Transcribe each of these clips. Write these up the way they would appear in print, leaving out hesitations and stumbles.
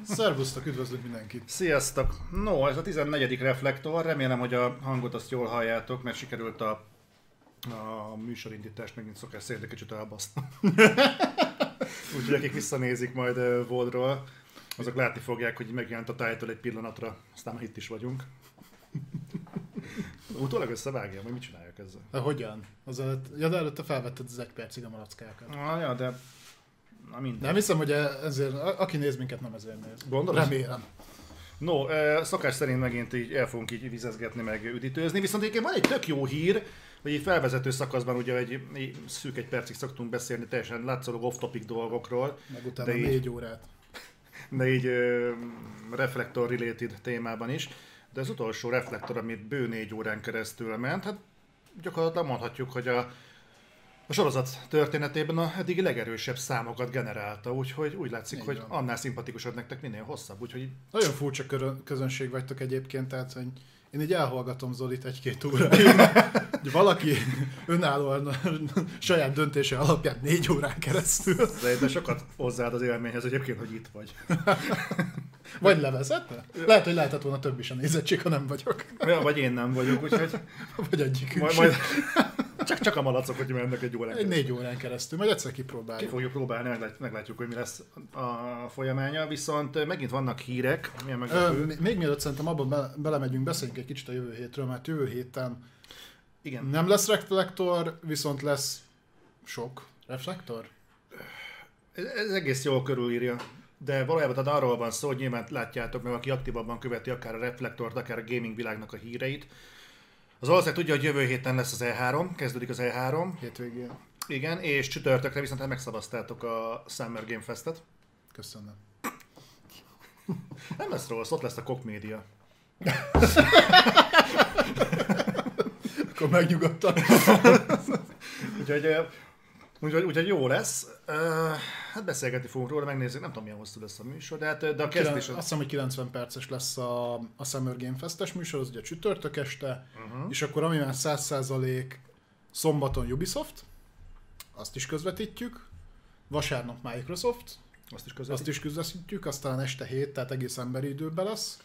Szervusztok, üdvözlök mindenkit! Sziasztok! No, ez a 14. reflektor, remélem, hogy a hangot azt jól halljátok, mert sikerült a műsorindítást megint szokás szerint egy kicsit elbaszni. Úgyhogy akik visszanézik majd Voldról, azok látni fogják, hogy megjelent a title egy pillanatra, aztán már itt is vagyunk. Utólag összevágja, hogy mit csináljak ezzel? De hogyan? De előtte felvetted az 1 percig a malackákat. Ja, de... Na minden. Nem hiszem, hogy ezért, aki néz minket, nem ezért néz. Gondolod? Remélem. No, szokás szerint megint így el fogunk így vizezgetni, meg üdítőzni, viszont egyébként van egy tök jó hír, hogy egy felvezető szakaszban ugye egy szűk 1 percig szoktunk beszélni teljesen látszólag off-topic dolgokról. Meg utána 4 órát. De így reflektor-related témában is. De az utolsó reflektor, amit bő 4 órán keresztül ment, hát gyakorlatilag mondhatjuk, hogy a sorozat történetében a eddigi legerősebb számokat generálta, úgyhogy úgy látszik, hogy annál szimpatikusabb nektek minél hosszabb. Úgyhogy... Nagyon furcsa közönség vagytok egyébként, tehát hogy én így elhallgatom Zolit 1-2 óráig, hogy valaki önállóan saját döntése alapján 4 órán keresztül. De sokat hozzáad az élményhez egyébként, hogy itt vagy. Vagy levezetne? Lehet, hogy lehetett volna több is a nézettség, ha nem vagyok. Ja, vagy én nem vagyok, úgyhogy... Vagy egyikünk majd csak a malacok, hogy mennek 1 órán keresztül. 4 órán keresztül, majd egyszer kipróbáljuk. Ki fogjuk próbálni, meglátjuk, hogy mi lesz a folyamánya, viszont megint vannak hírek. Még mielőtt szerintem abban belemegyünk, beszéljünk egy kicsit a jövő hétről, mert jövő héten igen. Nem lesz reflektor, viszont lesz sok reflektor. Ez egész jól körülírja. De valójában arról van szó, hogy nyilván látjátok meg, aki aktívabban követi akár a reflektort, akár a gaming világnak a híreit. Az valószínűleg tudja, hogy jövő héten lesz az E3, kezdődik az E3. Hétvégén. Igen, és csütörtökre viszont megszavaztátok a Summer Game Festet. Köszönöm. Nem lesz rossz, ott lesz a Koch Media. Akkor megnyugodtam. Úgyhogy jó lesz. Hát beszélgetni fogunk róla, megnézzük, nem tudom milyen hosszú lesz a műsor, de a kezdés... Azt hiszem, hogy 90 perces lesz a Summer Game Festes műsor, az ugye csütörtök este, és akkor ami már 100% szombaton Ubisoft, azt is közvetítjük, vasárnap Microsoft, azt is közvetítjük, aztán este 7, tehát egész emberi időben lesz.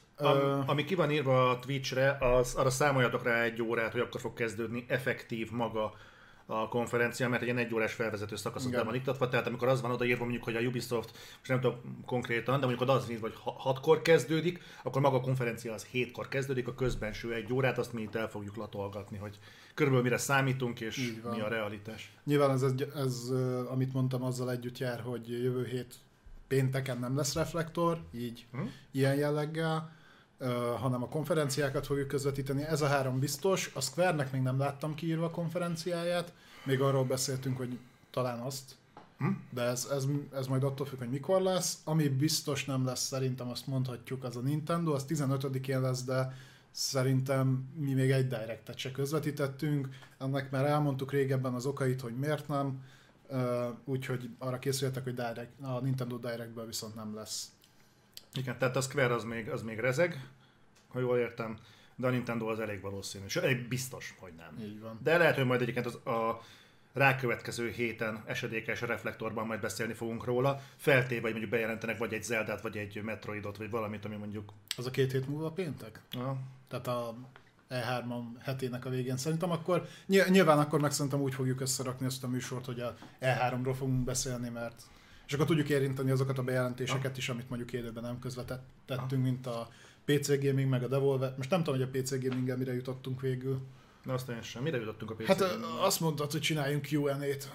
Ami ki van írva a Twitchre, arra számoljatok rá 1 órát, hogy akkor fog kezdődni effektív maga a konferencia, mert egy ilyen 1 órás felvezető szakaszot be van iktatva, tehát amikor az van odaírva mondjuk, hogy a Ubisoft, most nem tudom konkrétan, de mondjuk az írva, hogy 6-kor kezdődik, akkor maga a konferencia az 7-kor kezdődik, a közbenső 1 órát, azt mi itt el fogjuk latolgatni, hogy körülbelül mire számítunk, és mi a realitás. Nyilván ez, amit mondtam, azzal együtt jár, hogy jövő hét pénteken nem lesz reflektor, így ilyen jelleggel, hanem a konferenciákat fogjuk közvetíteni. Ez a 3 biztos. A Square-nek még nem láttam kiírva a konferenciáját, még arról beszéltünk, hogy talán azt, de ez majd attól függ, hogy mikor lesz. Ami biztos nem lesz, szerintem azt mondhatjuk, az a Nintendo, az 15-én lesz, de szerintem mi még egy Directet se közvetítettünk. Ennek már elmondtuk régebben az okait, hogy miért nem, úgyhogy arra készüljetek, hogy a Nintendo Directből viszont nem lesz. Igen, tehát a Square az még rezeg, ha jól értem, de a Nintendo az elég valószínű, és elég biztos, hogy nem. Így van. De lehet, hogy majd egyébként a rákövetkező héten esedékes reflektorban majd beszélni fogunk róla, feltéve, hogy mondjuk bejelentenek vagy egy Zeldát, vagy egy Metroidot, vagy valamit, ami mondjuk... Az a 2 hét múlva péntek? Tehát a E3 hetének a végén. Szerintem akkor, nyilván akkor meg szerintem úgy fogjuk összerakni ezt a műsort, hogy a E3-ról fogunk beszélni, mert és akkor tudjuk érinteni azokat a bejelentéseket is, amit mondjuk élőben nem közvetettünk, mint a PC Gaming, meg a Devolver. Most nem tudom, hogy a PC Gaming-el mire jutottunk végül. Na azt sem. Mire jutottunk a PC Hát azt mondtad, hogy csináljunk Q&A-t.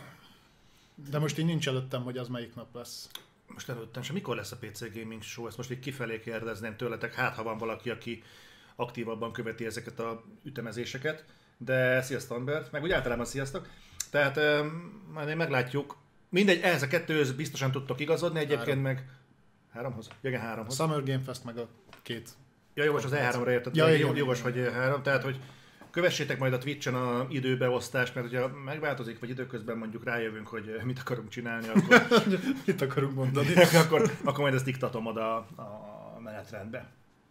De most így nincs előttem, hogy az melyik nap lesz. Most előttem sem. Mikor lesz a PC Gaming Show? Ezt most így kifelé kérdezném tőletek, hát ha van valaki, aki aktívabban követi ezeket a ütemezéseket. De sziasztok, Ambert, meg úgy általában sziasztok. Tehát majd meglátjuk. Mindegy, ehhez a 2-höz biztosan tudtok igazodni, egyébként meg 3-hoz? Igen, 3-hoz. A Summer Game Fest meg a 2. Ja, jogos, az E3-ra érted, jogos, hogy 3, tehát hogy kövessétek majd a Twitch-en a időbeosztást, mert hogyha megváltozik, vagy időközben mondjuk rájövünk, hogy mit akarunk csinálni, akkor... mit akarunk mondani? akkor majd ezt diktatom oda a menetrendbe.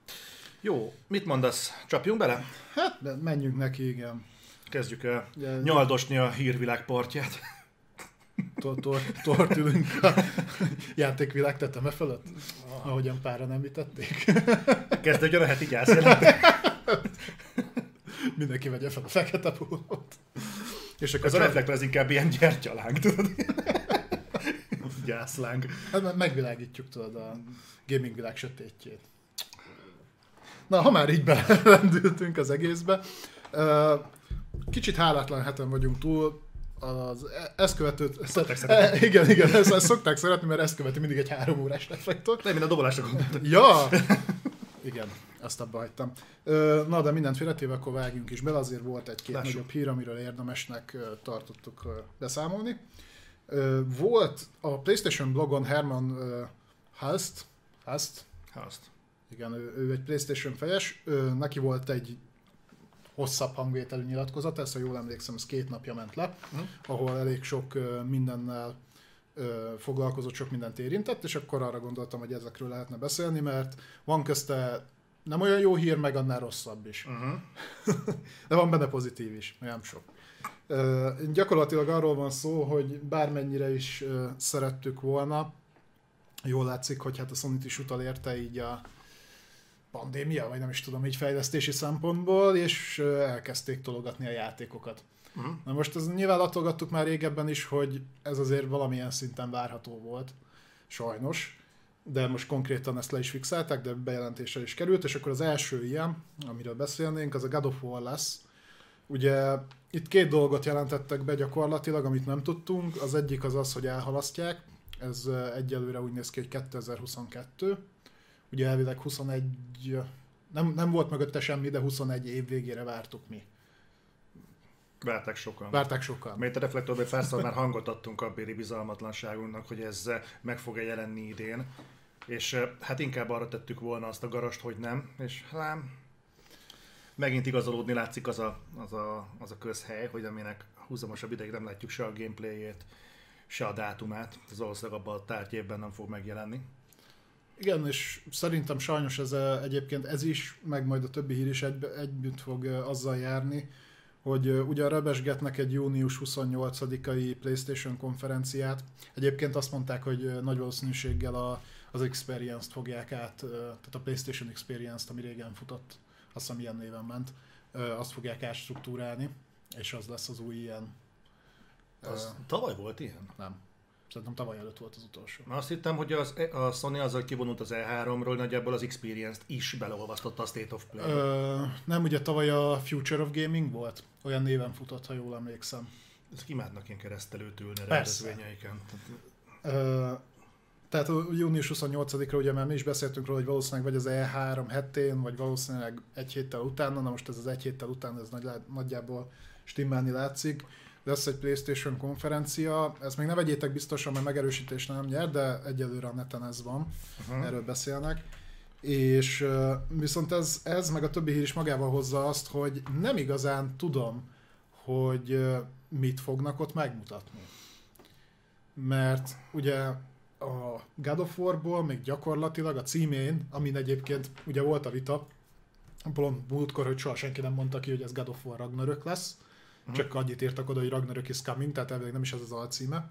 Jó, mit mondasz? Csapjunk bele? Hát menjünk neki, igen. Kezdjük el nyaldosni a hírvilág partját. tortülünk a játékvilág teteme fölött, ahogyan páran említették. Kezdődjön a heti gyászjelentés. Mindenki vegye fel a fekete pólót. És akkor ez a reflektor, ez inkább ilyen gyertyaláng, tudod? Gyászláng. Hát megvilágítjuk, tudod, a gaming világ sötétjét. Na, ha már így belendültünk az egészbe, kicsit hálátlan heten vagyunk túl, ezt követőt... Igen, ezt szokták szeretni, mert ezt követi mindig egy 3 órás reflektor. Nem, mint a dobolásra gondoltam. Ja! Igen, azt abba hagytam. Na, de mindent félretéve, akkor vágjunk is bele, azért volt egy-két nagyobb hír, amiről érdemesnek tartottuk beszámolni. Volt a PlayStation blogon Herman Hulst. Igen, ő egy PlayStation fejes, neki volt egy hosszabb hangvételű nyilatkozat, ezt ha jól emlékszem, ez 2 napja ment le, ahol elég sok mindennel foglalkozott, sok mindent érintett, és akkor arra gondoltam, hogy ezekről lehetne beszélni, mert van közte nem olyan jó hír, meg annál rosszabb is. De van benne pozitív is, nem sok. Gyakorlatilag arról van szó, hogy bármennyire is szerettük volna, jól látszik, hogy hát a Sony-t is utolérte így a pandémia, vagy nem is tudom, így fejlesztési szempontból, és elkezdték tologatni a játékokat. Na most ez nyilván latolgattuk már régebben is, hogy ez azért valamilyen szinten várható volt, sajnos, de most konkrétan ezt le is fixálták, de bejelentésre is került, és akkor az első ilyen, amiről beszélnénk, az a God of War lesz. Ugye itt 2 dolgot jelentettek be gyakorlatilag, amit nem tudtunk, az egyik az az, hogy elhalasztják, ez egyelőre úgy néz ki, hogy 2022, ugye elvileg 21, nem volt mögötte semmi, de 21 év végére vártuk mi. Várták sokan. Mert a reflektorban párszor már hangot adtunk abbéli bizalmatlanságunknak, hogy ez meg fog-e jelenni idén. És hát inkább arra tettük volna azt a garast, hogy nem. És lám, megint igazolódni látszik az a közhely, hogy aminek húzamosabb ideig nem látjuk se a gameplayét, se a dátumát. Ez valószínűleg abban a tárgyévben nem fog megjelenni. Igen, és szerintem sajnos ez egyébként ez is, meg majd a többi hír is együtt fog azzal járni, hogy ugye rebesgetnek egy június 28-ai PlayStation konferenciát. Egyébként azt mondták, hogy nagy valószínűséggel az Experience-t fogják át, tehát a PlayStation Experience-t, ami régen futott, azt hiszem ilyen néven ment, azt fogják átstruktúrálni, és az lesz az új ilyen. Tavaly volt ilyen? Nem. Szerintem tavaly előtt volt az utolsó. Azt hittem, hogy a Sony azzal kivonult az E3-ról, nagyjából az Experience-t is beleolvasztotta a State of Play. Nem, ugye tavaly a Future of Gaming volt? Olyan néven futott, ha jól emlékszem. Ezek imádnak ilyen keresztelőt ülni a rendezvényeiken. Tehát június 28-ra ugye már mi is beszéltünk róla, hogy valószínűleg vagy az E3 hetén, vagy valószínűleg egy héttel utána, na most ez az egy héttel után, ez nagyjából stimmelni látszik. Lesz egy PlayStation konferencia, ezt még ne vegyétek biztosan, mert megerősítésre nem nyer, de egyelőre a neten ez van, erről beszélnek. És viszont ez meg a többi hír is magával hozza azt, hogy nem igazán tudom, hogy mit fognak ott megmutatni. Mert ugye a God of War-ból még gyakorlatilag a címén, amin egyébként ugye volt a vita, pont múltkor, hogy soha senki nem mondta ki, hogy ez God of War Ragnarök lesz, csak annyit írtak oda, hogy Ragnarök is coming, tehát elvileg nem is ez az alcíme.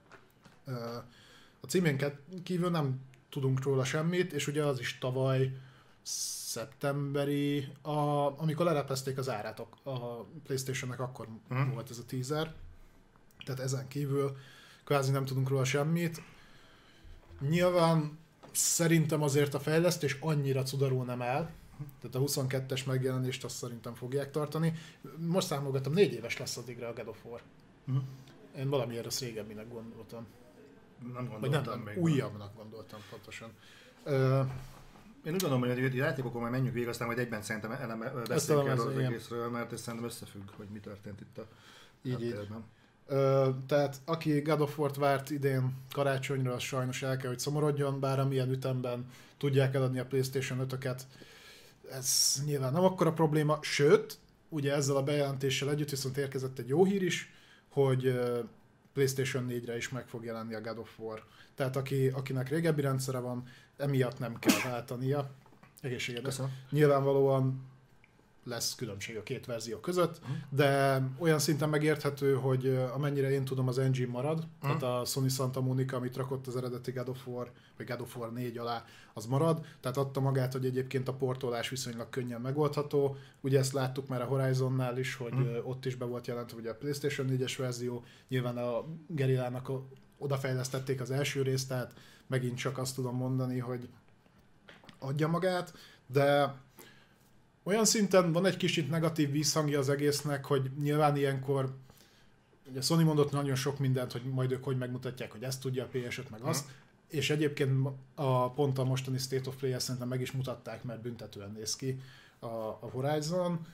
A címén kívül nem tudunk róla semmit, és ugye az is tavaly szeptemberi, amikor lerepezték az árát a PlayStation-nek, akkor volt ez a teaser. Tehát ezen kívül kvázi nem tudunk róla semmit. Nyilván szerintem azért a fejlesztés annyira cudarul nem áll, tehát a 22-es megjelenést azt szerintem fogják tartani. Most számolgattam, 4 éves lesz addigra a God of War. Én valamiért ezt régebbinek gondoltam. Nem gondoltam még. Újabbnak gondoltam pontosan. Én úgy gondolom, hogy a játékokon majd menjünk végig, aztán majd egyben szerintem beszéljünk erről az egészről, mert ez szerintem összefügg, hogy mi történt itt a háttérben. Tehát aki God of War-t várt idén karácsonyra, az sajnos el kell, hogy szomorodjon, bár amilyen ütemben tudják eladni a PlayStation 5-öket, ez nyilván nem akkora probléma, sőt, ugye ezzel a bejelentéssel együtt viszont érkezett egy jó hír is, hogy PlayStation 4-re is meg fog jelenni a God of War. Tehát akinek régebbi rendszere van, emiatt nem kell váltania. Egészségedre. Nyilvánvalóan lesz különbség a két verzió között, de olyan szinten megérthető, hogy amennyire én tudom, az engine marad, tehát a Sony Santa Monica, amit rakott az eredeti God of War, vagy God of War 4 alá, az marad, tehát adta magát, hogy egyébként a portolás viszonylag könnyen megoldható. Ugye ezt láttuk már a Horizonnál is, hogy ott is be volt jelentve ugye a PlayStation 4-es verzió, nyilván a Guerrillának odafejlesztették az első részt, tehát megint csak azt tudom mondani, hogy adja magát, de olyan szinten van egy kicsit negatív visszhangja az egésznek, hogy nyilván ilyenkor ugye Sony mondott nagyon sok mindent, hogy majd ők hogy megmutatják, hogy ezt tudja a PS5 meg azt, és egyébként pont a mostani State of Play-et szerintem meg is mutatták, mert büntetően néz ki a Horizon,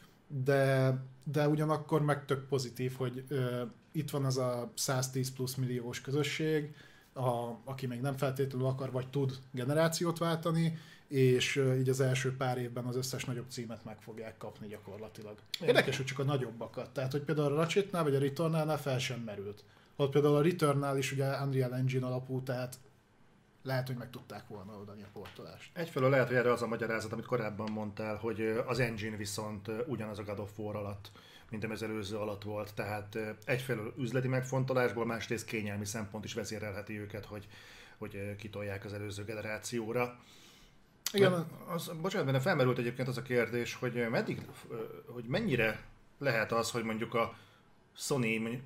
de ugyanakkor meg tök pozitív, hogy itt van az a 110 plusz milliós közösség, aki még nem feltétlenül akar vagy tud generációt váltani, és így az első pár évben az összes nagyobb címet meg fogják kapni gyakorlatilag. Érdekes, hogy csak a nagyobbakat. Tehát, hogy például a Ratchetnál vagy a Returnálnál fel sem merült. Ott például a Returnál is ugye Unreal Engine alapú, tehát lehet, hogy meg tudták volna oldani a portolást. Egyfelől lehet, hogy erre az a magyarázat, amit korábban mondtál, hogy az engine viszont ugyanaz a God of War alatt, mint az előző alatt volt. Tehát egyfelől üzleti megfontolásból, másrészt kényelmi szempont is vezérelheti őket, hogy kitolják az előző generációra. Igen. Bocsánat, mert felmerült egyébként az a kérdés, hogy mennyire lehet az, hogy mondjuk a Sony,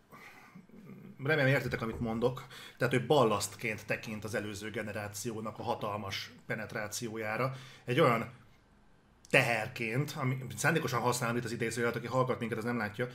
remélem értitek, amit mondok, tehát ő ballasztként tekint az előző generációnak a hatalmas penetrációjára, egy olyan teherként, ami szándékosan használom itt az idézőjelet, aki hallgat minket, az nem látja,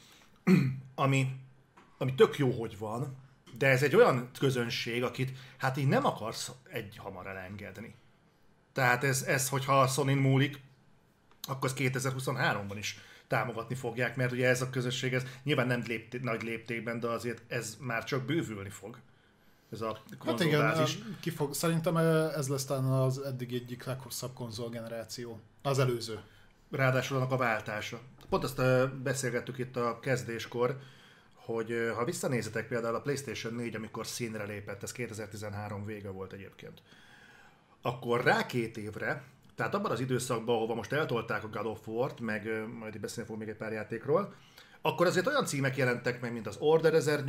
ami tök jó, hogy van, de ez egy olyan közönség, akit hát így nem akarsz egy hamar elengedni. Tehát ez hogyha a Sonyn múlik, akkor ezt 2023-ban is támogatni fogják, mert ugye ez a közösség, ez nyilván nem nagy léptékben, de azért ez már csak bővülni fog. Ez a konzolbázis. Hát igen, szerintem ez lesz talán az eddig egyik leghosszabb konzolgeneráció. Az előző. Ráadásul annak a váltása. Pont azt beszélgettük itt a kezdéskor, hogy ha visszanézetek például a PlayStation 4, amikor színre lépett, ez 2013 vége volt egyébként, akkor rá 2 évre, tehát abban az időszakban, ahova most eltolták a God of War-t, meg majd beszélni fogunk még egy pár játékról, akkor azért olyan címek jelentek meg, mint az Order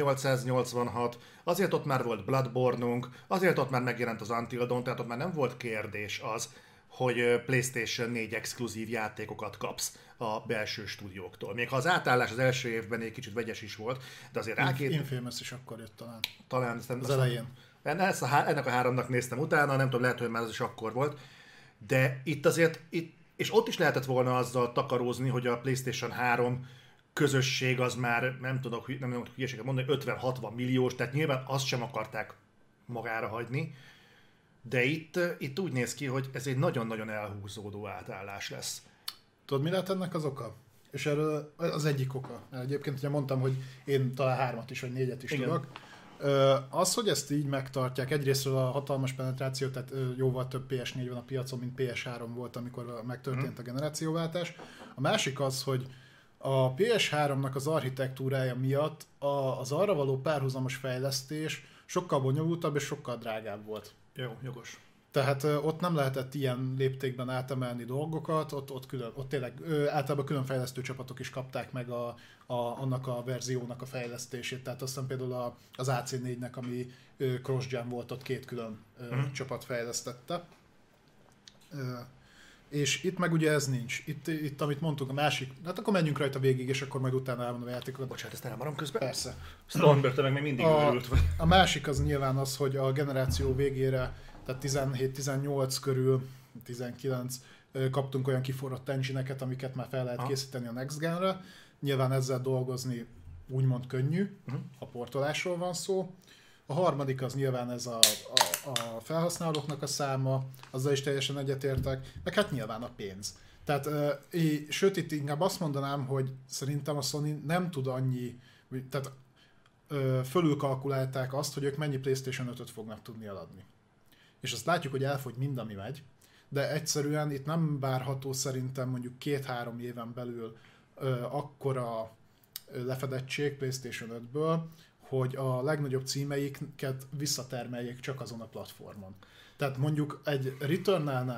1886, azért ott már volt Bloodborne-unk, azért ott már megjelent az Until Dawn, tehát ott már nem volt kérdés az, hogy PlayStation 4 exkluzív játékokat kapsz a belső stúdióktól. Még ha az átállás az első évben egy kicsit vegyes is volt, de azért rá 2... Infamous is akkor jött talán. Talán az elején. Ennek a 3-nak néztem utána, nem tudom, lehet, hogy már az is akkor volt, de itt azért, és ott is lehetett volna azzal takarózni, hogy a PlayStation 3 közösség az már, nem tudok hülyeséget mondani, 50-60 milliós, tehát nyilván azt sem akarták magára hagyni, de itt úgy néz ki, hogy ez egy nagyon-nagyon elhúzódó átállás lesz. Tudod, mi lehet ennek az oka? És erről az egyik oka. Egyébként ugye mondtam, hogy én talán 3-at is, vagy 4-et is tudok. Az, hogy ezt így megtartják, egyrésztről a hatalmas penetráció, tehát jóval több PS4 van a piacon, mint PS3 volt, amikor megtörtént a generációváltás. A másik az, hogy a PS3-nak az architektúrája miatt az arra való párhuzamos fejlesztés sokkal bonyolultabb és sokkal drágább volt. Jó, jogos. Tehát ott nem lehetett ilyen léptékben átemelni dolgokat, ott tényleg általában külön fejlesztő csapatok is kapták meg annak a verziónak a fejlesztését. Tehát aztán például az AC4-nek, ami cross-gen volt, ott 2 külön csapat fejlesztette. És itt meg ugye ez nincs. Itt amit mondtuk, a másik, hát akkor menjünk rajta végig, és akkor majd utána elmondom a játékokat. Bocsánat, ezt elmarom közben? Persze. Stormbird, te meg még mindig örült vagy. A másik az nyilván az, hogy a generáció végére, tehát 17-18 körül, 19 kaptunk olyan kiforrott engine-eket, amiket már fel lehet készíteni a Next Gen-re. Nyilván ezzel dolgozni úgymond könnyű, ha portolásról van szó. A harmadik az nyilván ez a felhasználóknak a száma, azzal is teljesen egyetértek, meg hát nyilván a pénz. Tehát, sőt itt inkább azt mondanám, hogy szerintem a Sony nem tud annyi, tehát fölülkalkulálták azt, hogy ők mennyi PlayStation 5-öt fognak tudni eladni. És azt látjuk, hogy elfogy mind, ami megy, de egyszerűen itt nem várható szerintem mondjuk 2-3 éven belül akkora lefedettség PlayStation 5-ből, hogy a legnagyobb címeiket visszatermeljék csak azon a platformon. Tehát mondjuk egy Returnálnál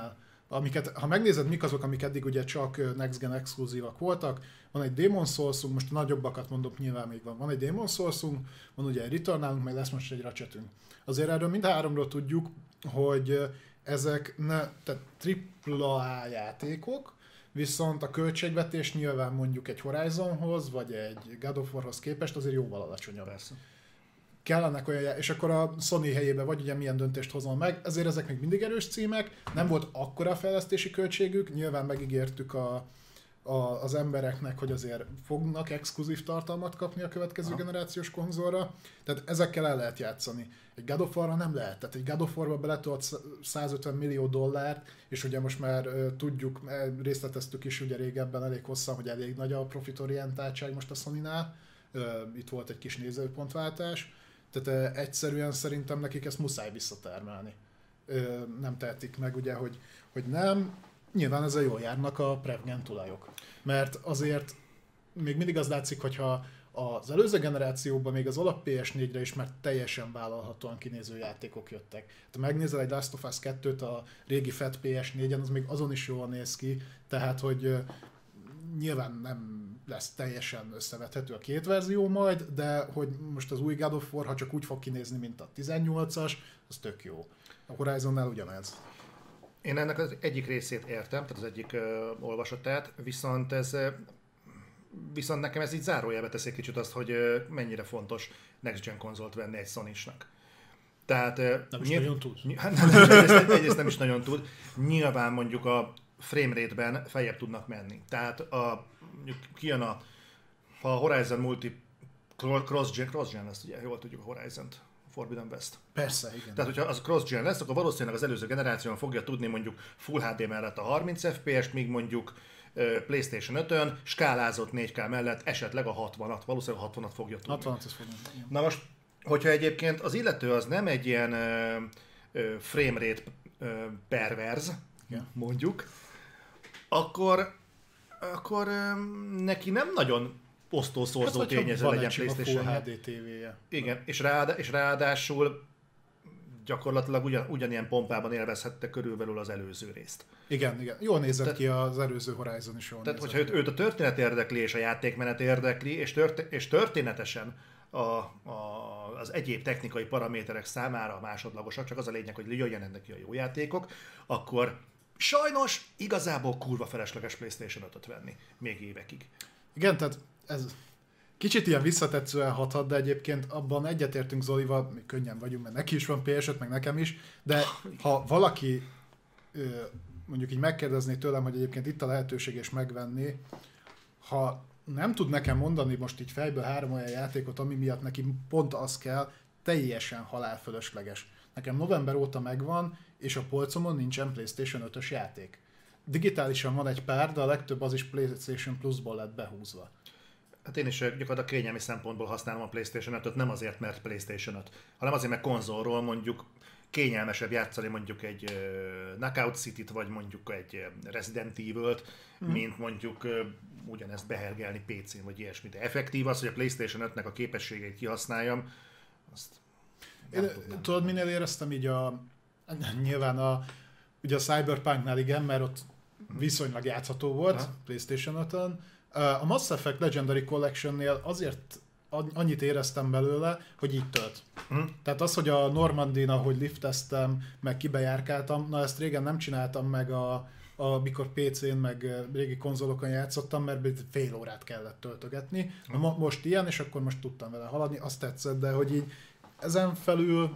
amiket, ha megnézed, mik azok, amik eddig ugye csak Next Gen exkluzívak voltak, van egy Demon's Souls-unk, most a nagyobbakat mondok, nyilván még van egy Demon's Souls-unk, van ugye egy Returnalunk, meg lesz most egy Ratchetünk. Azért erről mind háromról tudjuk, hogy ezek tehát AAA játékok, viszont a költségvetés nyilván mondjuk egy Horizonhoz, vagy egy God of Warhoz képest azért jóval alacsonyabb. Persze. Kellenek olyan, és akkor a Sony helyébe vagy ugye milyen döntést hozol meg, ezért ezek még mindig erős címek, nem volt akkora fejlesztési költségük, nyilván megígértük az embereknek, hogy azért fognak exkluzív tartalmat kapni a következő generációs konzolra, tehát ezekkel el lehet játszani. Egy God of War-ra nem lehet, tehát egy God of War-ba beletolt $150 millió, és ugye most már tudjuk, részleteztük is ugye régebben elég hosszan, hogy elég nagy a profitorientáltság most a Sonynál, itt volt egy kis nézőpontváltás, tehát egyszerűen szerintem nekik ezt muszáj visszatermelni. Nem tehetik meg ugye, hogy nem. Nyilván ezzel jól járnak a Prevgen tulajok. Mert azért még mindig az látszik, hogyha az előző generációban még az alap PS4-re is már teljesen vállalhatóan kinéző játékok jöttek. Ha megnézel egy Last of Us 2-t a régi Fat PS4-en, az még azon is jól néz ki, tehát hogy nyilván nem lesz teljesen összevethető a két verzió majd, de hogy most az új God of War, ha csak úgy fog kinézni, mint a 18-as, az tök jó. A Horizonnál ugyanez. Én ennek az egyik részét értem, tehát az egyik olvasatát, viszont nekem ez így zárójelbe teszi kicsit azt, hogy mennyire fontos Next Gen konzolt venni egy Sony-snak. Tehát nem is nagyon tud. Egyrészt nem is nagyon tud. Nyilván mondjuk a frame rate-ben feljebb tudnak menni. Tehát kijön ha a Horizon Multi cross-gen lesz, ugye jól tudjuk a Horizont, Forbidden West. Persze, igen. Tehát, hogyha az cross-gen lesz, akkor valószínűleg az előző generáción fogja tudni mondjuk Full HD mellett a 30 FPS-t, míg mondjuk PlayStation 5-ön skálázott 4K mellett esetleg a 60-at, valószínűleg 60-at fogja tudni. 60-at fogja tudni. Na most, hogyha egyébként az illető az nem egy ilyen frame rate perverz, mondjuk, akkor neki nem nagyon osztószorzó tényező legyen PlayStation. Full HD TV-je. Igen, és ráadásul gyakorlatilag ugyanilyen pompában élvezhette körülbelül az előző részt. Igen. Jól nézett ki az előző Horizon is jól. Tehát, hogyha őt a történet érdekli és a játékmenet érdekli, és történetesen az egyéb technikai paraméterek számára másodlagosak, csak az a lényeg, hogy jöjjenek neki a jó játékok, akkor sajnos igazából kurva felesleges PlayStation 5-öt venni még évekig. Igen, tehát ez kicsit ilyen visszatetszően hathat, de egyébként abban egyetértünk Zolival, mi könnyen vagyunk, mert neki is van PS5, meg nekem is, de ha valaki mondjuk így megkérdezné tőlem, hogy egyébként itt a lehetőség és megvenni, ha nem tud nekem mondani most így fejből 3 olyan játékot, ami miatt neki pont az kell, teljesen halálfölösleges. Nekem november óta megvan, és a polcomon nincsen PlayStation 5-ös játék. Digitálisan van egy pár, de a legtöbb az is PlayStation Plus-ból lett behúzva. Hát én is gyakorlatilag kényelmi szempontból használom a PlayStation 5-öt, nem azért, mert PlayStation 5, hanem azért, mert konzolról mondjuk kényelmesebb játszani mondjuk egy Knockout City-t, vagy mondjuk egy Resident Evil-t, mint mondjuk ugyanezt behergelni PC-n, vagy ilyesmit. De effektív az, hogy a PlayStation 5-nek a képességeit kihasználjam, azt tudod, minél éreztem így nyilván ugye a Cyberpunknál igen, mert ott viszonylag játszható volt PlayStation 5-ön. A Mass Effect Legendary Collection-nél azért annyit éreztem belőle, hogy így tölt. Tehát az, hogy a Normandin, ahogy lifteztem, meg kibejárkáltam, na ezt régen nem csináltam meg amikor PC-n, meg régi konzolokon játszottam, mert fél órát kellett töltögetni. Most ilyen, és akkor most tudtam vele haladni, azt tetszett, de hogy így ezen felül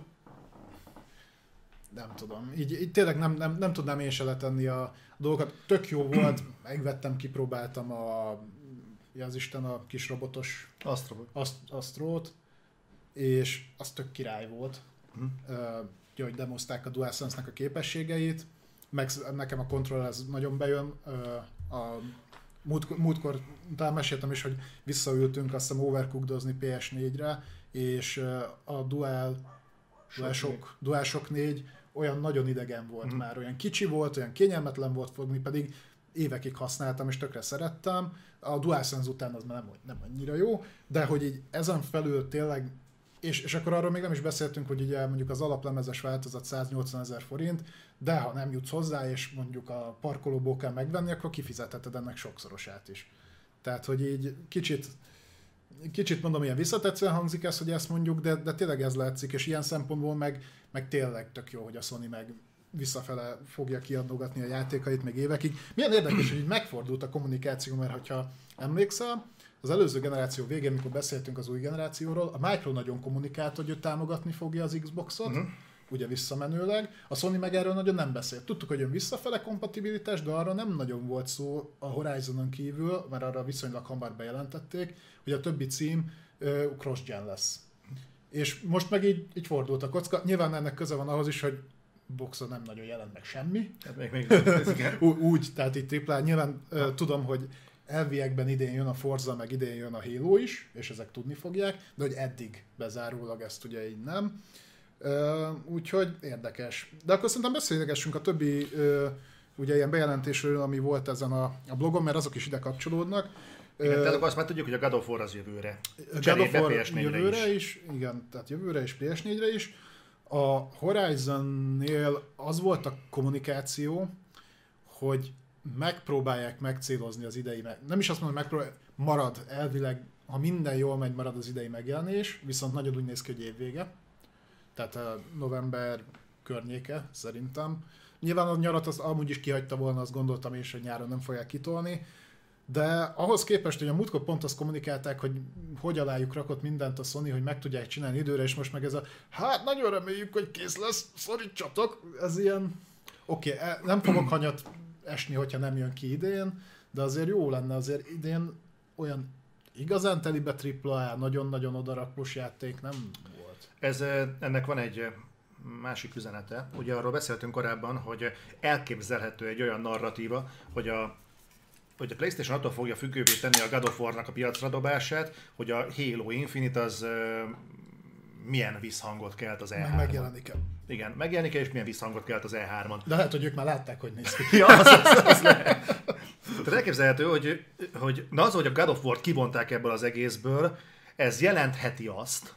nem tudom, így tényleg nem tudnám én se letenni a dolgokat. Tök jó volt, megvettem, kipróbáltam az Isten a kis robotos Astrót, és az tök király volt, hogy demozták a DualSense-nek a képességeit, meg nekem a controller ez nagyon bejön. Múltkor talán meséltem is, hogy visszaültünk azt hiszem overcookedozni PS4-re, és a DualShock 4 olyan nagyon idegen volt már, olyan kicsi volt, olyan kényelmetlen volt fogni, pedig évekig használtam, és tökre szerettem. A DualSense után az már nem annyira jó, de hogy így ezen felül tényleg és akkor arról még nem is beszéltünk, hogy ugye mondjuk az alaplemezes változat 180 000 forint, de ha nem jutsz hozzá, és mondjuk a parkolóból kell megvenni, akkor kifizetheted ennek sokszorosát is. Tehát, hogy így kicsit mondom, ilyen visszatetszően hangzik ez, hogy ezt mondjuk, de tényleg ez látszik, és ilyen szempontból meg tényleg tök jó, hogy a Sony meg visszafele fogja kiadogatni a játékait még évekig. Milyen érdekes, hogy így megfordult a kommunikáció, mert hogyha emlékszel, az előző generáció végén, amikor beszéltünk az új generációról, a Micro nagyon kommunikált, hogy ő támogatni fogja az Xboxot, ugye visszamenőleg, a Sony meg erről nagyon nem beszélt. Tudtuk, hogy jön visszafele kompatibilitás, de arra nem nagyon volt szó a Horizonon kívül, mert arra viszonylag hamar bejelentették, hogy a többi cím cross-gen lesz. És most meg így fordult a kocka. Nyilván ennek köze van ahhoz is, hogy boxon nem nagyon jelent meg semmi. Hát még úgy, tehát itt triplán. Nyilván tudom, hogy elviekben idén jön a Forza, meg idén jön a Halo is, és ezek tudni fogják, de hogy eddig bezárólag ezt ugye így nem. Úgyhogy érdekes. De akkor szerintem beszélgessünk a többi ugye ilyen bejelentésről, ami volt ezen a blogon, mert azok is ide kapcsolódnak. Igen, tehát akkor azt már tudjuk, hogy a God of War az jövőre. God of War jövőre is. Igen, tehát jövőre is, PS4-re is. A Horizon-nél az volt a kommunikáció, hogy megpróbálják megcélozni az idei nem is azt mondom, hogy marad elvileg, ha minden jól megy, marad az idei megjelenés, viszont nagyon úgy néz ki, hogy évvége. Tehát a november környéke, szerintem. Nyilván a nyarat az amúgy is kihagyta volna, azt gondoltam is, hogy nyáron nem fogják kitolni. De ahhoz képest, hogy a múltkor pont azt kommunikálták, hogy alájuk rakott mindent a Sony, hogy meg tudják csinálni időre, és most meg ez hát nagyon reméljük, hogy kész lesz, szorítsatok, ez ilyen, oké, nem fogok hanyat esni, hogyha nem jön ki idén, de azért jó lenne, azért idén olyan igazán telibe AAA, nagyon-nagyon odarakós játék nem volt. Ennek van egy másik üzenete. Ugye arról beszéltünk korábban, hogy elképzelhető egy olyan narratíva, hogy a PlayStation attól fogja függővé tenni a God of War-nak a piacra dobását, hogy a Halo Infinite az milyen visszhangot kelt az E3-on. Megjelenik-e. Igen, megjelenik-e, és milyen visszhangot kelt az E3-on. De lehet, hogy ők már látták, hogy néz ki. Ja, az lehet. Tehát elképzelhető, hogy az, hogy a God of War-t kivonták ebből az egészből, ez jelentheti azt,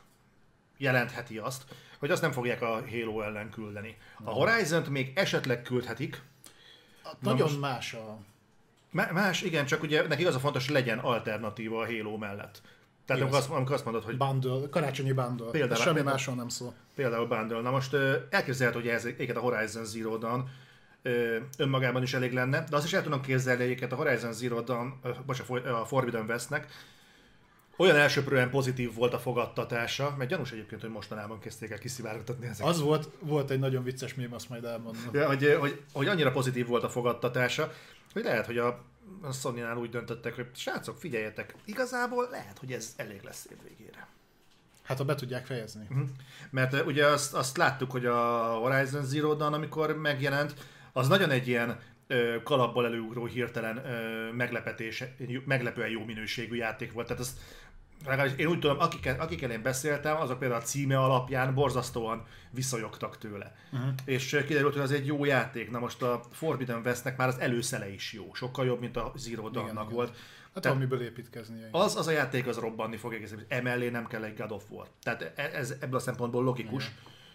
hogy azt nem fogják a Halo ellen küldeni. A Horizont még esetleg küldhetik. Nagyon más a... Más, igen, csak ugye neki az a fontos, hogy legyen alternatíva a Halo mellett. Tehát amikor azt mondod, hogy... Bundle, karácsonyi bundle. Például, semmi másról nem szól. Például bundle. Na most elképzelhető, hogy ezeket a Horizon Zero Dawn önmagában is elég lenne, de azt is el tudom képzelni egyébként a Horizon Zero Dawn, a Forbidden Westnek olyan elsőprően pozitív volt a fogadtatása, mert gyanús egyébként, hogy mostanában kezdték el kiszivárogtatni ezeket. Az volt egy nagyon vicces mém, azt majd elmondom. Ja, hogy annyira pozitív volt a fogadtatása, hogy lehet, hogy a Sony-nál úgy döntöttek, hogy srácok, figyeljetek, igazából lehet, hogy ez elég lesz év végére. Hát ha be tudják fejezni. Mert ugye azt láttuk, hogy a Horizon Zero Dawn, amikor megjelent, az nagyon egy ilyen kalapból előugró hirtelen meglepően jó minőségű játék volt. Tehát azt, legalábbis én úgy tudom, akikkel én beszéltem, azok például a címe alapján borzasztóan visszajogtak tőle. És kiderült, hogy az egy jó játék. Na most a Forbidden Westnek már az előszele is jó. Sokkal jobb, mint a Zero Dawn-nak volt. Hát valamiből építkezni. Az a játék az robbanni fog egészen. Emellé nem kell egy God of War. Tehát ez ebből a szempontból logikus.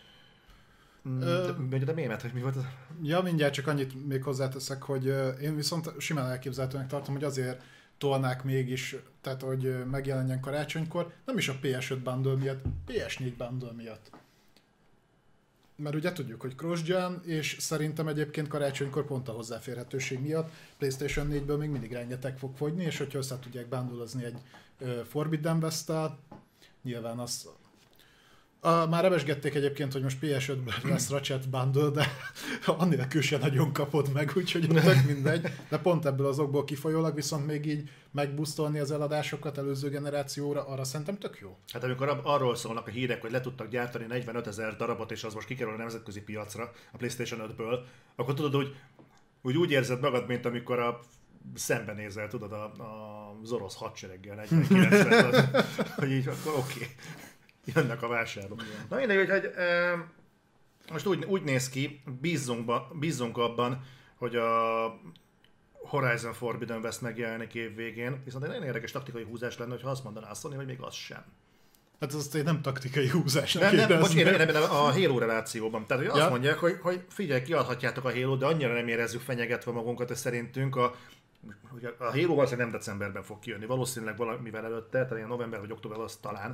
De mémet, hogy mi volt az? Ja, mindjárt csak annyit még hozzáteszek, hogy én viszont simán elképzelhetőnek tartom, hogy azért tolnák mégis, tehát hogy megjelenjen karácsonykor, nem is a PS5 bundle miatt, PS4 bundle miatt. Mert ugye tudjuk, hogy cross-gen, és szerintem egyébként karácsonykor pont a hozzáférhetőség miatt PlayStation 4-ből még mindig rengeteg fog fogyni, és hogyha össze tudják bundlezni egy Forbidden West-tel, nyilván az... Már rebesgették egyébként, hogy most PS5-ben lesz Ratchet Bundle, de annélkül se nagyon kapod meg, úgyhogy tök mindegy. De pont ebből az okból kifolyólag viszont még így megbusztolni az eladásokat előző generációra, arra szerintem tök jó. Hát amikor arról szólnak a hírek, hogy le tudtak gyártani 45 000 darabot, és az most kikerül a nemzetközi piacra a PlayStation 5-ből, akkor tudod, hogy úgy érzed magad, mint amikor szembenézel, tudod, az orosz hadsereggel 49-ben, hogy így akkor oké. Jönnek a vásárlók. Na mindegy, hogy most úgy néz ki, bízzunk abban, hogy a Horizon Forbidden West megjelenik év végén, viszont egy nagyon érdekes taktikai húzás lenne, hogyha azt mondaná a Sony, hogy még az sem. Hát azt én nem taktikai húzásnak nem, most én ebben a Halo relációban. Tehát, hogy azt mondják, hogy figyelj, kiadhatjátok a Halo-t, de annyira nem érezzük fenyegetve magunkat, és szerintünk a Halo valószínűleg nem decemberben fog kijönni, valószínűleg valamivel előtte, tehát ilyen november vagy október az talán.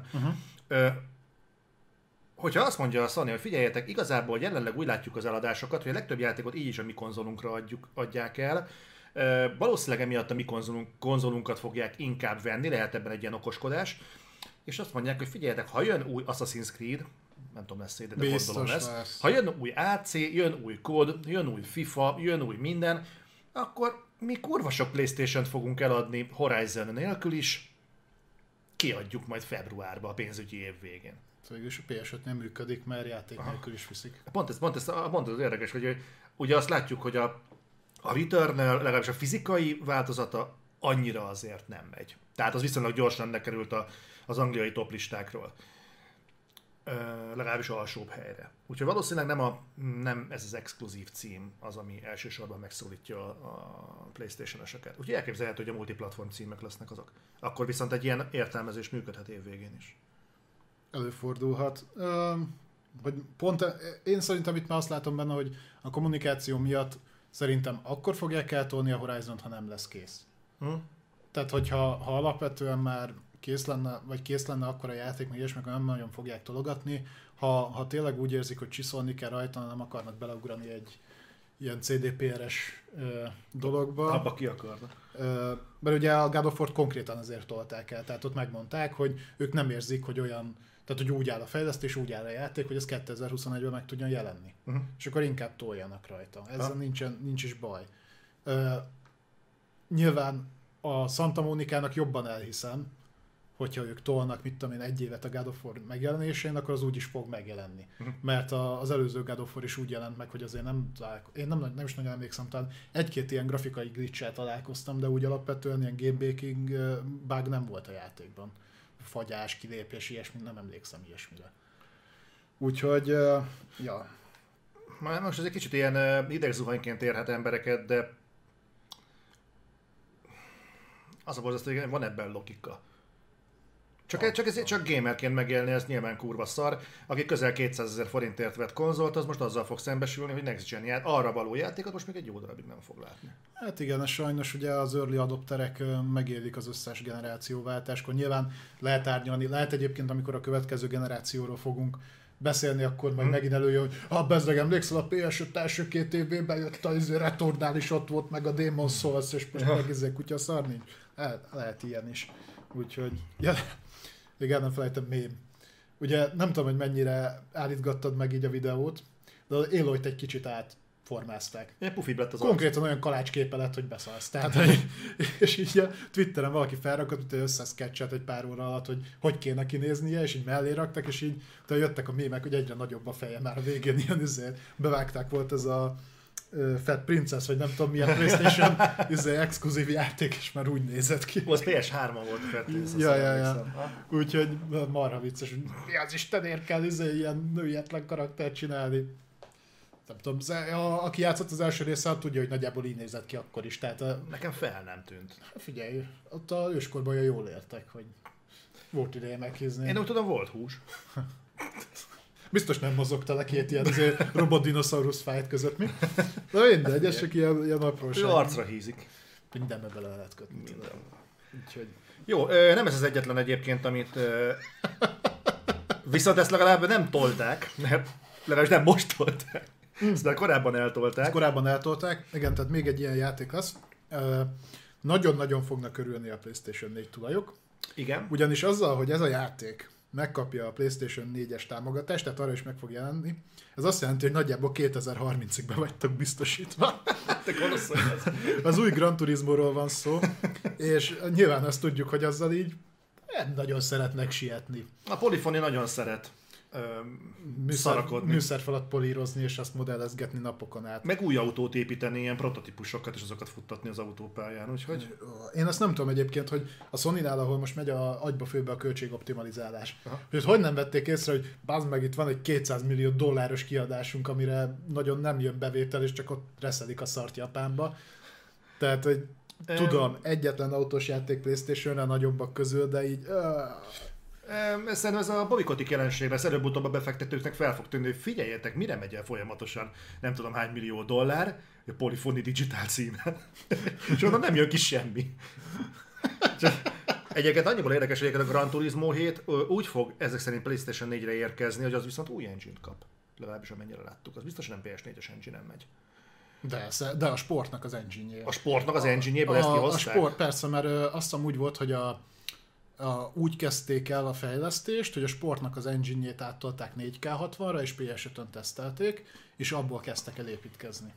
Hogyha azt mondja a Sony, hogy figyeljetek, igazából jelenleg úgy látjuk az eladásokat, hogy a legtöbb játékot így is a mi konzolunkra adják el. Valószínűleg emiatt a mi konzolunkat fogják inkább venni, lehet ebben egy ilyen okoskodás. És azt mondják, hogy figyeljetek, ha jön új Assassin's Creed, nem tudom lesz, de gondolom lesz. Ha jön új AC, jön új COD, jön új FIFA, jön új minden, akkor mi kurva sok PlayStation-t fogunk eladni Horizon nélkül is, kiadjuk majd februárba a pénzügyi év végén. Végülis a PS5 nem működik, mert játék nélkül is viszik. Pont ez az érdekes, hogy ugye azt látjuk, hogy a Returnal, legalábbis a fizikai változata annyira azért nem megy. Tehát az viszonylag gyorsan lekerült az angliai toplistákról. Legalábbis alsóbb helyre. Úgyhogy valószínűleg nem ez az exkluzív cím az, ami elsősorban megszólítja a PlayStation-eseket. Úgyhogy elképzelhető, hogy a multiplatform címek lesznek azok. Akkor viszont egy ilyen értelmezés működhet évvégén is. Előfordulhat. Hogy pont én szerintem itt már azt látom benne, hogy a kommunikáció miatt szerintem akkor fogják eltolni a Horizont, ha nem lesz kész. Tehát, hogyha alapvetően már kész lenne akkor a játék, meg ilyesmi, akkor nem nagyon fogják tologatni. Ha tényleg úgy érzik, hogy csiszolni kell rajta, nem akarnak beleugrani egy ilyen CDPR-es dologba. Abba ki akarnak. Mert ugye a God of War-t konkrétan azért tolták el, tehát ott megmondták, hogy ők nem érzik, hogy olyan, tehát hogy úgy áll a fejlesztés, úgy áll a játék, hogy ez 2021-ben meg tudjon jelenni. És akkor inkább toljanak rajta. Ezzel nincs is baj. Nyilván a Santa Monica-nak jobban elhiszem, hogyha ők tolnak, mit tudom én, egy évet a God of War megjelenésén, akkor az úgy is fog megjelenni. Mert az előző God of War is úgy jelent meg, hogy azért én nem is nagyon emlékszem, talán egy-két ilyen grafikai glitch-el találkoztam, de úgy alapvetően ilyen gamebreaking bug nem volt a játékban. Fagyás, kilépés, ilyesmi, nem emlékszem ilyesmire. Úgyhogy, ja. Most ez egy kicsit ilyen hidegzuhanyként érhet embereket, de az a borzasztó, hogy van ebben logika. Csak gamerként megélni, ez nyilván kurva szar. Aki közel 200 000 forintért vett konzolt, az most azzal fog szembesülni, hogy next gen arra való játékot most még egy jó darabig nem fog látni. Hát igen, sajnos ugye az early adopterek megélik az összes generációváltáskor. Nyilván lehet árnyalni, lehet egyébként, amikor a következő generációról fogunk beszélni, akkor majd megint előjön, hogy bezzeg, emlékszel a PS5 első 2 évben jött a Returnal is ott volt, meg a Demon's Souls, és most meg kutya szar nincs. Lehet ilyen is. Úgyhogy, ja, igen, nem felejtem, mém. Ugye nem tudom, hogy mennyire állítgattad meg így a videót, de az Aloyt egy kicsit átformázták. Pufibb lett az konkrétan olyan kalácsképe lett, hogy beszalsz. Tehát, és így a Twitteren valaki felrakott, hogy összeszketcselt egy pár óra alatt, hogy kéne kinéznie, és így mellé raktak, és így jöttek a mémek, hogy egyre nagyobb a feje már a végén, ilyen bevágták, volt ez a Fat Princess, vagy nem tudom milyen PlayStation exkluzív játék, és már úgy nézett ki. Az PS3-on volt a Fat Princess. Ja. Úgyhogy marha vicces, hogy mi az Istenért kell ilyen nőietlen karaktert csinálni. Nem tudom, aki játszott az első része, tudja, hogy nagyjából így nézett ki akkor is. Tehát nekem fel nem tűnt. Figyelj, ott a őskorban olyan jól értek, hogy volt ideje meghézni. Én úgy tudom, volt hús. Biztos nem mozogta le két ilyen robot-dinoszaurusz fight között, mi? De mindegy, ez csak ilyen apróság. Ő arcra hízik. Mindenbe bele lehet kötni. Úgyhogy... Jó, nem ez az egyetlen egyébként, amit... Viszont ezt legalább nem tolták, mert legalábbis nem most tolták. Ezt korábban eltolták. Igen, tehát még egy ilyen játék lesz. Nagyon-nagyon fognak örülni a PlayStation 4 tulajok. Igen. Ugyanis azzal, hogy ez a játék megkapja a PlayStation 4-es támogatást, tehát arra is meg fog jelenni. Ez azt jelenti, hogy nagyjából 2030-ig be vagytok biztosítva. Az új Gran Turismo-ról van szó, és nyilván azt tudjuk, hogy azzal így nagyon szeretnek sietni. A Polyphony nagyon szeret szarakodni. Műszerfalat polírozni, és azt modellezgetni napokon át. Meg új autót építeni, ilyen prototípusokat, és azokat futtatni az autópályán, úgyhogy... Én azt nem tudom egyébként, hogy a Sony-nál, ahol most megy agyba főbe a költségoptimalizálás, hogy nem vették észre, hogy bazd meg, itt van egy $200 millió kiadásunk, amire nagyon nem jön bevétel, és csak ott reszelik a szart Japánba. Tehát, hogy tudom, egyetlen autós játék PlayStation-re nagyobbak közül, de így... Szerintem ez a bolykotik jelenség lesz, előbb-utóbb a befektetőknek fel fog tűnni, hogy figyeljetek, mire megy el folyamatosan nem tudom hány millió dollár, a Polyphony Digital címen. És onnan nem jön ki semmi. Egyébként annyiból érdekes, hogy a Gran Turismo 7 úgy fog ezek szerint PlayStation 4-re érkezni, hogy az viszont új engine-t kap. Legalábbis amennyire láttuk. Az biztos, hogy nem PS4-es engine nem megy. De a sportnak az engine-je. A sportnak az engine-jéből ezt kihozták? A sport, persze, mert azt hiszem úgy volt, hogy úgy kezdték el a fejlesztést, hogy a sportnak az engine-jét áttolták 4K60-ra, és PS5-ön tesztelték, és abból kezdtek el építkezni.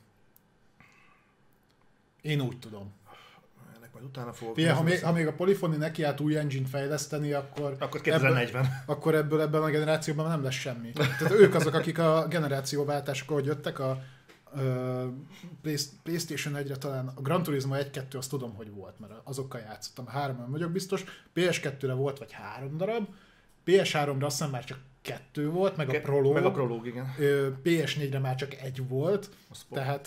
Én úgy tudom. Ennek majd utána fogok. Ha még a Polyphony neki állt új engine-t fejleszteni, akkor 2040. Akkor ebből ebben a generációban nem lesz semmi. Tehát ők azok, akik a generációváltások, ahogy jöttek, a PlayStation 1-re talán a Gran Turismo 1-2 azt tudom, hogy volt, mert azokkal játszottam. 3 nem vagyok biztos. PS2-re volt vagy 3 darab. PS3-ra azt hiszem már csak 2 volt, meg a Prolog. Meg a Prolog, igen. PS4-re már csak 1 volt. Tehát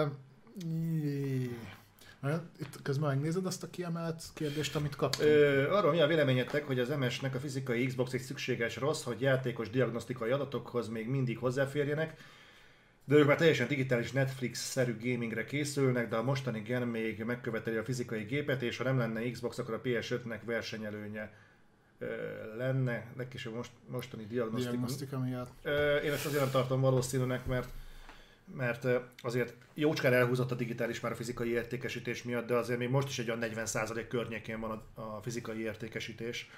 itt közben megnézed azt a kiemelt kérdést, amit kaptunk? Arról mi a véleményetek, hogy az MS-nek a fizikai Xbox egy szükséges rossz, hogy játékos diagnosztikai adatokhoz még mindig hozzáférjenek, de ők már teljesen digitális Netflix-szerű gamingre készülnek, de a mostani gen még megköveteli a fizikai gépet, és ha nem lenne Xbox, akkor a PS5-nek versenyelőnye lenne, legkésőbb mostani diagnosztika miatt. Én ezt azért nem tartom valószínűnek, mert azért jócskán elhúzott a digitális már a fizikai értékesítés miatt, de azért még most is egy olyan 40% környékén van a fizikai értékesítés.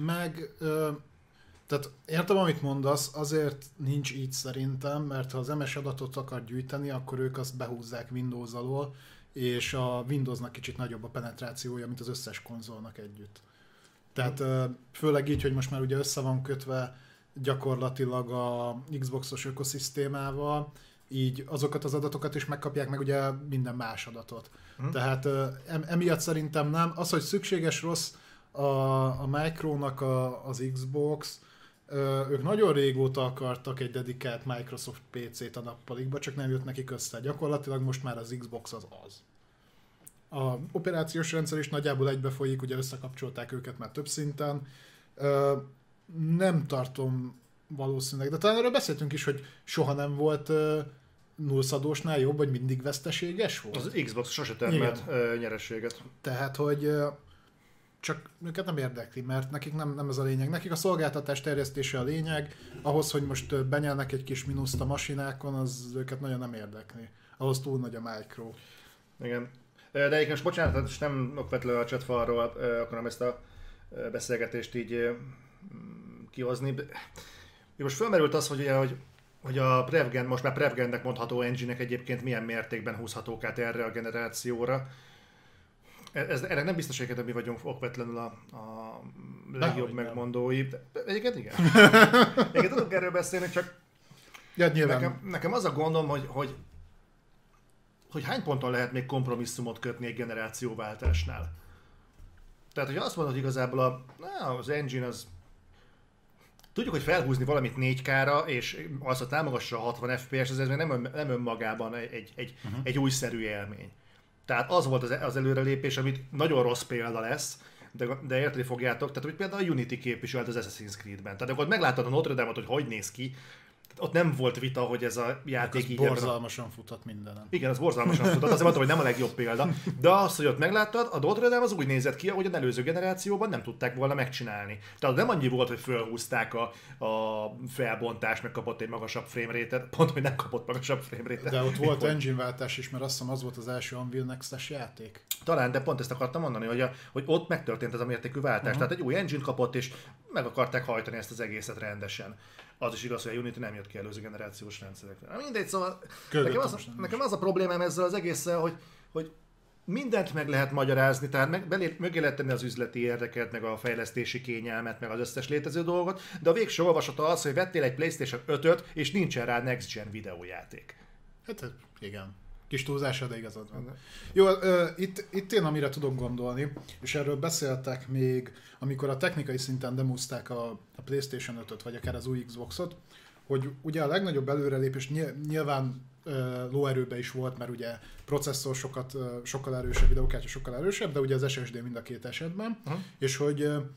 Tehát értem, amit mondasz, azért nincs így szerintem, mert ha az MS adatot akar gyűjteni, akkor ők azt behúzzák Windows alól, és a Windowsnak kicsit nagyobb a penetrációja, mint az összes konzolnak együtt. Tehát főleg így, hogy most már ugye össze van kötve gyakorlatilag a Xboxos ökoszisztémával, így azokat az adatokat is megkapják, meg ugye minden más adatot. Tehát emiatt szerintem nem. Az, hogy szükséges rossz a Micronak az Xbox, ők nagyon régóta akartak egy dedikált Microsoft PC-t a nappalikba, csak nem jött nekik össze. Gyakorlatilag most már az Xbox az. A operációs rendszer is nagyjából egybefolyik, ugye összekapcsolták őket már több szinten. Nem tartom valószínűleg, de talán erről beszéltünk is, hogy soha nem volt nullszadósnál jobb, vagy mindig veszteséges volt? Az Xbox sose termelt nyerességet. Tehát, hogy csak őket nem érdekli, mert nekik nem ez a lényeg. Nekik a szolgáltatás terjesztése a lényeg, ahhoz, hogy most benyelnek egy kis mínuszt a masinákon, az őket nagyon nem érdekli. Ahhoz túl nagy a micro. Igen. De egyébként most bocsánat, és nem okvetlenül a chatfalról akarom ezt a beszélgetést így kihozni. Most felmerült az, hogy a PrevGen, most már PrevGennek mondható engine-nek egyébként milyen mértékben húzhatók át erre a generációra. Erre nem biztos, hogy mi vagyunk okvetlenül a legjobb megmondói. Egyébként igen. Egyébként tudok erről beszélni, csak nekem az a gondom, hogy hány ponton lehet még kompromisszumot kötni egy generációváltásnál. Tehát, hogyha azt mondod, hogy igazából az engine az... Tudjuk, hogy felhúzni valamit 4K-ra, és az, hogy támogassa a 60 FPS, ez nem önmagában egy újszerű élmény. Tehát az volt az előrelépés, amit nagyon rossz példa lesz, de érteni fogjátok, tehát hogy például a Unity képviselt az Assassin's Creed-ben. Tehát akkor megláttad a Notre Dame-ot, hogy néz ki, ott nem volt vita, hogy ez a játék így... borzalmasan futott mindenem. Igen, az borzalmasan futott, azért mondtam, hogy nem a legjobb példa. De az, hogy ott megláttad, a Notre Dame az úgy nézett ki, ahogy az előző generációban nem tudták volna megcsinálni. Tehát nem annyi volt, hogy fölhúzták a felbontást, meg kapott egy magasabb frame rate-et, pont, hogy nem kapott magasabb frame rate-et. De ott volt engine-váltás is, mert azt hiszem az volt az első Unreal Next-es játék. Talán, de pont ezt akartam mondani, hogy ott megtörtént ez a mértékű váltás. Tehát egy új engine kapott, és meg akarták hajtani ezt az egészet rendesen. Az is igaz, hogy a Unity nem jött ki előző generációs rendszerekre. Mindegy, szóval nekem az a problémám ezzel az egésszel, hogy mindent meg lehet magyarázni, tehát mögé lehet tenni az üzleti érdeket, meg a fejlesztési kényelmet, meg az összes létező dolgot, de a végső olvasata az, hogy vettél egy PlayStation 5-öt, és nincsen rá Next Gen videójáték. Hát igen. Kis túlzásra, de igazad van. Jó, itt én amire tudok gondolni, és erről beszéltek még, amikor a technikai szinten demozták a PlayStation 5-öt, vagy akár az új Xboxot, hogy ugye a legnagyobb előrelépés nyilván lóerőben is volt, mert ugye processzor sokkal erősebb, videókártya sokkal erősebb, de ugye az SSD mind a két esetben, és hogy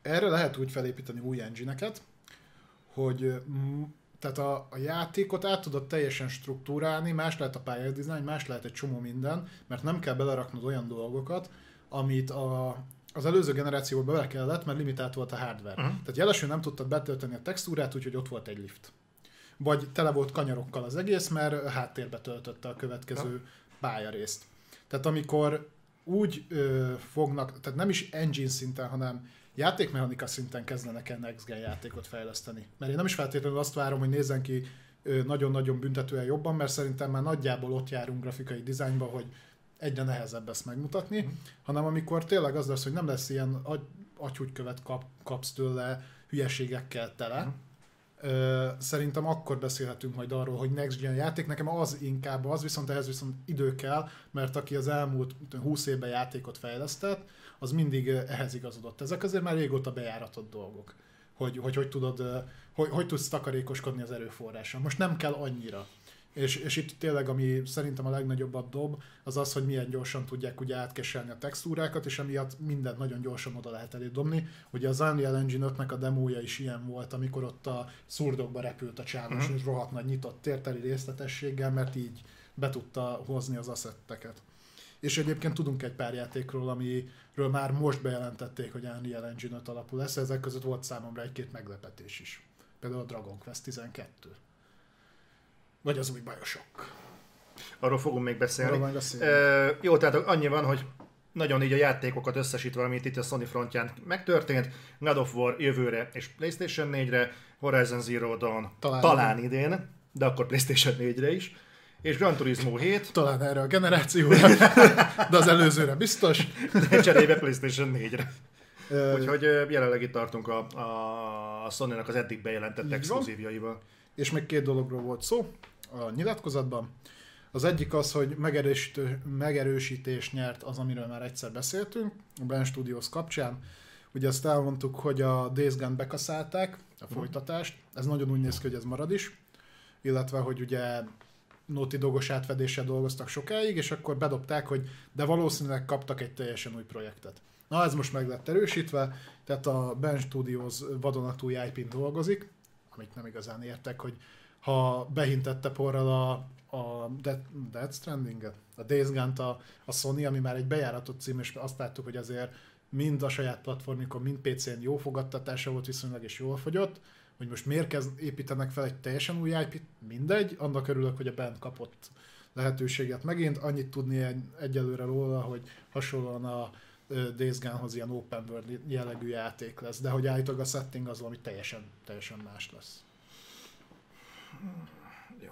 erre lehet úgy felépíteni új engine-eket, hogy tehát a játékot át tudod teljesen struktúrálni, más lehet a pályadizájn, más lehet egy csomó minden, mert nem kell beleraknod olyan dolgokat, amit az előző generációban bele kellett, mert limitált volt a hardware. Tehát jelesül nem tudtad betölteni a textúrát, úgyhogy ott volt egy lift. Vagy tele volt kanyarokkal az egész, mert háttérbe töltötte a következő pályarészt. Tehát amikor úgy fognak, tehát nem is engine szinten, hanem játékmechanika szinten kezdenek el Next Gen játékot fejleszteni. Mert én nem is feltétlenül azt várom, hogy nézzen ki nagyon-nagyon büntetően jobban, mert szerintem már nagyjából ott járunk grafikai dizájnba, hogy egyre nehezebb ezt megmutatni, hanem amikor tényleg az lesz, hogy nem lesz ilyen agyhúgykövet kapsz tőle hülyeségekkel tele. Szerintem akkor beszélhetünk majd arról, hogy Next Gen játék, nekem az inkább az, viszont ehhez viszont idő kell, mert aki az elmúlt 20 évben játékot fejlesztett, az mindig ehhez igazodott. Ezek azért már régóta bejáratott dolgok, hogy tudod, hogy tudsz takarékoskodni az erőforrással. Most nem kell annyira. És itt tényleg, ami szerintem a legnagyobbat dob, az az, hogy milyen gyorsan tudják ugye átkeselni a textúrákat, és emiatt mindent nagyon gyorsan oda lehet elé dobni. Ugye az Unreal Engine 5-nek a demója is ilyen volt, amikor ott a szurdokba repült a csános, és rohadt nagy nyitott térteli részletességgel, mert így be tudta hozni az asszetteket. És egyébként tudunk egy pár játékról, amiről már most bejelentették, hogy Unreal Engine 5 alapú lesz, ezek között volt számomra egy-két meglepetés is. Például a Dragon Quest 12. Vagy az új Bioshock. Arról fogunk még beszélni. Jó, tehát annyi van, hogy nagyon így a játékokat összesítve, amit itt a Sony frontján megtörtént. God of War jövőre és PlayStation 4-re, Horizon Zero Dawn talán idén, de akkor PlayStation 4-re is. És Gran Turismo 7. Talán erre a generációra, de az előzőre biztos. De cserébe PlayStation 4-re. Úgyhogy jelenleg itt tartunk a Sony-nak az eddig bejelentett exkluzívjaival. És még két dologról volt szó a nyilatkozatban. Az egyik az, hogy megerősítést nyert az, amiről már egyszer beszéltünk, a Band Studios kapcsán. Ugye azt elmondtuk, hogy a Days Gone bekaszálták, a folytatást. Ez nagyon úgy néz ki, hogy ez marad is. Illetve, hogy ugye Naughty Dogos átfedéssel dolgoztak sokáig, és akkor bedobták, hogy de valószínűleg kaptak egy teljesen új projektet. Na, ez most meg lett erősítve, tehát a Band Studios vadonatúj IP-n dolgozik, amit nem igazán értek, hogy ha behintette porral a Death Stranding-et, a Days Gone-t a Sony, ami már egy bejáratott cím, és azt láttuk, hogy azért mind a saját platformikon, mind PC-n jó fogadtatása volt viszonylag, és jól fogyott, hogy most miért építenek fel egy teljesen új IP-t, mindegy, annak örülök, hogy a band kapott lehetőséget megint, annyit tudni egyelőre róla, hogy hasonlóan a Days Gone-hoz ilyen open world jellegű játék lesz, de hogy állítólag a setting az valami teljesen más lesz. Jó.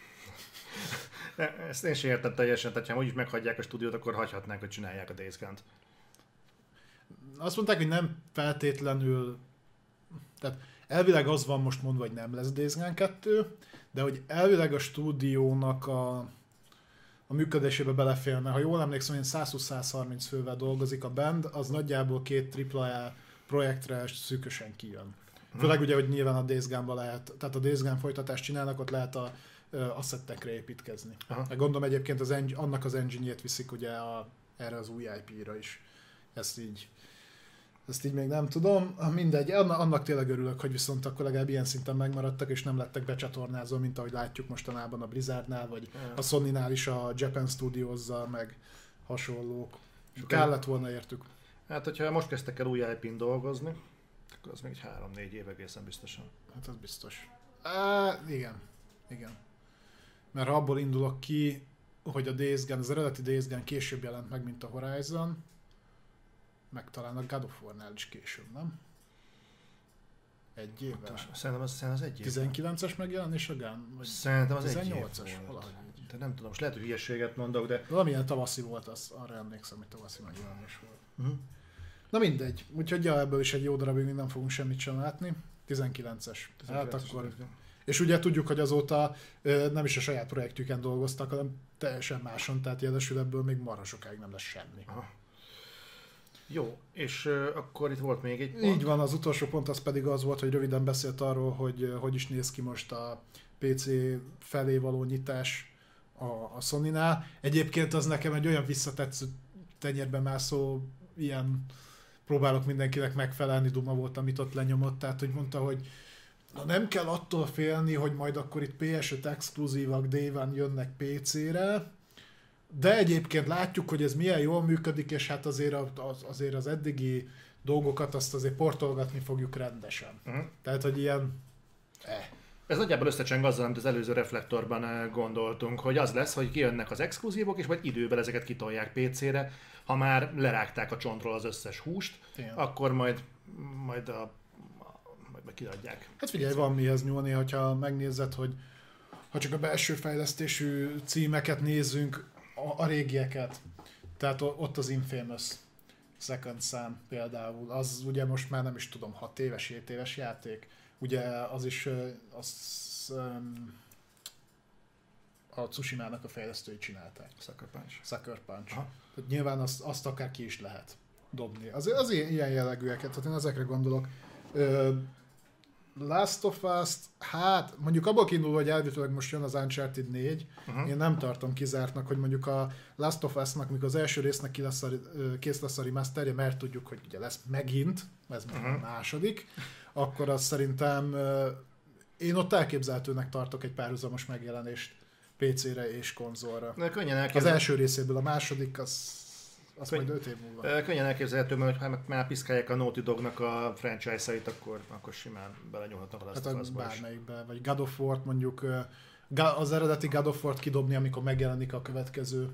Ezt én sem értem teljesen, tehát ha úgyis meghagyják a stúdiót, akkor hagyhatnánk, hogy csinálják a Days Gone-t. Azt mondták, hogy nem feltétlenül, tehát elvileg az van most mondva, hogy nem lesz Days Gone 2, de hogy elvileg a stúdiónak a működésébe beleférne. Ha jól emlékszem, hogy 120-130 fővel dolgozik a band, az nagyjából 2 AAA projektre szűkösen kijön. Főleg ugye, hogy nyilván a Days Gone-ba lehet, tehát a Days Gone folytatást csinálnak, ott lehet a asszettekre építkezni. Gondolom egyébként annak az engine-jét viszik ugye erre az új IP-ra is. Ezt így még nem tudom. Mindegy, annak tényleg örülök, hogy viszont akkor legalább ilyen szinten megmaradtak, és nem lettek becsatornázva, mint ahogy látjuk mostanában a Blizzardnál, vagy a Sony-nál is a Japan Studios-zal, meg hasonlók. Kellett volna értük. Hát, hogyha most kezdtek el új IP-n dolgozni, akkor az még 3-4 év egészen biztosan. Hát az biztos. Igen. Mert ha abból indulok ki, hogy a Days Gone, az eredeti Days Gone később jelent meg, mint a Horizon, meg talán a God of War-nál is később, nem? Egy évvel. Szerintem az egy év. 19-es megjelenés a Gun? Szerintem az 18-as, valahogy. De nem tudom, most lehet, hogy hülyeséget mondok, de... Valamilyen tavaszi volt, arra emlékszem, hogy tavaszi megjelenés volt. Na mindegy, úgyhogy ebből is egy jó darabig még nem fogunk semmit sem látni. 19-es. Hát akkor... És ugye tudjuk, hogy azóta nem is a saját projektjüken dolgoztak, hanem teljesen máson, tehát jelesül ebből még marha sokáig nem lesz semmi. Aha. Jó, és akkor itt volt még egy pont. Így van, az utolsó pont az pedig az volt, hogy röviden beszélt arról, hogy is néz ki most a PC felé való nyitás a Sony-nál. Egyébként az nekem egy olyan visszatetsző tenyérbe mászó ilyen próbálok mindenkinek megfelelni, duma volt, amit ott lenyomott, tehát hogy mondta, hogy na nem kell attól félni, hogy majd akkor itt PS5 exkluzívak Day One jönnek PC-re, de egyébként látjuk, hogy ez milyen jól működik, és hát azért az eddigi dolgokat azt azért portolgatni fogjuk rendesen. Tehát, hogy ilyen... Ez nagyjából összecseng azzal, amit az előző reflektorban gondoltunk, hogy az lesz, hogy kijönnek az exkluzívok, és majd időben ezeket kitolják PC-re. Ha már lerágták a csontról az összes húst, akkor majd kiadják. Hát figyelj, van mihez nyúlni, hogyha megnézed, hogy ha csak a belső fejlesztésű címeket nézzünk, a régieket. Tehát ott az Infamous Second Son például, az ugye most már nem is tudom, 6 éves, 7 éves játék. Ugye az is a Tsushimának a fejlesztői csinálták. Sucker Punch. Tehát nyilván azt akár ki is lehet dobni. Az ilyen jellegűeket, tehát én ezekre gondolok. Last of Us, hát mondjuk abból kiindulva, hogy elvileg most jön az Uncharted 4, én nem tartom kizártnak, hogy mondjuk a Last of Us-nak, mikor az első résznek kész lesz a remasterje, mert tudjuk, hogy ugye lesz megint, ez már a második, akkor azt szerintem én ott elképzelhetőnek tartok egy párhuzamos megjelenést PC-re és konzolra. Az első részéből, a második az majd 5 év múlva. Könnyen elképzelhető, mert ha már piszkálják a Naughty Dognak a franchise-ait, akkor simán belenyúlhatnak a Last of Us-ba is. Bármelyikbe, vagy God of War-t mondjuk, az eredeti God of War-t kidobni, amikor megjelenik a következő.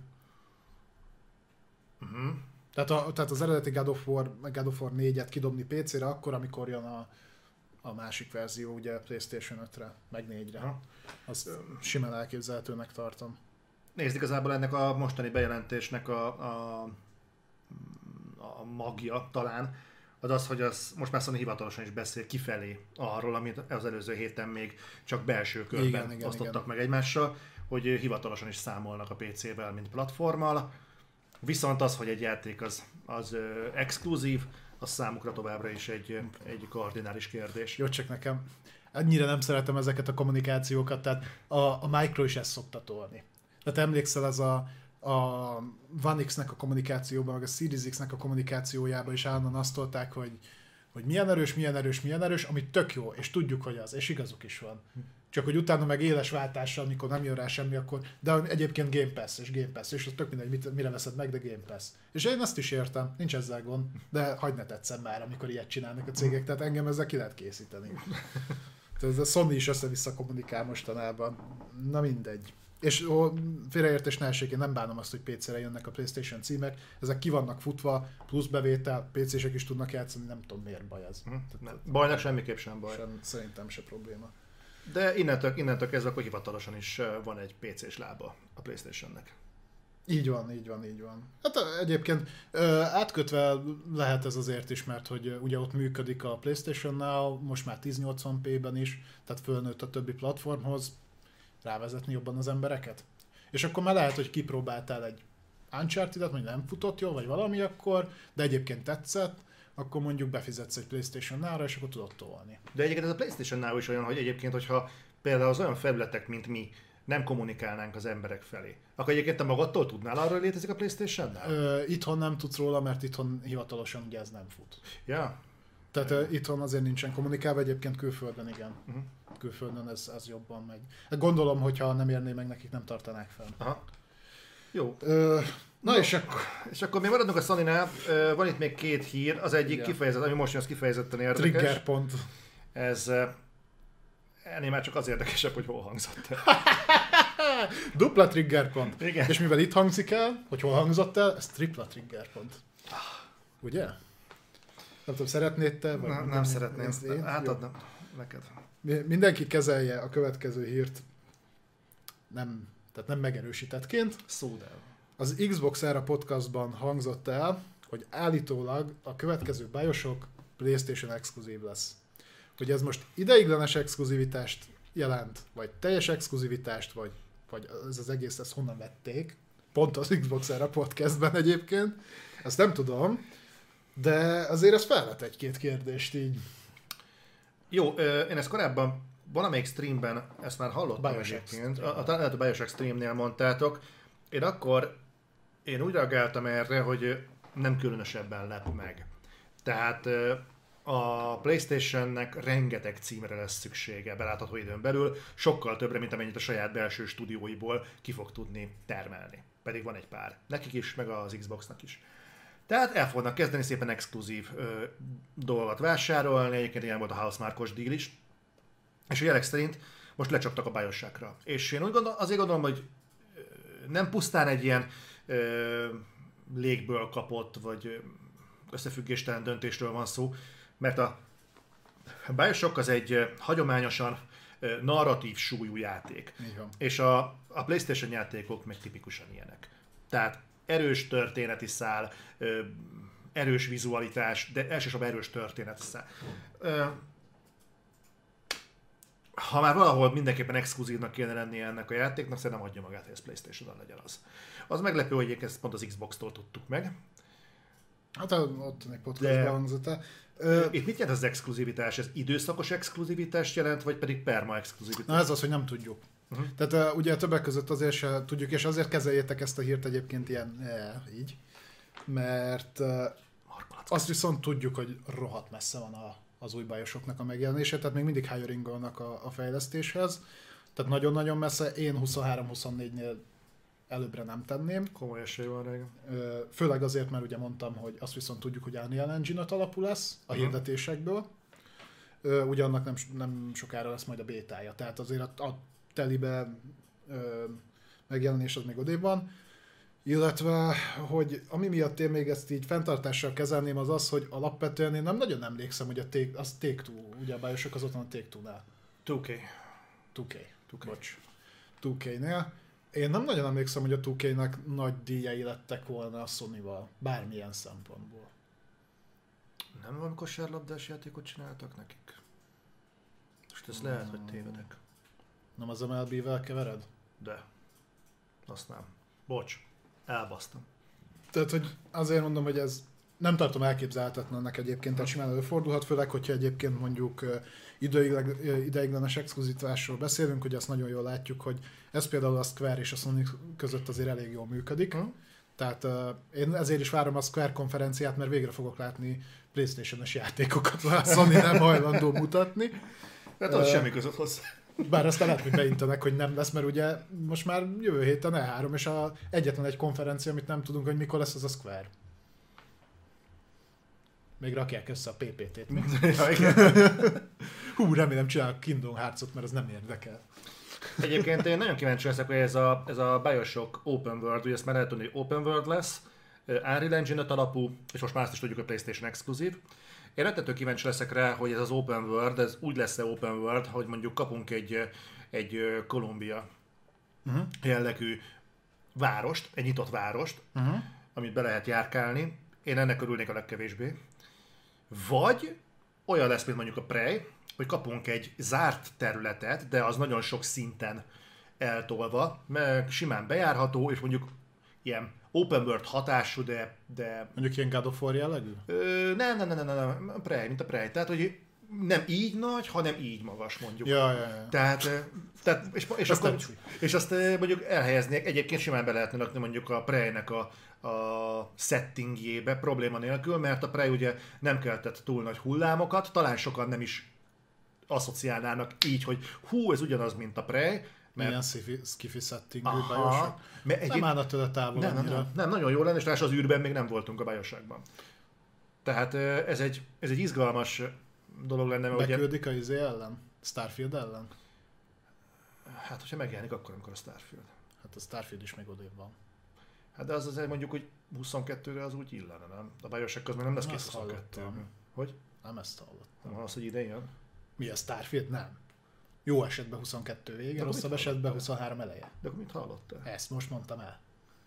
Tehát az eredeti God of War 4-et kidobni PC-re, akkor, amikor jön a másik verzió, ugye PlayStation 5-re, meg 4-re. Azt simán elképzelhetőnek tartom. Nézd, igazából ennek a mostani bejelentésnek a magja talán, az, hogy most már Sony hivatalosan is beszél kifelé arról, amit az előző héten még csak belső körben osztottak meg egymással, hogy hivatalosan is számolnak a PC-vel, mint platformmal. Viszont az, hogy egy játék az exkluzív, az számukra továbbra is egy kardinális kérdés. Jó, csak nekem annyira nem szeretem ezeket a kommunikációkat, tehát a Micro is ezt szokta tolni. Tehát emlékszel, ez a One X-nek a kommunikációban, meg a Series X-nek a kommunikációjában is állandóan azt tolták, hogy milyen erős, ami tök jó, és tudjuk, hogy az, és igazuk is van. Csak hogy utána meg éles váltással, amikor nem jön rá semmi, akkor, de egyébként Game Pass, és az tök mindegy, mire veszed meg, de Game Pass. És én ezt is értem, nincs ezzel gond, de hagyd ne tetszem már, amikor ilyet csinálnak a cégek, tehát engem ezzel ki lehet készíteni. Tehát a Sony is össze-vissza kommunikál mostanában, na mindegy. És félreértés ne essék, én nem bánom azt, hogy PC-re jönnek a PlayStation címek, ezek ki vannak futva, plusz bevétel, PC-sek is tudnak játszani, nem tudom miért baj ez. Bajnak semmiképp sem baj. Szerintem se probléma. De innentől kezdve akkor hivatalosan is van egy PC-s lába a PlayStation-nek. Így van. Hát egyébként átkötve lehet ez azért is, mert hogy ugye ott működik a PlayStation-nál, most már 1080p-ben is, tehát fölnőtt a többi platformhoz, rávezetni jobban az embereket. És akkor már lehet, hogy kipróbáltál egy Uncharted-et, vagy nem futott jól, vagy valami akkor, de egyébként tetszett, akkor mondjuk befizetsz egy PlayStation Now-ra, és akkor tudod tolni. De egyébként ez a PlayStation Now is olyan, hogy egyébként, hogyha például az olyan felületek, mint mi, nem kommunikálnánk az emberek felé, akkor egyébként te magadtól tudnál arról, hogy létezik a PlayStation Now? Itthon nem tudsz róla, mert itthon hivatalosan ugye ez nem fut. Ja. Tehát itthon azért nincsen kommunikálva, egyébként külföldön igen. Külföldön ez jobban megy. Gondolom, hogyha nem érné meg nekik, nem tartanák fel. Aha. Jó. És akkor még maradunk a Sony-nál, van itt még 2 hír, az egyik kifejezett, ami most jön, az kifejezetten érdekes. Trigger pont. Ez ennél már csak az érdekesebb, hogy hol hangzott el. Dupla trigger pont. Igen. És mivel itt hangzik el, hogy hol hangzott el, ez tripla trigger pont. Ugye? Nem tudom, szeretnéd te? Nem szeretném. Átadnám neked. Mindenki kezelje a következő hírt tehát nem megerősítettként. Szóval. Az Xbox Era podcastban hangzott el, hogy állítólag a következő BioShock PlayStation exkluzív lesz. Hogy ez most ideiglenes exkluzivitást jelent, vagy teljes exkluzivitást, vagy ez az egész, ezt honnan vették. Pont az Xbox Era podcastben egyébként. Ezt nem tudom, de azért ez felvet egy-két kérdést így. Jó, én ezt korábban valamelyik streamben ezt már hallottam egyébként. A BioShock streamnél mondtátok. Én úgy reagáltam erre, hogy nem különösebben lep meg. Tehát a PlayStation-nek rengeteg címre lesz szüksége belátható időn belül, sokkal többre, mint amennyit a saját belső stúdióiból ki fog tudni termelni. Pedig van egy pár. Nekik is, meg az Xboxnak is. Tehát el fognak kezdeni szépen exkluzív dolgokat vásárolni, egyébként ilyen volt a Housemarque-os deal is. És a jelek szerint most lecsaptak a BioShockra. És én azért gondolom, hogy nem pusztán egy ilyen légből kapott, vagy összefüggéstelen döntésről van szó, mert a BioShock az egy hagyományosan narratív súlyú játék. Igen. És a PlayStation játékok meg tipikusan ilyenek. Tehát erős történeti szál, erős vizualitás, de elsősorban erős történeti szál. Ha már valahol mindenképpen exkluzívnak kéne lennie ennek a játéknak, szerintem adja magát, hogy ez PlayStation-on legyen az. Az meglepő, hogy ezt pont az Xbox-tól tudtuk meg. Hát ott egy podcastban hangzott el. Itt mit jelent az exkluzivitás? Ez időszakos exkluzivitást jelent, vagy pedig perma exkluzivitás? Na ez az, hogy nem tudjuk. Tehát ugye többek között azért se tudjuk, és azért kezeljétek ezt a hírt egyébként ilyen így, mert azt viszont tudjuk, hogy rohadt messze van az új BioShocknak a megjelenése, tehát még mindig hiring-olnak a fejlesztéshez, tehát nagyon-nagyon messze, én 23-24-nél előbbre nem tenném. Komoly esély van rá. Főleg azért, mert ugye mondtam, hogy azt viszont tudjuk, hogy Unreal Engine-ot alapú lesz a hirdetésekből. Ugye annak nem sokára lesz majd a bétája, tehát azért a telibe megjelenés az még odébb van. Illetve, hogy ami miatt én még ezt így fenntartással kezelném, az az, hogy alapvetően én nem nagyon emlékszem, hogy az Take-Two, ugye a BioShock az ott van a Take-Two-nál. 2K. Bocs. 2K-nél. Én nem nagyon emlékszem, hogy a 2K-nek nagy díjai lettek volna a Sony-val, bármilyen szempontból. Nem valami kosárlabdás játékot csináltak nekik? Most ez lehet, hogy tévedek. Nem az MLB-vel kevered? De. Azt nem. Bocs. Elbasztam. Tehát, hogy azért mondom, hogy ez nem tartom elképzelhetetlennek egyébként, tehát simán előfordulhat, főleg, hogyha egyébként mondjuk ideiglenes exkluzitásról beszélünk, hogy azt nagyon jól látjuk, hogy ez például a Square és a Sony között azért elég jól működik. Tehát én ezért is várom a Square konferenciát, mert végre fogok látni PlayStation-es játékokat, a Sony nem hajlandó mutatni. Hát az semmi között hozzá. Bár aztán lehet, hogy beintenek, hogy nem lesz, mert ugye most már jövő héten E3, és egyetlen egy konferencia, amit nem tudunk, hogy mikor lesz, az a Square. Még rakják össze a PPT-t. Ja, igen. Hú, remélem csinálok Kingdom Hearts-ot, mert ez nem érdekel. Egyébként én nagyon kíváncsi leszek, hogy ez a BioShock Open World, ugye ezt már lehet tudni, hogy Open World lesz, Unreal Engine-et alapú, és most már azt is tudjuk, hogy PlayStation exkluzív. Én rettentő kíváncsi leszek rá, hogy ez az Open World, ez úgy lesz-e Open World, hogy mondjuk kapunk egy Columbia jellegű várost, egy nyitott várost, amit be lehet járkálni. Én ennek örülnék a legkevésbé. Vagy olyan lesz, mint mondjuk a Prey, hogy kapunk egy zárt területet, de az nagyon sok szinten eltolva, mert simán bejárható, és mondjuk ilyen open world hatású, de... Mondjuk ilyen God of War jellegű? Nem, Prey, mint a Prey. Tehát, hogy nem így nagy, hanem így magas, mondjuk. Ja. Tehát és azt mondjuk elhelyeznék, egyébként simán be lehetne lakni mondjuk a Prey-nek a settingjébe probléma nélkül, mert a Prey ugye nem keltett túl nagy hullámokat, talán sokan nem is asszociálnának így, hogy hú, ez ugyanaz, mint a Prey. Milyen skifi settingű BioShock. Nem állna tőle távol nem, nagyon jó lenne, és ráadásul az űrben még nem voltunk a BioShockban. Tehát ez egy izgalmas dolog lenne. Beküldik a izé ellen? Starfield ellen? Hát, hogyha megjelenik akkor, amikor a Starfield. Hát a Starfield is még odébb van. Hát de az azért mondjuk, hogy 22-re az úgy illene, nem? A BioShock az még nem lesz 2022. Hogy? Nem ezt hallottam. Nem az, hogy idén jön? Mi a Starfield? Nem. Jó esetben 22 vége, rosszabb esetben 23 eleje. De akkor mit hallottál? Ezt most mondtam el.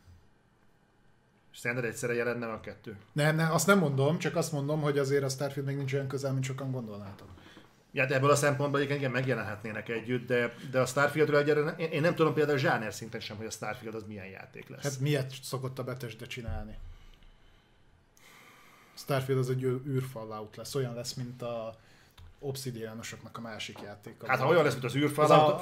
És szerinted egyszerre jelenne a kettő? Nem, azt nem mondom, csak azt mondom, hogy azért a Starfield még nincs olyan közel, mint sokan gondolnátok. Ja, de ebből a szempontból igen megjelenhetnének együtt, de a Starfieldről én nem tudom például zsáner szinten sem, hogy a Starfield az milyen játék lesz. Hát miért szokott a Bethesda csinálni? Starfield az egy űrfallout lesz, olyan lesz, mint a Obsidianosoknak a másik játéka. Hát ha olyan lesz, mint az űrfallout...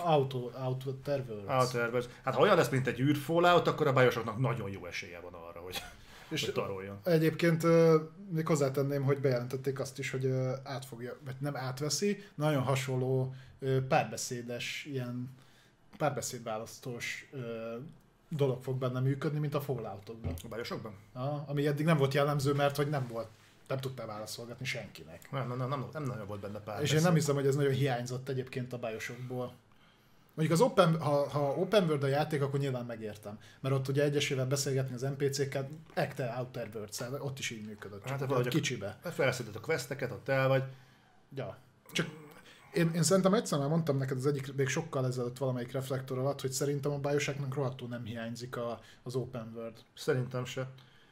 Outer Worlds. Hát ha olyan lesz, mint egy űrfallout, akkor a BioShocknak nagyon jó esélye van arra, hogy És hogy taroljon. Egyébként még hozzátenném, hogy bejelentették azt is, hogy átfogja, vagy nem átveszi, nagyon hasonló párbeszédes, ilyen párbeszédválasztós dolog fog benne működni, mint a Falloutokban. A Bioshockban? Ami eddig nem volt jellemző, mert hogy nem tudtál válaszolgatni senkinek. Nem nagyon volt benne párbeszéd. És én nem hiszem, hogy ez nagyon hiányzott egyébként a Bioshockból. Mondjuk ha open world a játék, akkor nyilván megértem. Mert ott ugye egyesével beszélgetni az NPC-kkel, Acte Outer Worlds-el, ott is így működött. Hát ott kicsibe. Felszeded a questeket, ott el vagy. Ja. Csak én szerintem egyszer már mondtam neked az egyik, még sokkal ezelőtt valamelyik reflektor alatt, hogy szerintem a Bioshocknak rohadtul nem hiányzik az open world. Szerintem se.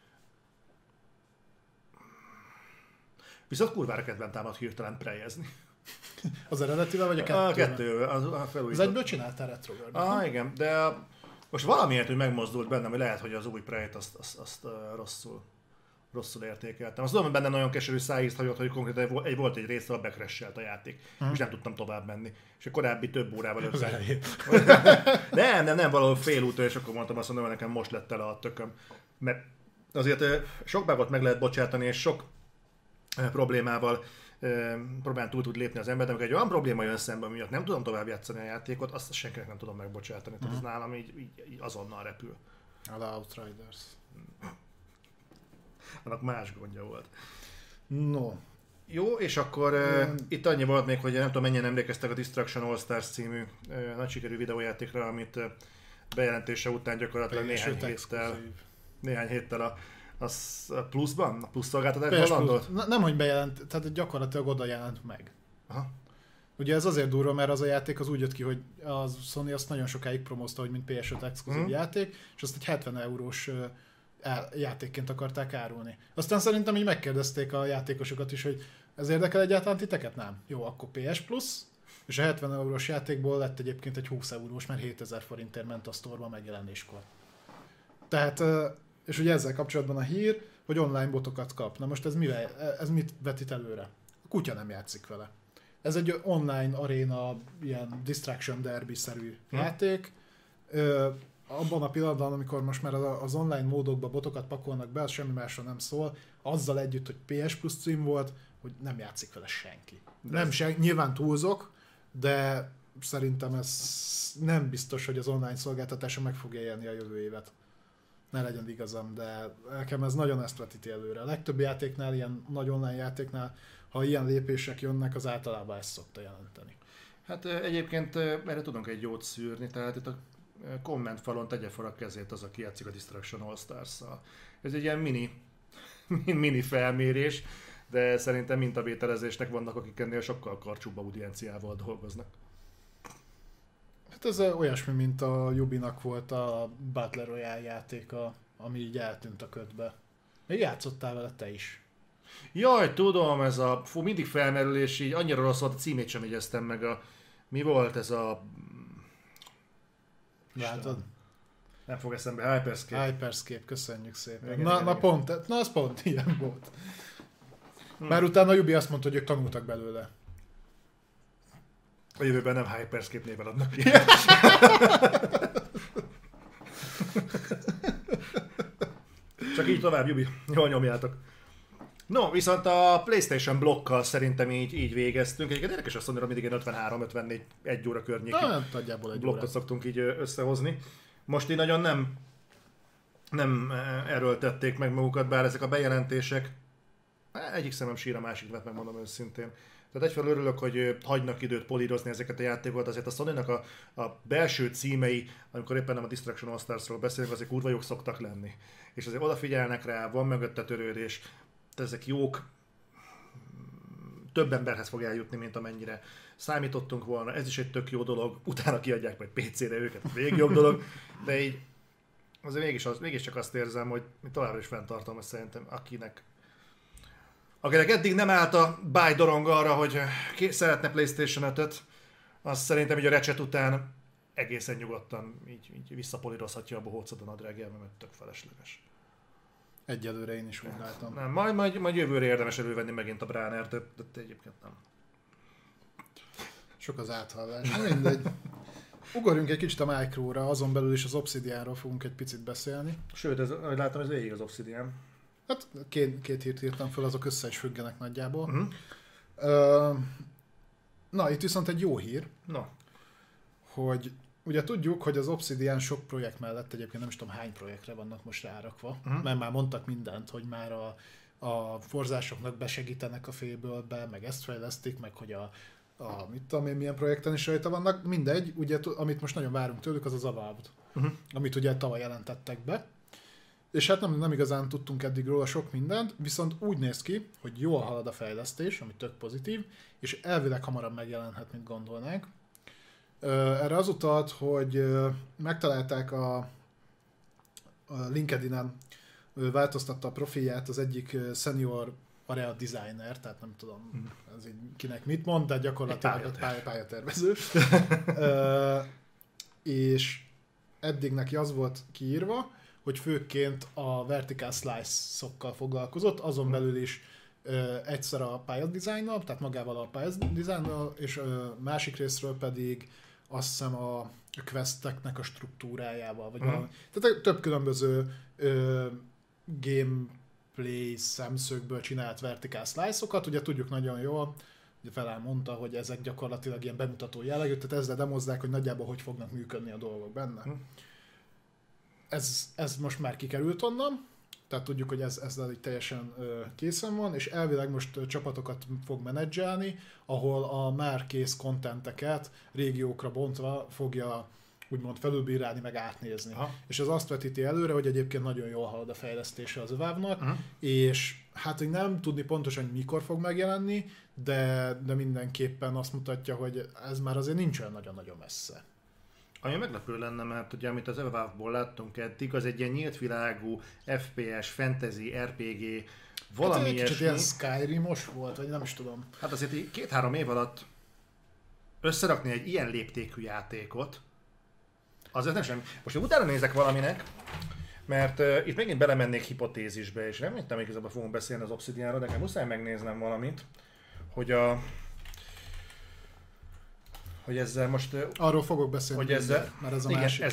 Viszont kurvára kedven támad hirtelen prejezni. Az eredetivel vagy a kettővel? A kettővel, a felújított. Az egyből csináltál Retroword. Igen, de most valamiért, hogy megmozdult bennem, hogy lehet, hogy az új Prey-t azt rosszul értékeltem. Azt tudom, hogy benne nagyon keserű szájízt hagyott, hogy konkrétan volt egy része, a backresh-elt a játék, és nem tudtam tovább menni. És a korábbi több órával össze. nem, valahol fél úton, és akkor mondtam azt, hogy nekem most lett tele a tököm. Mert azért sok bágot meg lehet bocsátani, és sok problémával próbálni túl tud lépni az ember, de amikor egy olyan probléma jön szembe, miatt nem tudom tovább játszani a játékot, azt senkinek nem tudom megbocsátani. Tehát ez nálam így azonnal repül. A Outriders. Annak más gondja volt. No. Jó, és akkor itt annyi volt még, hogy nem tudom mennyien emlékeztek a Destruction All Stars című nagy sikerű videójátékra, amit bejelentése után gyakorlatilag néhány héttel a pluszban? A plusz szolgáltatásban landolt? Nem, hogy bejelent, tehát gyakorlatilag oda jelent meg. Aha. Ugye ez azért durva, mert az a játék az úgy jött ki, hogy a Sony azt nagyon sokáig promózta, hogy mint PS5 exkluzív játék, és azt egy 70 eurós játékként akarták árulni. Aztán szerintem így megkérdezték a játékosokat is, hogy ez érdekel egyáltalán titeket? Nem. Jó, akkor PS Plus, és a 70 eurós játékból lett egyébként egy 20 eurós, mert 7000 forintért ment a sztorba megjelenéskor. Tehát, és ugye ezzel kapcsolatban a hír, hogy online botokat kap. Na most ez mit vetít előre? A kutya nem játszik vele. Ez egy online aréna, ilyen Distraction Derby-szerű játék. Abban a pillanatban, amikor most már az online módokba botokat pakolnak be, az semmi másra nem szól, azzal együtt, hogy PS Plus cím volt, hogy nem játszik vele senki. Nyilván túlzok, de szerintem ez nem biztos, hogy az online szolgáltatása meg fogja élni a jövő évet. Ne legyen igazam, de nekem ez nagyon ezt vetíti előre. A legtöbb játéknál, ilyen nagy online játéknál, ha ilyen lépések jönnek, az általában ezt szokta jelenteni. Hát egyébként erre tudunk egy jót szűrni, tehát itt a kommentfalon tegye fel a kezét az, aki játszik a Destruction All Stars-szal. Ez egy ilyen mini felmérés, de szerintem mintavételezésnek vannak, akik ennél sokkal karcsúbb audienciával dolgoznak. Hát ez olyasmi, mint a Ubinak volt a Battle Royale játéka, ami így eltűnt a ködbe. Még játszottál vele te is. Jaj, tudom, ez mindig felmerül, és így annyira rossz volt, a címét sem jegyeztem meg mi volt ez a... Látod? Nem fog eszembe, Hyperscape. Hyperscape, köszönjük szépen. Igen. Pont, az pont ilyen volt. Már utána a Ubi azt mondta, hogy ők tanultak belőle. A jövőben nem Hyperscape néven adnak ki. Csak így tovább, Ubi. Jól nyomjátok. No, viszont a PlayStation blokkal szerintem így végeztünk. Egyébként érdekes azt mondani, hogy mindig 53-54 1 óra környékén blokkot szoktunk így összehozni. Most így nagyon nem erőltették meg magukat, bár ezek a bejelentések egyik szemem sír, a másik vet, megmondom őszintén. Tehát egyfelől örülök, hogy hagynak időt polírozni ezeket a játékokat, azért a Sony-nak a belső címei, amikor éppen nem a Destruction All Stars-ról beszélünk, azért kurva jók szoktak lenni. És azért odafigyelnek rá, van mögötte törődés, ezek jók, több emberhez fog eljutni, mint amennyire számítottunk volna. Ez is egy tök jó dolog, utána kiadják majd PC-re őket, még jobb dolog, de így azért mégiscsak azt érzem, hogy továbbra is fenntartom, hogy szerintem akinek eddig nem állt a bájdorong arra, hogy szeretne PlayStation 5-öt, azt szerintem így a Ratchet után egészen nyugodtan így visszapolírozhatja a bohócot a nadrágjába, mert tök felesleges. Egyelőre én is úgy látom. Nem, majd jövőre érdemes elővenni megint a Bránert, de egyébként nem. Sok az áthallás, mindegy. Ugorjunk egy kicsit a Micro-ra, azon belül is az Obsidianról fogunk egy picit beszélni. Sőt, ahogy látom, ez végig az Obsidian. Hát két hírt írtam fel, azok össze is függenek nagyjából. Na, itt viszont egy jó hír, hogy ugye tudjuk, hogy az Obsidian sok projekt mellett egyébként nem is tudom hány projektre vannak most rárakva, mert már mondtak mindent, hogy már a forzásoknak besegítenek a Fable-be, meg ezt fejlesztik, meg hogy a mit tudom én, milyen projekten is rajta vannak, mindegy, ugye, amit most nagyon várunk tőlük, az az Avowed, amit ugye tavaly jelentettek be. És hát nem igazán tudtunk eddig róla sok mindent, viszont úgy néz ki, hogy jól halad a fejlesztés, ami tök pozitív, és elvileg hamarabb megjelenhet, mint gondolnánk. Erre az utalt, hogy megtalálták a LinkedIn-en, változtatta a profilját az egyik senior area designer, tehát nem tudom, ez így kinek mit mond, de gyakorlatilag pályatervező. És eddig neki az volt kiírva, hogy főként a vertical slice-okkal foglalkozott, azon belül is egyszer a pályadizájnnal, tehát magával a pályadizájnnal, és másik részről pedig azt hiszem a questeknek a struktúrájával, vagy valami. Tehát több különböző gameplay szemszögből csinált vertical slice-okat, ugye tudjuk nagyon jól, ugye Felál mondta, hogy ezek gyakorlatilag ilyen bemutató jellegű, tehát ezzel demozzák, hogy nagyjából hogy fognak működni a dolgok benne. Ez most már kikerült onnan, tehát tudjuk, hogy ez teljesen készen van, és elvileg most csapatokat fog menedzselni, ahol a már kész contenteket régiókra bontva fogja úgymond felülbírálni, meg átnézni. És ez azt vetíti előre, hogy egyébként nagyon jól halad a fejlesztése az Avowednak, és hát hogy nem tudni pontosan, hogy mikor fog megjelenni, de mindenképpen azt mutatja, hogy ez már azért nincs olyan nagyon-nagyon messze. Ami meglepő lenne, mert ugye amit az Avowedból láttunk eddig, az egy ilyen nyílt világú FPS, fantasy, RPG, valami hát, ilyesmi. Kicsit ilyen Skyrim-os volt, vagy nem is tudom. Hát azért 2-3 év alatt összerakni egy ilyen léptékű játékot, azért nem sem. Most utána nézek valaminek, mert itt megint belemennék hipotézisbe, és reméltem, hogy igazából fogunk beszélni az Obsidianról, de nekem muszáj megnéznem valamit, hogy ezzel most... Arról fogok beszélni, hogy ezzel, mert ez a igen, másik.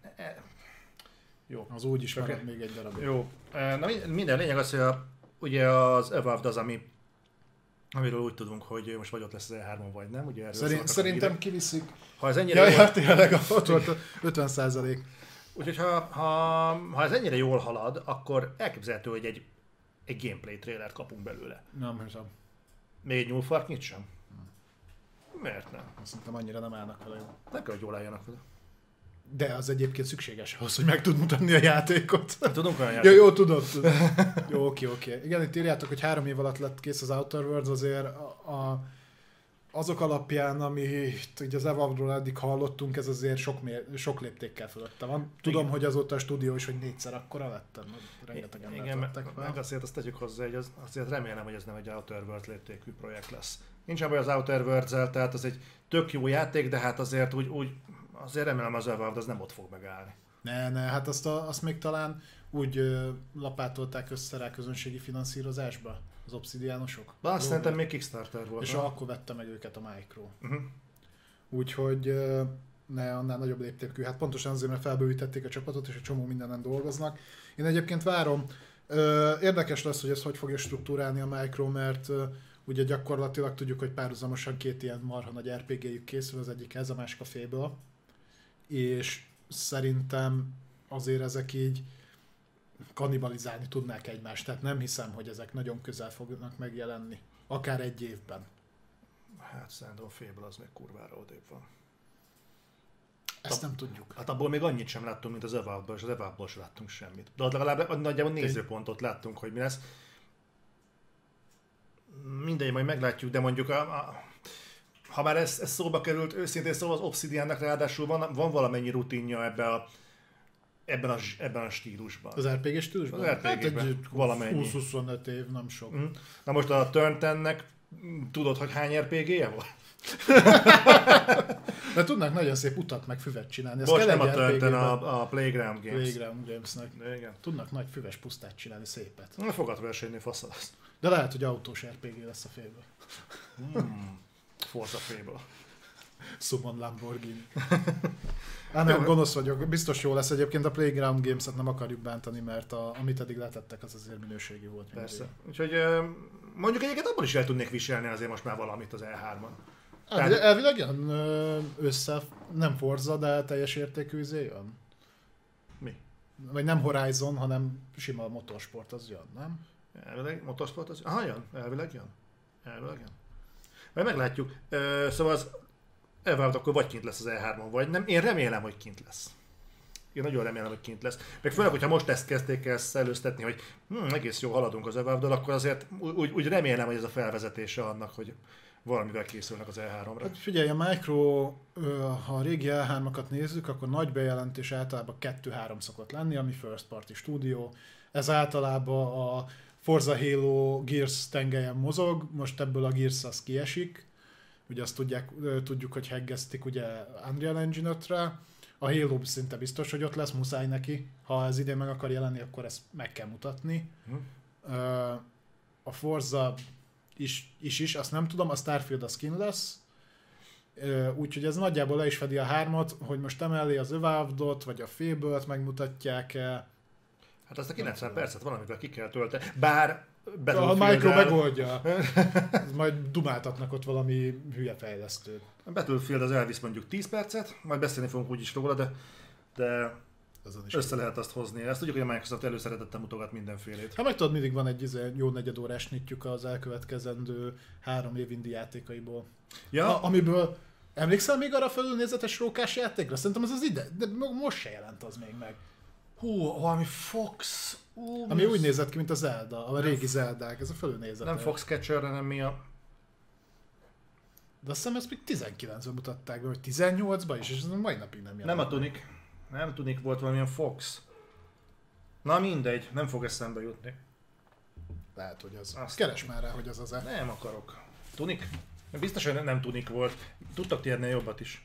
Jó. Az úgy is marad még egy darab. Jó. Na minden lényeg az, hogy ugye az Avowed az, amiről úgy tudunk, hogy most vagy ott lesz az E3-on, vagy nem. Ugye Szerintem kiviszik. Ha ez ennyire jól... tényleg ott volt 50%. Úgyhogy ha ez ennyire jól halad, akkor elképzelhető, hogy egy gameplay trailert kapunk belőle. Nem hiszem. Még egy nyúlfarknyit sem? Miért nem? Szerintem annyira nem állnak vele jól. Nem kell, hogy jól álljanak vele. De az egyébként szükséges ahhoz, hogy meg tud mutatni a játékot. Tudunk olyan játékot? Jó, tudod. Jó, oké. Igen, itt írjátok, hogy 3 év alatt lett kész az Outer Worlds, azért azok alapján, amit ugye az Avowedról eddig hallottunk, ez azért sok léptékkel fölötte van. Tudom, igen, hogy azóta a stúdió is, hogy 4-szer akkora lettem, rengeteg embert vettek fel. Meg azért azt tegyük hozzá, hogy azért remélem, hogy ez nem egy Outer World léptékű projekt lesz. Nincsen baj az Outer Worlds-el, tehát az egy tök jó játék, de hát azért azért remélem az Avowed az nem ott fog megállni. Ne, hát azt még talán úgy lapátolták össze rá közönségi finanszírozásba az Obsidianosok. Azt szerintem még Kickstarter volt. És akkor vette meg őket a Micro. Úgyhogy annál nagyobb léptékű. Hát pontosan azért, mert felbővítették a csapatot, és egy csomó mindenen dolgoznak. Én egyébként várom. Érdekes lesz, hogy ezt hogy fogja struktúrálni a Micro, mert ugye gyakorlatilag tudjuk, hogy párhuzamosan 2 ilyen marha nagy RPG-jük készül, az egyik ez, a másik a Fable. És szerintem azért ezek így kannibalizálni tudnák egymást, tehát nem hiszem, hogy ezek nagyon közel fognak megjelenni. Akár egy évben. Hát szerintem a Fable az még kurvára odébb van. Ezt nem tudjuk. Hát abból még annyit sem láttunk, mint az Avowedból, és az Avowedból sem láttunk semmit. De ott legalább nagyjából nézőpontot láttunk, hogy mi lesz. Mindegy, majd meglátjuk, de mondjuk ha már ez szóba került, őszintén szóval az Obsidiannak ráadásul van valamennyi rutinja ebben a stílusban. Az RPG stílusban? Az RPG-ben hát valamennyi. 20-25 év, nem sok. Na most a Turn 10-nek tudod, hogy hány RPG-je volt? De tudnak nagyon szép utat meg füvet csinálni. Ez most nem a Turn 10, a Playground Games. Playground Gamesnek. Igen. Tudnak nagy füves pusztát csinálni, szépet. Na, fogadversenynél fasz lesz. De lehet, hogy autós RPG lesz a Fable. Forza Fable. Summon Lamborghini. Nem, gonosz vagyok. Biztos jó lesz. Egyébként a Playground Games-et nem akarjuk bántani, mert amit eddig letettek, az azért minőségi volt. Persze. Úgyhogy mondjuk egyébként abból is el tudnék viselni azért most már valamit az E3-on. Elvileg jön nem Forza, de teljes értékű jön. Mi? Vagy nem Horizon, hanem sima motorsport, az jön, nem? Elvileg motorsport az jön? Elvileg jön. Majd meglátjuk. Szóval az Evalve akkor vagy kint lesz az E3-on, vagy nem. Én remélem, hogy kint lesz. Én nagyon remélem, hogy kint lesz. Meg főleg, hogyha most ezt kezdték el előztetni, hogy egész jó haladunk az Evalve-dal, akkor azért úgy remélem, hogy ez a felvezetése annak, hogy valamivel készülnek az E3-ra. Hát figyelj, a Micro, ha a régi E3-akat nézzük, akkor nagy bejelentés általában 2-3 szokott lenni, ami First Party Studio. Ez általában a Forza Halo Gears tengelyen mozog, most ebből a Gears az kiesik. Ugye azt tudjuk, hogy heggeztik ugye Unreal Engine 5-re. A Halo szinte biztos, hogy ott lesz, muszáj neki. Ha ez idén meg akar jelenni, akkor ezt meg kell mutatni. A Forza is, azt nem tudom, a Starfield a skin lesz. Úgyhogy ez nagyjából le is fedi a 3-at, hogy most emellé az Evolved-ot, vagy a Fable-t megmutatják-e. Hát azt a 90 percet valamivel ki kell tölteni. Bár a Micro megoldja. Majd dumáltatnak ott valami hülye fejlesztőt. A Battlefield az elvisz mondjuk 10 percet, majd beszélni fogunk úgyis róla, de össze lehet azt hozni. Ezt tudjuk, hogy a Microsoft előszeretettel mutogat mindenfélét. Hát meg tudod, mindig van egy jó negyedórás nyitjuk az elkövetkezendő 3 év indie játékaiból. Ja. Amiből emlékszel még arra a felülnézetes rókás játékra? Szerintem az ide, de most se jelent az még meg. Valami Fox... Ami úgy nézett ki, mint a Zelda, a régi Zeldák, ez a felülnézet. Nem Foxcatcher, hanem mi a... De azt hiszem ezt még 19-ben mutatták be, vagy 18-ban is, és ez a mai napig nem jelent. Nem a Tunic. Nem Tunic, volt valamilyen Fox. Na mindegy, nem fog eszembe jutni. Lehet, hogy az. Keres már rá, hogy az az-e. Nem akarok. Tunic? Biztos, hogy nem Tunic volt. Tudtak ti ennél jobbat is.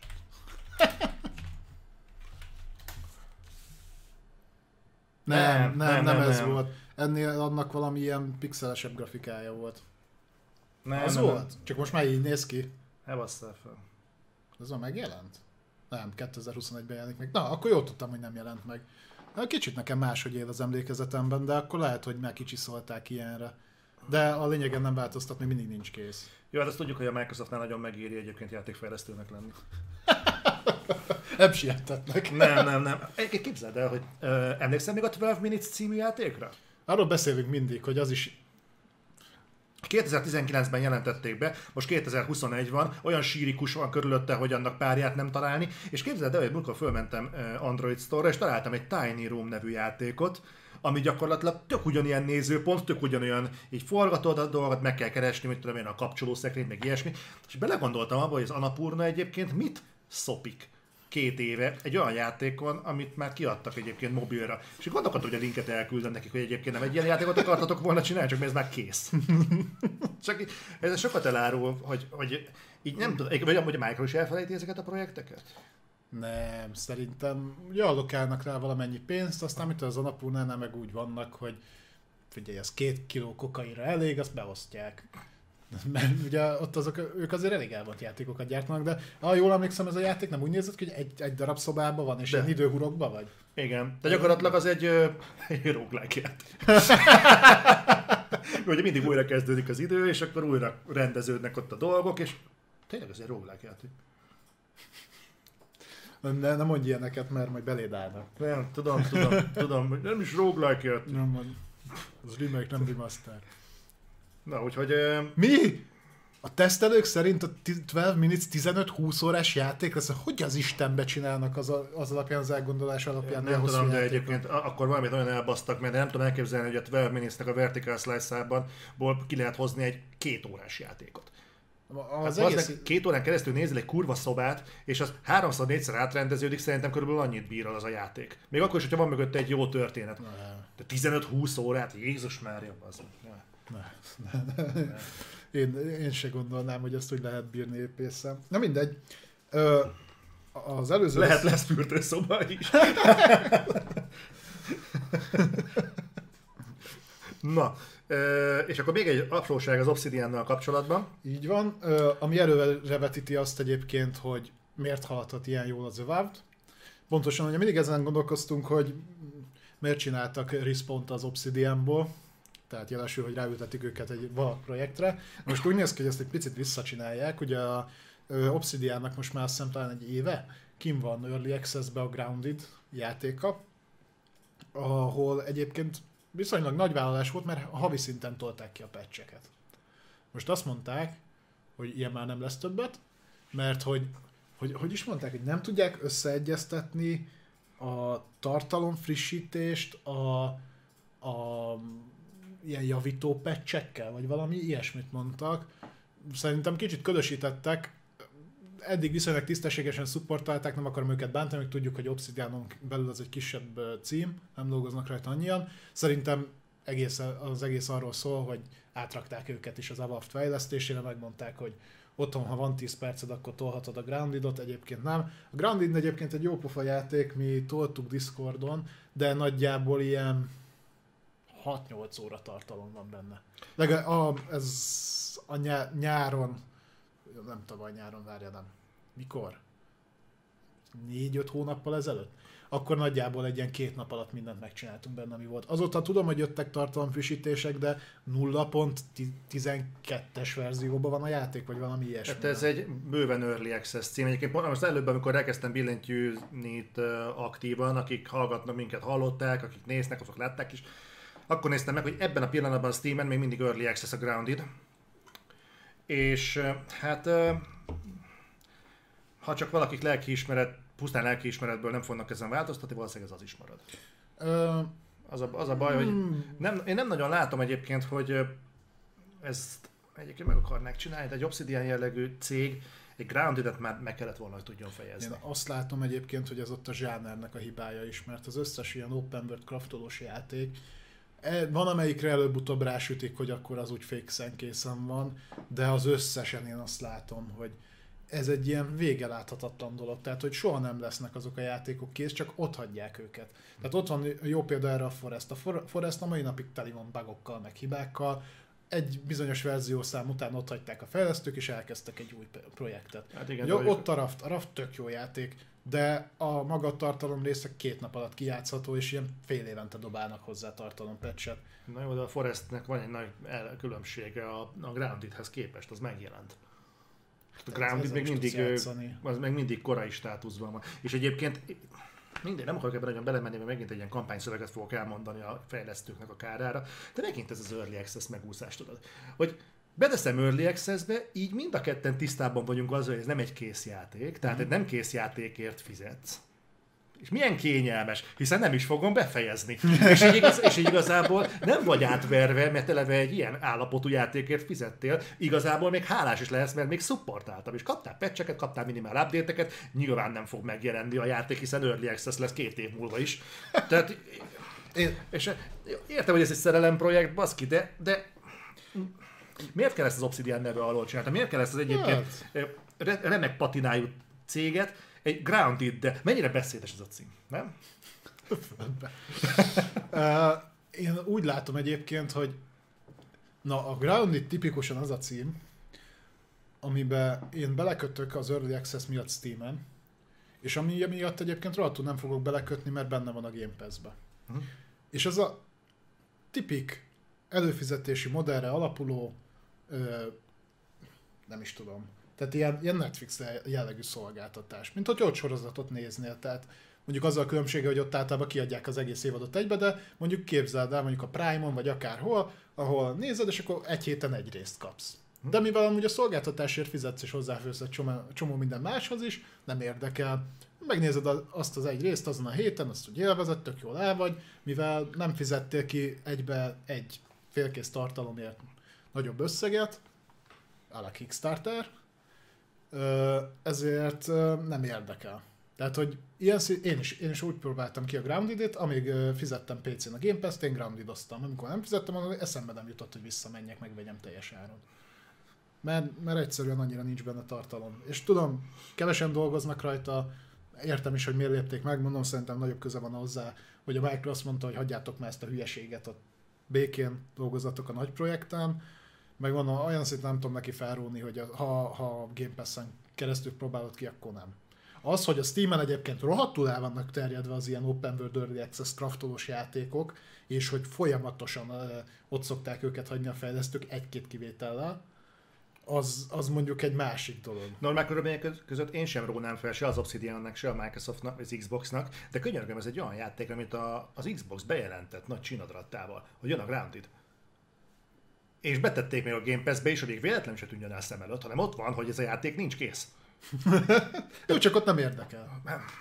Nem ez volt. Ennél annak valami ilyen pixelesebb grafikája volt. Az volt? Csak most már így néz ki. Ne basszál fel. Ez már megjelent? Nem, 2021-ben jelenik meg. Na, akkor jól tudtam, hogy nem jelent meg. Na, kicsit nekem máshogy él az emlékezetemben, de akkor lehet, hogy már kicsiszolták ilyenre. De a lényegen nem változtat, még mindig nincs kész. Jó, hát azt tudjuk, hogy a Microsoftnál nagyon megéri egyébként játékfejlesztőnek lenni. Nem siettetnek. Nem. Képzeld el, hogy emlékszel még a 12 Minutes című játékra? Arról beszélünk mindig, hogy az is 2019-ben jelentették be, most 2021 van, olyan sírikus van körülötte, hogy annak párját nem találni, és képzeld el, hogy múltkor fölmentem Android Store-ra, és találtam egy Tiny Room nevű játékot, ami gyakorlatilag tök ugyanilyen nézőpont, tök ugyanolyan, így forgatod a dolgot, meg kell keresni, mit tudom én, a kapcsolószekrényt, meg ilyesmi, és belegondoltam abba, hogy az Annapurna egyébként mit szopik 2 éve egy olyan játékon, amit már kiadtak egyébként mobilra. És gondolkodtam, hogy a linket elküldöm nekik, hogy egyébként nem egy ilyen játékot akartatok volna csinálni, csak ez már kész. Csak ez sokat elárul, hogy így nem tudom, vagy a Micro is elfelejti ezeket a projekteket? Nem, szerintem ugye allokálnak rá valamennyi pénzt, aztán mit az Annapurnánál meg úgy vannak, hogy figyelj, az 2 kiló kokainra elég, azt beosztják. Mert ugye ott ők azért elég elvont játékokat gyártanak, de ha jól emlékszem, ez a játék nem úgy nézett ki, hogy egy darab szobában van, és egy időhurokban vagy? Igen, de gyakorlatilag az egy roguelike játék. Ugye mindig újra kezdődik az idő, és akkor újra rendeződnek ott a dolgok, és tényleg ez egy roguelike játék. Nem mondj ilyeneket, mert majd beléd állnak. Nem, tudom, nem is roguelike játék. Nem mondj. Az remake, nem remaster. Na, úgyhogy... Mi? A tesztelők szerint a 12 Minutes 15-20 órás játék lesz, hogy az Istenbe csinálnak az alapján, az elgondolás alapján? Nem tudom, de egyébként akkor valamit nagyon elbasztak, mert nem tudom elképzelni, hogy a 12 Minutes-nek a Vertical Slice-ában ki lehet hozni egy 2 órás játékot. Az hát egész... 2 órán keresztül nézel egy kurva szobát, és az 3-4-szer átrendeződik, szerintem körülbelül annyit bír az a játék. Még akkor is, hogyha van mögötte egy jó történet. De 15-20 órát, Jézus Mária, az. Én se gondolnám, hogy ezt úgy lehet bírni épésszel. Na mindegy. Az előző... Lesz fürdőszoba is. Na, És akkor még egy apróság az Obsidiannal kapcsolatban. Így van, ami előre vetíti azt egyébként, hogy miért haladhat ilyen jól az Avowed. Pontosan, hogy mindig ezen gondolkoztunk, hogy miért csináltak Respawn-t az Obsidianból, tehát jelesül, hogy ráültetik őket egy valak projektre. Most úgy néz ki, hogy ezt egy picit visszacsinálják, ugye a Obsidiannak most már azt hiszem talán egy éve kim van Early Access-be a Grounded játéka, ahol egyébként viszonylag nagy vállalás volt, mert havi szinten tolták ki a patcheket. Most azt mondták, hogy ilyen már nem lesz többet, mert hogy is mondták, hogy nem tudják összeegyeztetni a tartalom frissítést a ilyen javító patchekkel, vagy valami ilyesmit mondtak. Szerintem kicsit ködösítettek, eddig viszonylag tisztességesen szupportálták, nem akarom őket bántani, meg tudjuk, hogy Obsidianon belül az egy kisebb cím, nem dolgoznak rajta annyian. Szerintem az egész arról szól, hogy átrakták őket is az Avowed fejlesztésére, megmondták, hogy otthon, ha van 10 perced, akkor tolhatod a Groundedot, egyébként nem. A Grounded egyébként egy jó pofa játék, mi toltuk Discordon, de nagyjából ilyen 6-8 óra tartalom van benne. Ez a nyáron, nem tavaly nyáron, várja, nem. Mikor? 4-5 hónappal ezelőtt? Akkor nagyjából egy ilyen 2 nap alatt mindent megcsináltunk benne, ami volt. Azóta tudom, hogy jöttek tartalomfrissítések, de 0.12-es verzióban van a játék, vagy valami ilyesmi. Hát ez egy bőven Early Access cím. Egyébként most előbb, amikor elkezdtem billentyűzni itt aktívan, akik hallgatnak minket, hallották, akik néznek, azok látták is, akkor néztem meg, hogy ebben a pillanatban a Steamen még mindig Early Access a Grounded. És hát ha csak valakik pusztán lelkiismeretből nem fognak ezen változtatni, valószínűleg ez az is marad. Az a baj, hogy én nem nagyon látom egyébként, hogy ezt egyébként meg akarnák csinálni, de egy Obsidian jellegű cég egy Grounded-et már meg kellett volna, hogy tudjon fejezni. Én azt látom egyébként, hogy ez ott a zsánernek a hibája is, mert az összes ilyen open world craftolós játék, van amelyikre előbb-utóbb rásütik, hogy akkor az úgy fixen készen van, de az összesen én azt látom, hogy ez egy ilyen vége láthatatlan dolog, tehát hogy soha nem lesznek azok a játékok kész, csak ott hagyják őket. Tehát ott van jó példa erre a Forest. A Forest a mai napig teli van bugokkal, meg hibákkal, egy bizonyos verziószám után ott hagyták a fejlesztők, és elkezdtek egy új projektet. Hát igen, jó, ott a Raft tök jó játék, de a maga tartalom része 2 nap alatt kijátszható, és ilyen fél évente dobálnak hozzá tartalompatchet. Na jó, de a Forestnek van egy nagy különbsége a Groundedhez képest, az megjelent. A Grounded még mindig korai státuszban van. És egyébként nem akarok ebben nagyon belemenni, mert megint egy ilyen kampányszöveget fogok elmondani a fejlesztőknek a kárára, de megint ez az Early Access megúszás, tudod. Hogy beteszem Early Access-be, így mind a ketten tisztában vagyunk azzal, hogy ez nem egy kész játék, tehát egy nem kész játékért fizetsz. És milyen kényelmes, hiszen nem is fogom befejezni. és így igazából nem vagy átverve, mert eleve egy ilyen állapotú játékért fizettél, igazából még hálás is lehetsz, mert még szupportáltam, és kaptál patcheket, kaptál minimál update-eket, nyilván nem fog megjelenni a játék, hiszen Early Access lesz 2 év múlva is. Tehát, és értem, hogy ez egy szerelemprojekt, baszki, de miért kell ezt az Obsidian neve alól csinálni? Miért kell ezt az egyébként remek patinájú céget, egy Grounded, de mennyire beszédes ez a cím, nem? Én úgy látom egyébként, hogy a Grounded tipikusan az a cím, amiben én belekötök az Early Access miatt Steamen, és ami miatt egyébként rohadtul nem fogok belekötni, mert benne van a Game Pass-be. És az a tipik előfizetési modellre alapuló, nem is tudom, tehát ilyen Netflix jellegű szolgáltatás, mint hogy ott sorozatot néznél, tehát mondjuk azzal a különbsége, hogy ott általában kiadják az egész évadot egybe, de mondjuk képzeld el mondjuk a Prime-on vagy akárhol, ahol nézed, és akkor egy héten egy részt kapsz. De mivel amúgy a szolgáltatásért fizetsz és hozzáférsz egy csomó minden máshoz is, nem érdekel. Megnézed azt az egy részt azon a héten, azt úgy élvezed, tök jól el vagy, mivel nem fizettél ki egybe egy félkész tartalomért nagyobb összeget, a Kickstarter, ezért nem érdekel. Tehát, hogy én is úgy próbáltam ki a Grounded-et, amíg fizettem PC-n a Game Pass-t, én Grounded-oztam. Amikor nem fizettem, akkor eszembe nem jutott, hogy visszamenjek, megvegyem teljes áron. Mert egyszerűen annyira nincs benne tartalom. És tudom, kevesen dolgoznak rajta, értem is, hogy miért lépték meg, mondom, szerintem nagyobb köze van hozzá, hogy a Microsoft azt mondta, hogy hagyjátok már ezt a hülyeséget, békén dolgozatok a nagy projekten, meg van olyan szinten nem tudom neki felróni, hogy ha Game Pass-en keresztül próbálod ki, akkor nem. Az, hogy a Steam-en egyébként rohadtul el vannak terjedve az ilyen Open World Early Access craftolós játékok, és hogy folyamatosan ott szokták őket hagyni a fejlesztők egy-két kivétellel, az mondjuk egy másik dolog. Normál körülmények között én sem rónám fel se az Obsidiannek, se a Microsoftnak, vagy az Xboxnak, de könyörgöm, ez egy olyan játék, amit az Xbox bejelentett nagy csinadrattával, hogy jön a Grounded. És betették még a Game Pass-be is, hogy még véletlenül se tűnjön el szem előtt, hanem ott van, hogy ez a játék nincs kész. Jó, csak ott nem érdekel.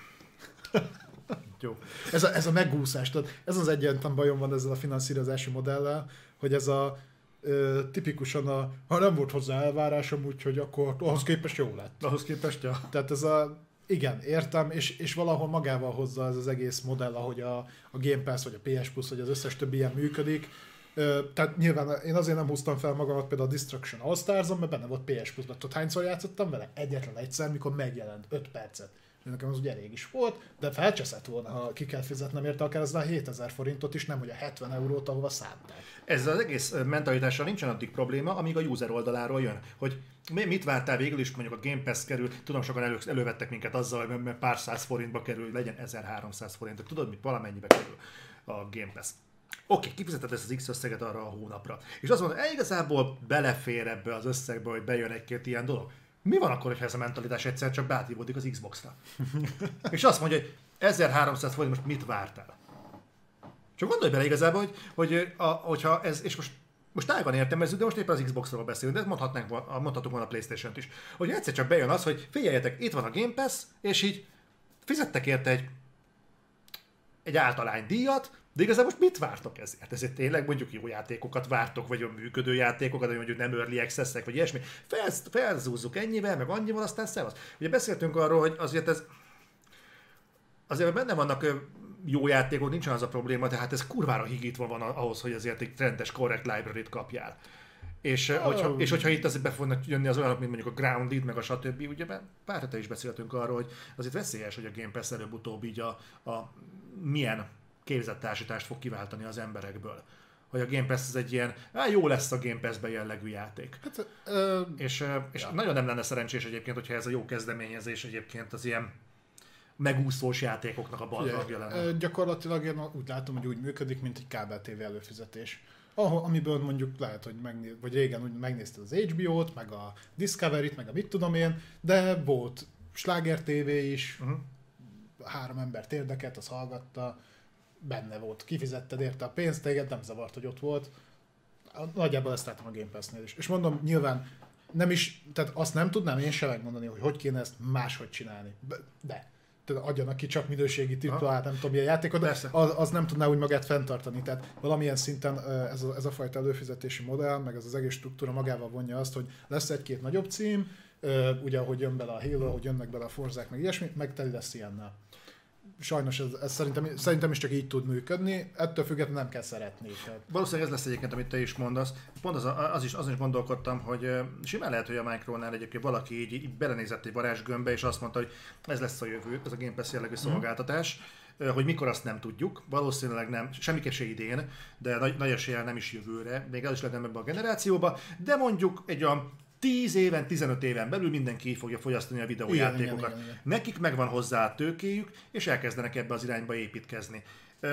Jó. Ez a megúszás, tehát ez az egyetlen bajom van ezzel a finanszírozási modellel, hogy ez a tipikusan ha nem volt hozzá elvárásom, úgyhogy akkor ahhoz képest jó lett. Ahhoz képest, ja. Tehát igen, értem, és valahol magával hozza ez az egész modell, ahogy a Game Pass, vagy a PS Plus, vagy az összes többi ilyen működik. Tehát nyilván én azért nem húztam fel magamat például a Destruction All-Stars-on, mert benne volt PS Plus-ban. Tudod, hányszor játszottam vele? Egyetlen egyszer, mikor megjelent 5 percet. Nekem az ugye elég is volt, de felcseszett volna, ha ki kell fizetnem érte akár az a 7000 forintot is, nem hogy a 70 eurót, ahova szánták. Ez az egész mentalitással nincsen addig probléma, amíg a user oldaláról jön. Hogy mit vártál végül is, mondjuk a Game Pass kerül, tudom sokan elővettek minket azzal, hogy pár száz forintba kerül, legyen 1300 forint, tudod mit, valamennyibe kerül a Game Pass. Oké, kifizeted ezt az X összeget arra a hónapra. És azt mondod, igazából belefér ebbe az összegbe, hogy bejön egy-két ilyen dolog. Mi van akkor, hogyha ez a mentalitás egyszer csak beátívódik az Xbox-ra? És azt mondja, hogy 1300 forint, most mit vártál? Csak gondolj bele igazából, hogyha ez, és most tágan értelmezzük, de most éppen az Xbox-ról beszélünk, de mondhatunk volna a PlayStation-t is. Hogy egyszer csak bejön az, hogy figyeljetek, itt van a Game Pass, és így fizettek érte egy általány díjat, de igazából most mit vártok ezért? Ezért tényleg mondjuk jó játékokat vártok, vagy olyan működő játékokat, vagy mondjuk nem early access-ek, vagy ilyesmi. Felzúzzuk ennyivel, meg annyival, aztán szevasz. Ugye beszéltünk arról, hogy azért benne vannak jó játékok, nincsen az a probléma, tehát ez kurvára higítva van ahhoz, hogy azért egy rendes, correct library-t kapjál. És hogyha itt azért be fognak jönni az olyanok, mint mondjuk a Grounded, meg a stb. Ugye pár hete is beszéltünk arról, hogy azért veszélyes, hogy a Game Pass előbb-utóbb így a milyen képzettársítást fog kiváltani az emberekből. Hogy a Game Pass ez egy ilyen, jó lesz a Game Pass-ben jellegű játék. Hát, és nagyon nem lenne szerencsés egyébként, hogyha ez a jó kezdeményezés egyébként az ilyen megúszós játékoknak a balragja lenne. Gyakorlatilag én úgy látom, hogy úgy működik, mint egy kábel TV előfizetés. Amiből mondjuk lehet, hogy vagy régen úgy megnézted az HBO-t, meg a Discovery-t, meg a mit tudom én, de volt Sláger TV is, 3 embert érdekelt, az hallgatta, benne volt, kifizetted érte a pénzt, téged nem zavart, hogy ott volt. Nagyjából ezt látom a Game Pass-nél is. És mondom, nyilván nem is, tehát azt nem tudnám én sem megmondani, hogy kéne ezt máshogy csinálni. De tehát adjanak ki csak minőségi triplát, nem tudom milyen játékot, de az nem tudná úgy magát fenntartani. Tehát valamilyen szinten ez a fajta előfizetési modell, meg ez az egész struktúra magával vonja azt, hogy lesz egy-két nagyobb cím, ugye ahogy jön bele a Halo, ahogy jönnek bele a Forzák, meg ilyesmi, meg teli lesz ilyennel. Sajnos ez szerintem is csak így tud működni, ettől függetlenül nem kell szeretni. Tehát. Valószínűleg ez lesz egyébként, amit te is mondasz. Pont azon is gondolkodtam, hogy simán lehet, hogy a Micronál egyébként valaki így belenézett egy varázsgömbbe, és azt mondta, hogy ez lesz a jövő, ez a Game Pass jellegű szolgáltatás. Hogy mikor, azt nem tudjuk, valószínűleg nem, semmiképp se idén, de nagy eséllyel nem is jövőre, még el is lehetne ebbe a generációba, de mondjuk egy olyan 10 éven, 15 éven belül mindenki fogja fogyasztani a videójátékokat. Igen. Nekik megvan hozzá a tőkéjük, és elkezdenek ebbe az irányba építkezni.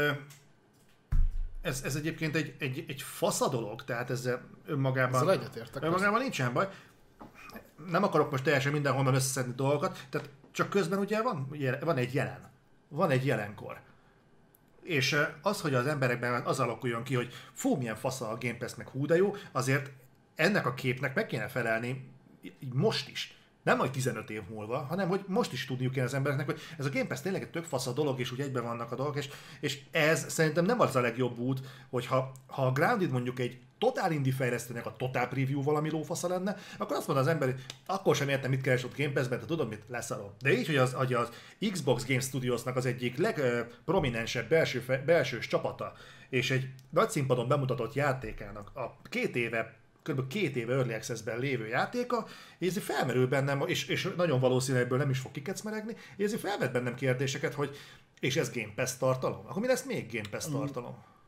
Ez egyébként egy fasza dolog, tehát ezzel önmagában nincsen baj. Nem akarok most teljesen mindenhonnan összeszedni dolgokat, tehát csak közben ugye van egy jelen. Van egy jelenkor. És az, hogy az emberekben az alakuljon ki, hogy fú, milyen fasza a Game Pass, meg hú de jó, azért ennek a képnek meg kéne felelni most is. Nem majd 15 év múlva, hanem hogy most is tudniuk kéne az embereknek, hogy ez a Game Pass tényleg egy tök fasz a dolog, és úgy egyben vannak a dolgok, és ez szerintem nem az a legjobb út, hogy ha a Grounded mondjuk egy totál indie fejlesztőnek a totál preview valami lófasza lenne, akkor azt mondja az ember, hogy akkor sem értem, mit keres ott Game Pass-ben, de tudod mit, leszarom. De így, hogy az Xbox Game Studiosnak az egyik legprominensebb belsős csapata, és egy nagy színpadon bemutatott játékának a kb. 2 éve Early Access-ben lévő játéka, és ez felmerül bennem, és nagyon valószínűleg ebből nem is fog kikecmeregni, és ez felvet bennem kérdéseket, hogy és ez Game Pass tartalom? Akkor mi lesz még Game Pass tartalom?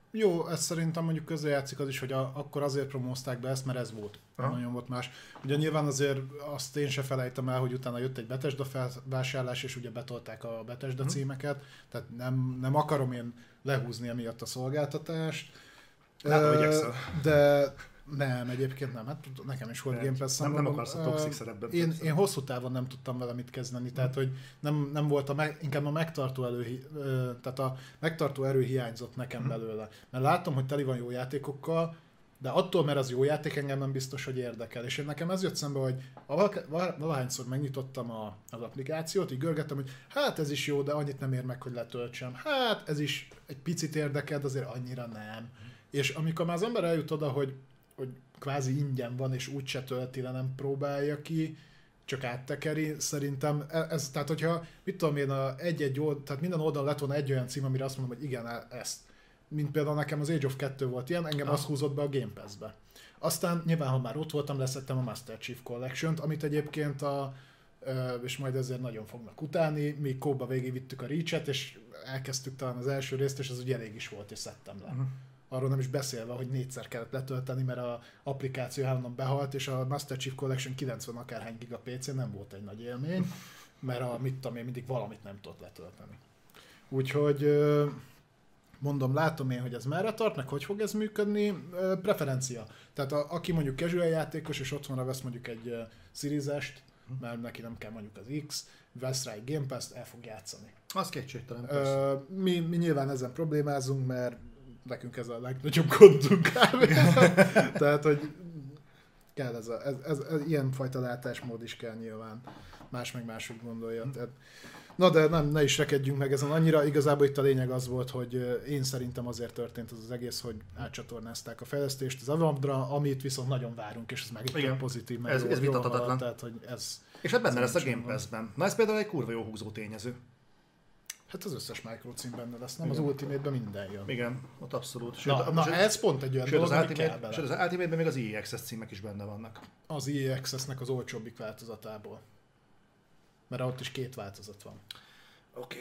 Jó, ez szerintem mondjuk közrejátszik az is, hogy akkor azért promózták be ezt, mert ez volt. Nagyon volt más. Ugye nyilván azért azt én se felejtem el, hogy utána jött egy Bethesda felvásárlás, és ugye betolták a Bethesda címeket, tehát nem akarom én lehúzni emiatt a szolgáltatást. Látom, hogy Excel. De nem, egyébként nem. Hát nekem is volt Game Pass-em. Nem akarsz a toxic szerepben. Én hosszú távon nem tudtam vele mit kezdeni, tehát hogy nem volt inkább a megtartó tehát a megtartó erő hiányzott nekem belőle. Mert látom, hogy teli van jó játékokkal, de attól, mert az jó játék, engem nem biztos, hogy érdekel. És én nekem ez jött szembe, hogy valahányszor megnyitottam az applikációt, így görgettem, hogy hát ez is jó, de annyit nem ér meg, hogy letöltsem. Hát ez is egy picit érdekel, de azért annyira nem. És amikor már az ember eljut oda, hogy kvázi ingyen van, és úgyse tölti le, nem próbálja ki, csak áttekeri, szerintem ez, tehát hogyha, mit tudom én, tehát minden oldalon lett volna egy olyan cím, amire azt mondom, hogy igen, ezt. Mint például nekem az Age of 2 volt ilyen, engem az húzott be a Game Pass-be. Aztán nyilván, ha már ott voltam, leszettem a Master Chief Collection-t, amit egyébként és majd ezért nagyon fognak utáni, mi kóba végigvittük a Reach-et, és elkezdtük talán az első részt, és az ugye elég is volt, és szedtem le. Arról nem is beszélve, hogy 4-szer kellett letölteni, mert az applikáció állandóan behalt, és a Master Chief Collection 90 akárhány giga PC nem volt egy nagy élmény, mert mit tudom én, mindig valamit nem tudott letölteni. Úgyhogy mondom, látom én, hogy ez merre tart, meg hogy fog ez működni, preferencia. Tehát aki mondjuk casual játékos, és otthonra vesz mondjuk egy Series-est, mert neki nem kell mondjuk az X, vesz rá egy Game Pass-t, el fog játszani. Az kétségtelen. Mi nyilván ezen problémázunk, mert nekünk ez a legnagyobb gondunk Tehát, hogy kell ez ilyen fajta látásmód is kell nyilván. Más meg máshogy gondolja. Tehát, na de ne is rekedjünk meg ezen annyira. Igazából itt a lényeg az volt, hogy én szerintem azért történt az egész, hogy átcsatornázták a fejlesztést az Avamdra, amit viszont nagyon várunk, és ez meg egy pozitív, meg ez vitathatatlan. Tehát, hogy ez és hát benne lesz a Game Pass-ben. Na ez például egy kurva jó húzó tényező. Hát az összes microcím benne lesz, nem? Igen. Az Ultimate-ben minden jön. Igen, ott abszolút. Sőt, ez pont egy olyan dolog, ami kell bele. Sőt, az Ultimate-ben még az EA Access címek is benne vannak. Az EA Access-nek az olcsóbbik változatából. Mert ott is 2 változat van. Oké.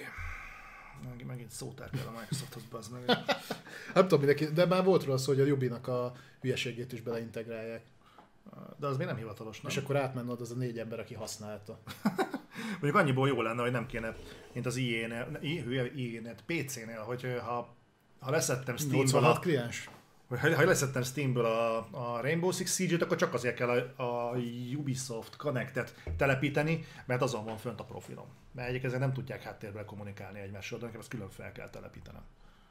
Megint szótár kell a Microsofthoz, bazd meg. Nem tudom mindenki, de már volt róla szó, hogy a Yubi-nak a hülyeségét is beleintegrálják. De az még nem hivatalos, nem? És akkor átmenne az a 4 ember, aki használta. Mondjuk annyiból jó lenne, hogy nem kéne, mint az EA-nél, PC-nél, hogy ha leszettem Steamből kliens. Ha leszettem Steamből a Rainbow Six Siege-et, akkor csak azért kell a Ubisoft Connect-et telepíteni, mert azon van fönt a profilom. Mert egyébként ezzel nem tudják háttérben kommunikálni egymással, de nekem ezt külön fel kell telepítenem.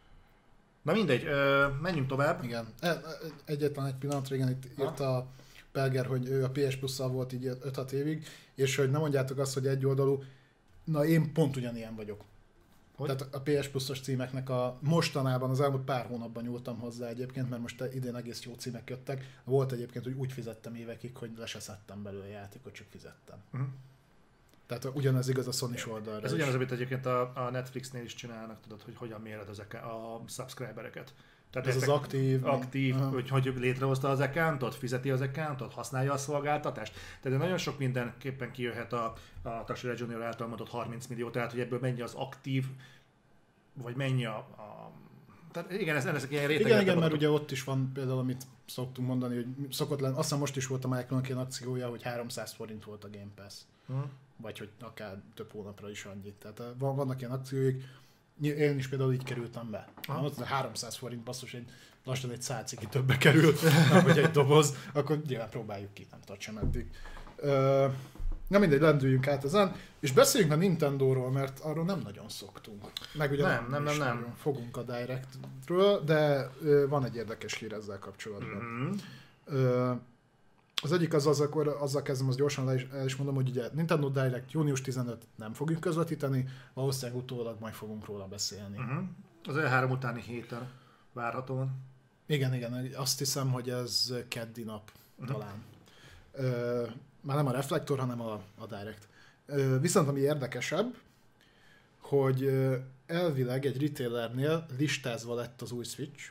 Na mindegy, menjünk tovább. Igen. Egyetlen egy pillanat, régen itt írt a Pelger, hogy ő a PS Plus-szal volt így 5-6 évig, és hogy nem mondjátok azt, hogy egyoldalú. Na én pont ugyanilyen vagyok. Hogy? Tehát a PS Plus-os címeknek mostanában, az elmúlt pár hónapban nyúltam hozzá egyébként, mert most idén egész jó címek jöttek. Volt egyébként, hogy úgy fizettem évekig, hogy le se szedtem belőle a játékot, csak fizettem. Tehát ugyanez igaz a Sony-s oldalra. Ez ugyanaz, amit egyébként a Netflixnél is csinálnak, tudod, hogy hogyan méred a subscribereket. Tehát ez az aktív, hogy létrehozta az accountot, fizeti az accountot, használja a szolgáltatást. Tehát nagyon sok mindenképpen kijöhet a Taxi Junior által mondott 30 millió, tehát hogy ebből mennyi az aktív, vagy mennyi tehát igen, ezek ilyen rétegek. Igen, mert ugye ott is van például, amit szoktunk mondani, hogy szokott lenni, azt hiszem most is volt a Microsoftnak ilyen akciója, hogy 300 forint volt a Game Pass. Vagy hogy akár több hónapra is annyit. Tehát vannak ilyen akcióik. Én is például így kerültem be. Ott 300 forint basszus, lassan egy szálciki többbe került, vagy egy doboz, akkor nyilván próbáljuk ki, nem tart sem eddig. Na mindegy, lendüljünk át ezen, és beszéljünk a Nintendóról, mert arról nem nagyon szoktunk. Meg ugye nem fogunk a Directről, de van egy érdekes hír ezzel kapcsolatban. Az egyik azzal kezdem, azt gyorsan el is mondom, hogy ugye Nintendo Direct június 15 nem fogjuk közvetíteni, valószínűleg utólag majd fogunk róla beszélni. Az E3 utáni héten várhatóan. Igen, azt hiszem, hogy ez keddi nap talán. Már nem a Reflektor, hanem a Direct. Viszont ami érdekesebb, hogy elvileg egy retailernél listázva lett az új Switch,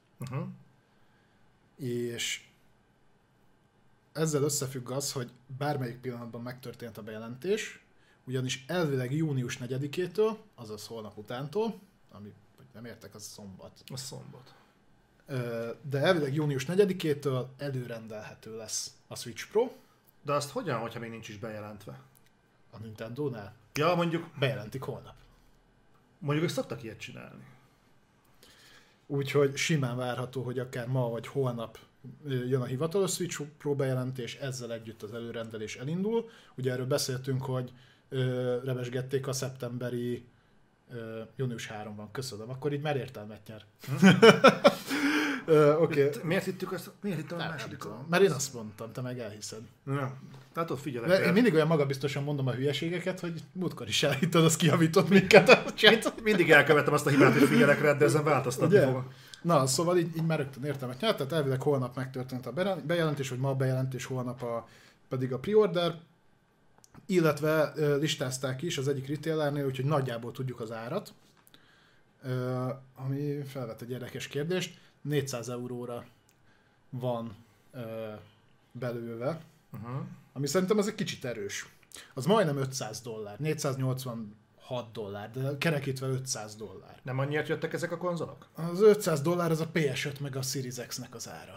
és ezzel összefügg az, hogy bármelyik pillanatban megtörtént a bejelentés, ugyanis elvileg június 4-től, azaz holnap utántól, ami nem értek, az szombat. A szombat. de elvileg június 4-től előrendelhető lesz a Switch Pro. De azt hogyan, hogyha még nincs is bejelentve? A Nintendo-nál? Ja, mondjuk... Bejelentik holnap. Mondjuk, hogy szoktak ilyet csinálni. Úgyhogy simán várható, hogy akár ma vagy holnap jön a hivatalos Switch Pro bejelentés, ezzel együtt az előrendelés elindul. Ugye erről beszéltünk, hogy rebesgették a szeptemberi június 3 van, köszönöm. Akkor így már értelmet nyer. Okay. Miért hittük azt? Miért hittem a másodikon? Mert én azt mondtam, te meg elhiszed. Ja, tehát ott figyelek. Én mindig olyan magabiztosan mondom a hülyeségeket, hogy múltkor is elhitted, azt kijavított minket. Mindig elkövettem azt a hibát, hogy figyelek rá, de ezen változtatni fogok. Na, szóval így már rögtön értelmet nyert, tehát elvileg holnap megtörtént a bejelentés, vagy ma a bejelentés, holnap pedig a pre-order, illetve listázták is az egyik retailernél, úgyhogy nagyjából tudjuk az árat, ami felvet egy érdekes kérdést. 400 euróra van belőve, ami szerintem ez egy kicsit erős. Az majdnem $500, 486 dollár, de kerekítve $500. Nem annyiért jöttek ezek a konzolok? Az $500 az a PS5 meg a Series X-nek az ára.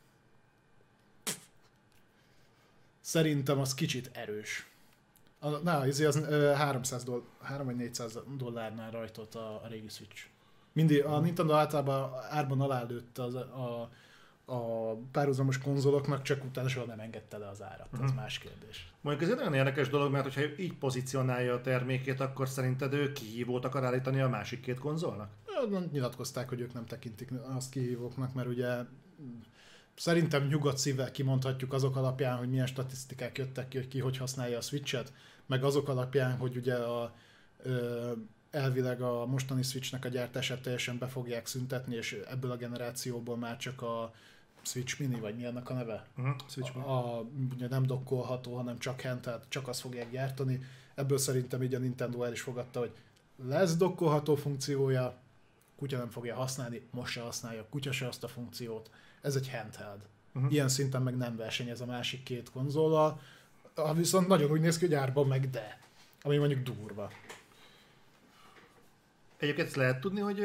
Szerintem az kicsit erős. Az 300 vagy 400 dollárnál rajtolt a régi Switch. Mindig a Nintendo általában árban alálőtt a párhuzamos konzoloknak, csak utána soha nem engedte le az árat, ez más kérdés. Mondjuk ez egy nagyon érdekes dolog, mert hogyha így pozícionálja a termékét, akkor szerinted ő kihívót akar állítani a másik két konzolnak? Nyilatkozták, hogy ők nem tekintik azt kihívóknak, mert ugye szerintem nyugodt szívvel kimondhatjuk azok alapján, hogy milyen statisztikák jöttek ki, hogy ki hogy használja a Switch-et, meg azok alapján, hogy ugye elvileg a mostani Switch-nek a gyártását teljesen be fogják szüntetni, és ebből a generációból már csak a Switch Mini, vagy mi ennek a neve? Switch Mini. Ugye nem dokkolható, hanem csak handheld, csak azt fogják gyártani. Ebből szerintem így a Nintendo el is fogadta, hogy lesz dokkolható funkciója, kutya nem fogja használni, most se használja, a kutya se azt a funkciót. Ez egy handheld. Ilyen szinten meg nem versenyez a másik két konzollal, viszont nagyon úgy néz ki, hogy árban meg de. Ami mondjuk durva. Egyébként ezt lehet tudni, hogy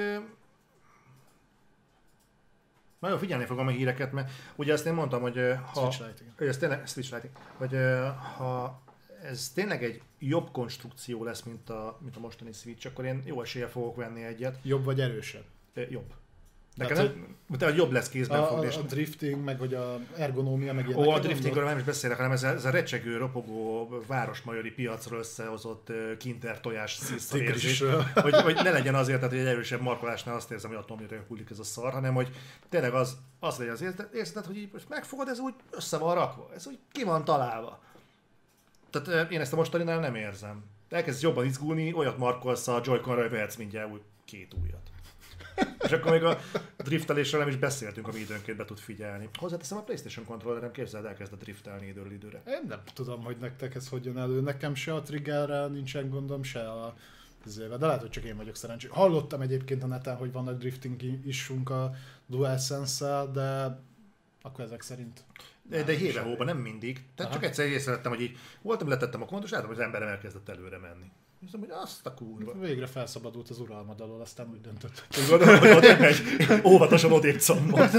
nagyon figyelni fogom a híreket, mert ugye ezt én mondtam, hogy ha ez tényleg Switch Lite, hogy ha ez tényleg egy jobb konstrukció lesz, mint a mostani Switch, akkor én jó eséllyel fogok venni egyet. Jobb vagy erősebb? Jobb. De jobb lesz kézben fogni. A drifting, meg hogy a ergonómia, meg ilyenek. A driftingről nem is beszélek, hanem ez a recsegő, ropogó, városmajori piacról összehozott Kinder tojás sziszaérzés. hogy ne legyen azért, tehát, hogy egy erősebb markolásnál azt érzem, hogy atomira hullik ez a szar, hanem hogy tényleg az legyen az érzet, hogy így most megfogod, ez úgy össze van rakva, ez úgy ki van találva. Tehát én ezt a mostaninál nem érzem. Elkezdesz jobban izgulni, olyat markolsz a Joy-Conra, hogy vehetsz mindjárt úgy 2 ujjat. És akkor még a driftelésről nem is beszéltünk, ami időnként be tud figyelni. Hozzáteszem, a PlayStation controllerem, képzeld, elkezd a driftelni időről időre. Én nem tudom, hogy nektek ez hogy jön elő. Nekem se a triggerrel nincsen gondom, se a de lehet, hogy csak én vagyok szerencsés. Hallottam egyébként a neten, hogy vannak drifting isunk a DualSense-szel, de akkor ezek szerint... De hébe-hóba nem mindig. Tehát csak egyszer észrevettem, hogy így voltam, letettem a kont, és látom, hogy az emberem elkezdett előre menni. Hiszem, hogy azt a kurva. Végre felszabadult az uralmad alól, aztán úgy döntött. Úgy gondolom, hogy odébb megy, óvatosan odébb combot.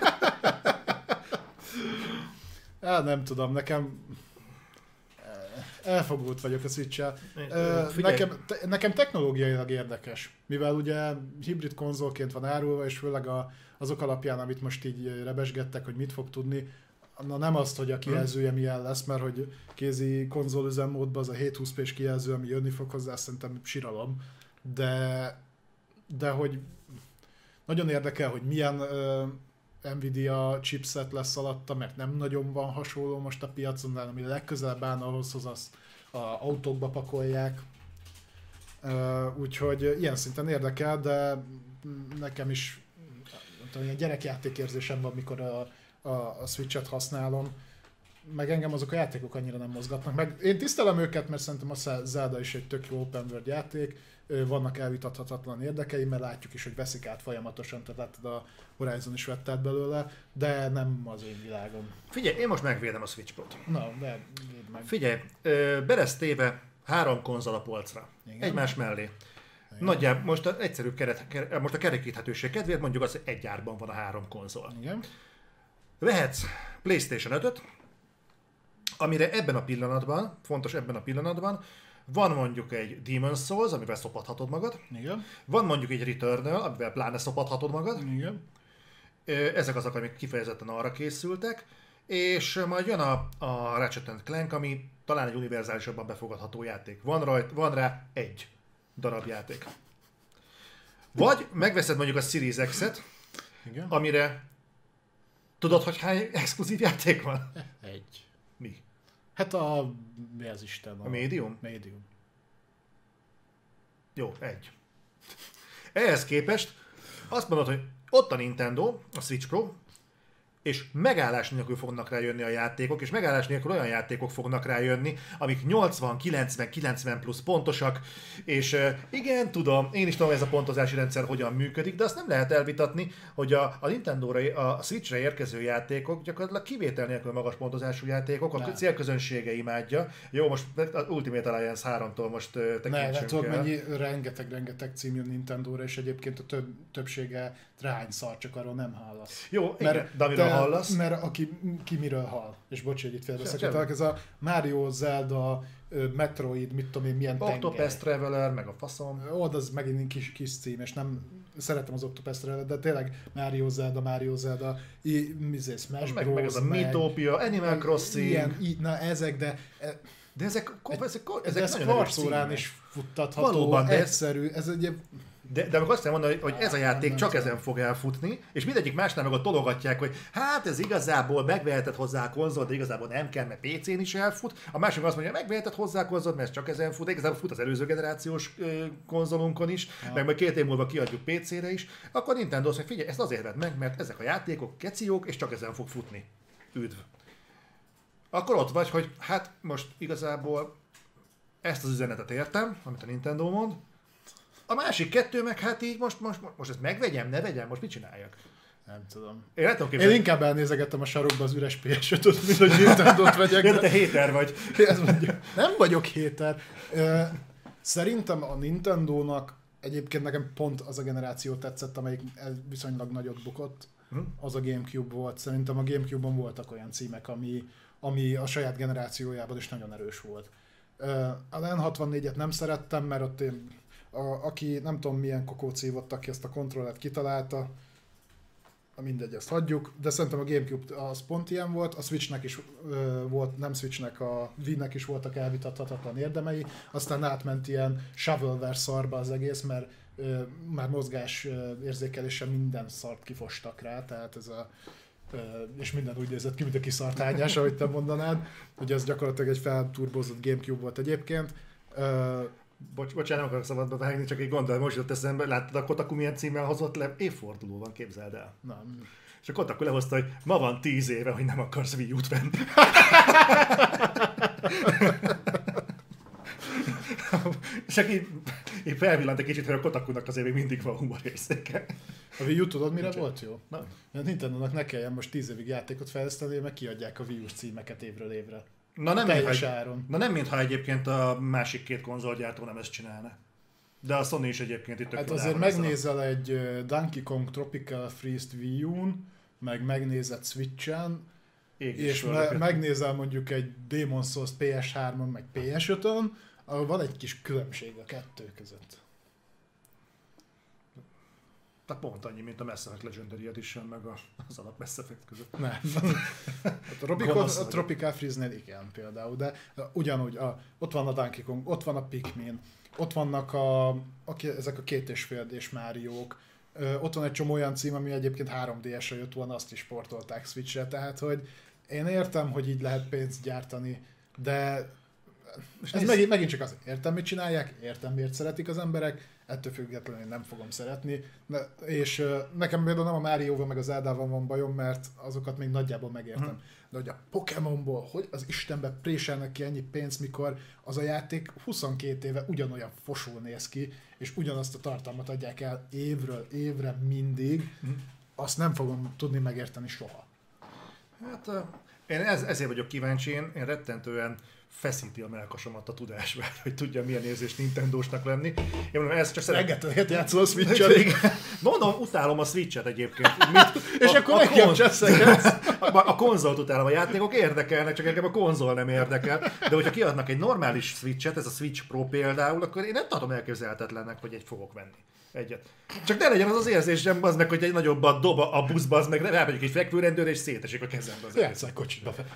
Nem tudom, nekem elfogult vagyok a Switch-el. Nekem technológiailag érdekes, mivel ugye hibrid konzolként van árulva, és főleg azok alapján, amit most így rebesgettek, hogy mit fog tudni, na nem azt, hogy a kijelzője milyen lesz, mert hogy kézi konzol üzemmódban az a 720p-s kijelző, ami jönni fog hozzá, szerintem síralom, de hogy nagyon érdekel, hogy milyen Nvidia chipset lesz alatta, mert nem nagyon van hasonló most a piacon, de ami legközelebb állna ahhoz, azt autókba pakolják. Úgyhogy ilyen szinten érdekel, de nekem is ilyen gyerekjátékérzésem van, mikor a Switch-et használom, meg engem azok a játékok annyira nem mozgatnak. Meg én tisztelem őket, mert szerintem a Zelda is egy tök jó open world játék, vannak elvitathatatlan érdekei, mert látjuk is, hogy veszik át folyamatosan, tehát látod, a Horizon is vett át belőle, de nem az én világom. Figyelj, én most megvédem a Switch Pro-t. Na, de védd meg. Figyelj, be lesz téve 3 konzol a polcra, egymás mellé. Nagyjából most az egyszerűbb most a kerekíthetőség kedvéért mondjuk az, hogy egy árban van a 3 konzol. Igen. Vehetsz PlayStation 5-öt, amire ebben a pillanatban, fontos ebben a pillanatban, van mondjuk egy Demon's Souls, amivel szopathatod magad. Igen. Van mondjuk egy Returnal, amivel pláne szopathatod magad. Igen. Ezek azok, amik kifejezetten arra készültek. És majd jön a Ratchet & Clank, ami talán egy univerzálisabban befogadható játék. Van rá egy darab játék. Vagy megveszed mondjuk a Series X-et, Igen. amire tudod, hogy hány exkluzív játék van? Egy. Mi? Hát mi az Isten? A Medium? Medium. Jó, egy. Ehhez képest azt mondod, hogy ott a Nintendo, a Switch Pro, és megállás nélkül fognak rájönni a játékok, és megállás nélkül olyan játékok fognak rájönni, amik 80, 90, 90 plusz pontosak, és igen, tudom, én is tudom, ez a pontozási rendszer hogyan működik, de azt nem lehet elvitatni, hogy a Nintendo-ra, a Switch-re érkező játékok gyakorlatilag kivétel nélkül magas pontozású játékok, a célközönsége imádja. Jó, most az Ultimate Alliance 3-tól most tekintsünk tudod, el. mennyi rengeteg cím jön Nintendo-ra, és egyébként a többsége ráhányszar, csak arról nem hallasz. Jó, igen, de amiről hallasz? Mert ki miről hall. És bocs, hogy itt félbeszakítalak, ez a Mario, Zelda, Metroid, mit tudom én, milyen tenger. Octopath Traveler, meg a faszom. Oda az megint kis cím, és nem szeretem az Octopath Traveler, de tényleg Mario, Zelda, Smash Bros. Meg az a Miitopia, Animal Crossing. Ilyen, na ezek, de ezek ez kvarcórán is futtatható, valóban, egyszerű, ez egy... De amikor azt kell mondani, hogy ez a játék csak ezen fog elfutni, és mindegyik másnál meg ott tologatják, hogy hát ez igazából megveheted hozzá a konzolt, de igazából nem kell, mert PC-n is elfut. A másik azt mondja, megveheted hozzá a konzolt, mert ez csak ezen fut, de igazából fut az előző generációs konzolunkon is, meg majd 2 év múlva kiadjuk PC-re is. Akkor Nintendo azt mondja, figyelj, ezt azért vedd meg, mert ezek a játékok keciók, és csak ezen fog futni. Üdv. Akkor ott vagy, hogy hát most igazából ezt az üzenetet értem, amit a Nintendo mond. A másik 2 meg hát így most ezt megvegyem, ne vegyem, most mit csináljak? Nem tudom. Én inkább elnézegettem a sarokba az üres PS5-öt, mint hogy Nintendo-t vegyek. Ja, te héter vagy. Nem vagyok héter. Szerintem a Nintendónak egyébként nekem pont az a generáció tetszett, amelyik viszonylag nagyot bukott. Az a Gamecube volt. Szerintem a Gamecube-on voltak olyan címek, ami a saját generációjában is nagyon erős volt. A N64-et nem szerettem, mert ott aki nem tudom milyen kokóc hívott, aki ezt a kontrollert kitalálta, mindegy, ezt hagyjuk, de szerintem a Gamecube az pont ilyen volt, a Switchnek is volt, nem Switchnek, a Wii-nek is voltak elvitathatatlan érdemei, aztán átment ilyen shovelware szarba az egész, mert már mozgás érzékelésen minden szart kifostak rá, tehát ez és minden úgy nézett ki, mint a kiszart hányás, ahogy te mondanád, ugye ez gyakorlatilag egy felturbozott Gamecube volt egyébként. Bocsánat, nem akarok szabadba vágni, csak egy gondolat most jött eszembe, láttad a Kotaku milyen címmel hozott le? Évforduló van, képzeld el. Nem. És a Kotaku lehozta, hogy ma van 10 éve, hogy nem akarsz Wii U-t venni. És aki így felvillant egy kicsit, hogy a Kotakunak azért még mindig van humor érzéke. A Wii U tudod mire volt jó? Nem. A Nintendo-nak ne kelljen most 10 évig játékot fejleszteni, meg kiadják a Wii U címeket évről évre. Nem mintha egyébként a másik 2 konzolgyártó nem ezt csinálna. De a Sony is egyébként itt hát azért megnézel egy Donkey Kong Tropical Freeze-t Wii U-n, meg megnézed Switch-en, és megnézel mondjuk egy Demon's Souls PS3-on, meg PS5-ön, ahol van egy kis különbség a 2 között. Tehát pont annyi, mint a Mass Effect Legendary Edition, meg az alap Mass Effect között. Nem. A Tropical Freeze-nél igen például, de ugyanúgy ott van a Donkey Kong, ott van a Pikmin, ott vannak ezek a 2,5D-s Máriók, ott van egy csomó olyan cím, ami egyébként 3DS-re jött volna, azt is portolták Switch-re, tehát hogy én értem, hogy így lehet pénzt gyártani, de ez megint csak az, értem, mit csinálják, értem, miért szeretik az emberek, ettől függetlenül nem fogom szeretni. És nekem például nem a Márióval meg az Zeldával van bajom, mert azokat még nagyjából megértem. De hogy a Pokémonból, hogy az Istenbe préselnek ki ennyi pénzt, mikor az a játék 22 éve ugyanolyan fosul néz ki, és ugyanazt a tartalmat adják el évről évre mindig, azt nem fogom tudni megérteni soha. Hát én ezért vagyok kíváncsi, én rettentően feszíti a mellkasomat a tudás, mert hogy tudja milyen érzés Nintendósnak lenni. Én mondom, ez csak rengeteget játszol a Switch-et. Mondom, utálom a Switch-et egyébként. És akkor nekem a konzolt utálom, a játékok érdekelnek, csak engem a konzol nem érdekel. De hogyha kiadnak egy normális Switch-et, ez a Switch Pro például, akkor én nem tartom elképzelhetetlennek, hogy egy fogok venni. Egyet. Csak ne legyen az az érzésem, az meg, hogy egy nagyobbat dob a buszba, az meg rámegyek egy fekvőrendőre, és szétesik a kezembe az egész. Játsszák kocsiba fel.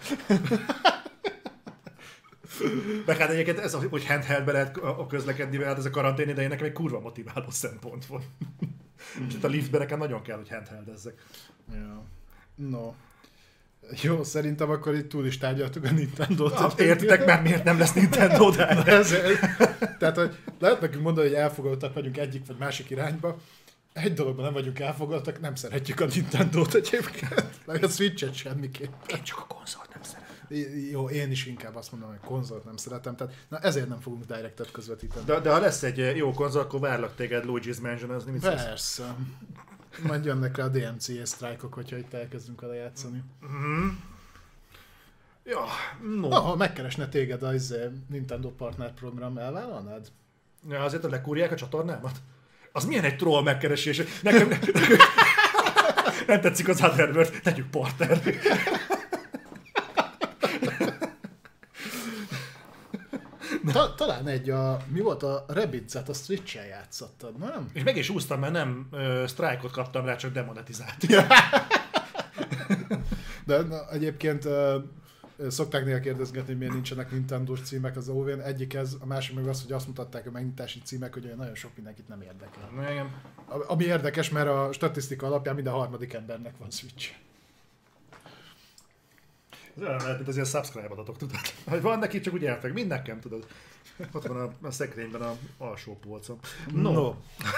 Meg hát egyébként ez, hogy handheldbe lehet a közlekedni, hát ez a karantén idején nekem egy kurva motiváló szempont volt. És itt a liftben nekem nagyon kell, hogy handheldezzek. Ja. No. Jó, szerintem akkor itt túl is tárgyaltuk a Nintendo-t. Értitek már, miért nem lesz Nintendo, de tehát, hogy lehet nekünk mondani, hogy elfogadottak vagyunk egyik vagy másik irányba. Egy dologban nem vagyunk elfogadottak, nem szeretjük a Nintendo-t egyébként. Meg a Switch-et semmiképp. Én csak a konzolt nem szeretem. Jó, én is inkább azt mondom, hogy konzolt nem szeretem, tehát na ezért nem fogunk Directet közvetíteni. De ha lesz egy jó konzol, akkor várlak téged Luigi's Mansion-ozni, mit szólsz? Persze. Majd jönnek rá a DMCA sztrájkok, hogyha itt elkezdünk vele játszani. Mm-hmm. Ja, no. Ha megkeresne téged a Nintendo Partner Program, elvállalnád? Ja, azért, hogy lekúrják a csatornámat? Az milyen egy troll megkeresés? Nekem nem tetszik az Otherworld, tegyük partner. Talán mi volt a Rabbids-et, a Switch-en játszottad, nem? És meg is úsztam, mert nem sztrájkot kaptam rá, csak demonetizált. De egyébként szokták néha kérdezgetni, hogy miért nincsenek Nintendo-s címek az OV-n. Egyik ez, a másik meg az, hogy azt mutatták a megnyitási címek, hogy nagyon sok mindenkit nem érdekel. Igen. Ami érdekes, mert a statisztika alapján minden harmadik embernek van Switch. Ez olyan lehet, mint az ilyen subscribe adatok, tudod? Hogy van neki, csak úgy elfeg. Mind nekem, tudod. Ott van a szekrényben a alsó polcon. No.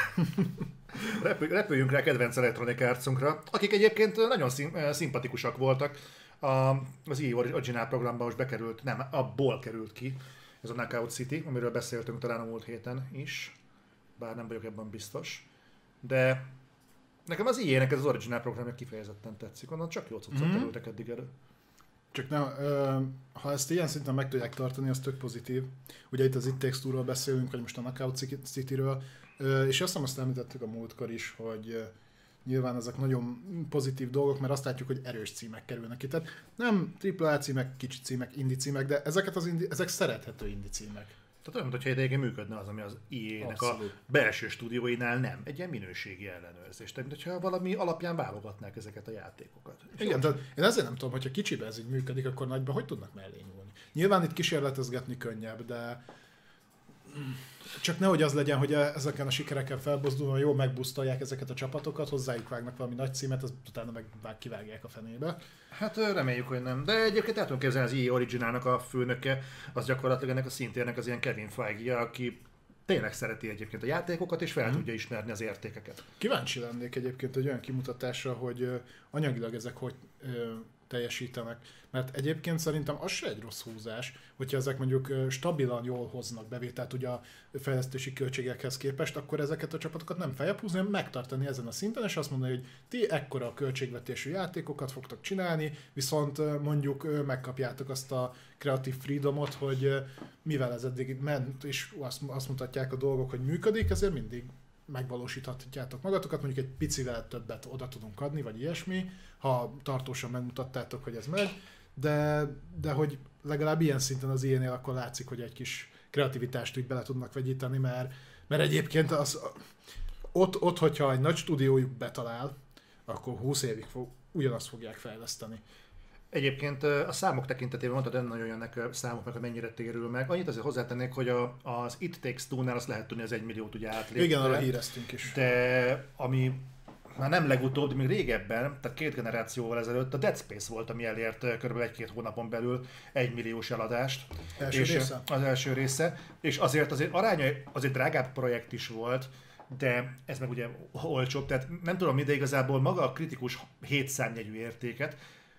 Repüljünk rá kedvenc Electronic Arts-unkra, akik egyébként nagyon szimpatikusak voltak. Az EA Original programba most bekerült, nem, abból került ki, ez a Knockout City, amiről beszéltünk talán a múlt héten is, bár nem vagyok ebben biztos. De nekem az EA-nek ez az Original programja kifejezetten tetszik, onnan csak jó cuccok kerültek eddig elő. Csak nem, ha ezt ilyen szinten meg tudják tartani, az tök pozitív. Ugye itt az It Takes Two-ról beszélünk, vagy most a Knockout City-ről, és azt említettük a múltkor is, hogy nyilván ezek nagyon pozitív dolgok, mert azt látjuk, hogy erős címek kerülnek itt. Tehát nem AAA címek, kicsi címek, indie címek, de ezek szerethető indie címek. Tehát olyan, mintha idején működne az, ami az EA-nek a belső stúdióinál nem. Egy ilyen minőségi ellenőrzés. Tehát, mintha valami alapján válogatnák ezeket a játékokat. Igen, tehát én ezért nem tudom, hogyha kicsiben ez így működik, akkor nagyban hogy tudnak mellé nyúlni. Nyilván itt kísérletezgetni könnyebb, de csak nehogy az legyen, hogy ezeken a sikerekkel felbozdulva jól megbusztolják ezeket a csapatokat, hozzájuk vágnak valami nagy címet, az utána meg kivágják a fenébe. Hát reméljük, hogy nem. De egyébként el tudom képzelni, az EA Originalnak a főnöke, az gyakorlatilag ennek a szintérnek az ilyen Kevin Feige, aki tényleg szereti egyébként a játékokat, és fel tudja ismerni az értékeket. Kíváncsi lennék egyébként egy olyan kimutatásra, hogy anyagilag ezek hogy teljesítenek. Mert egyébként szerintem az se egy rossz húzás, hogyha ezek mondjuk stabilan jól hoznak bevételt ugye a fejlesztési költségekhez képest, akkor ezeket a csapatokat nem feljebb húzni, hanem megtartani ezen a szinten, és azt mondani, hogy ti ekkora költségvetésű játékokat fogtok csinálni, viszont mondjuk megkapjátok azt a kreatív freedomot, hogy mivel ez eddig ment, és azt mutatják a dolgok, hogy működik, ezért mindig megvalósíthatjátok magatokat, mondjuk egy picivel többet oda tudunk adni, vagy ilyesmi, ha tartósan megmutattátok, hogy ez megy, de hogy legalább ilyen szinten az ilyenél akkor látszik, hogy egy kis kreativitást úgy bele tudnak vegyíteni, mert egyébként ott, hogyha egy nagy stúdiójuk betalál, akkor 20 évig ugyanazt fogják fejleszteni. Egyébként a számok tekintetében mondtad, hogy nagyon jönnek számok, hogy mennyire térül meg. Annyit azért hozzátennék, hogy az It Takes Two-nál azt lehet tudni, az 1 milliót ugye átlépte. Igen, arra híreztünk is. De ami már nem legutóbb, de még régebben, tehát 2 generációval ezelőtt a Dead Space volt, ami elért kb. 1-2 hónapon belül 1 milliós eladást. Az első része. És azért aránya, azért drágább projekt is volt, de ez meg ugye olcsóbb, tehát nem tudom, de igazából maga a kritikus 7 számjegyű értéket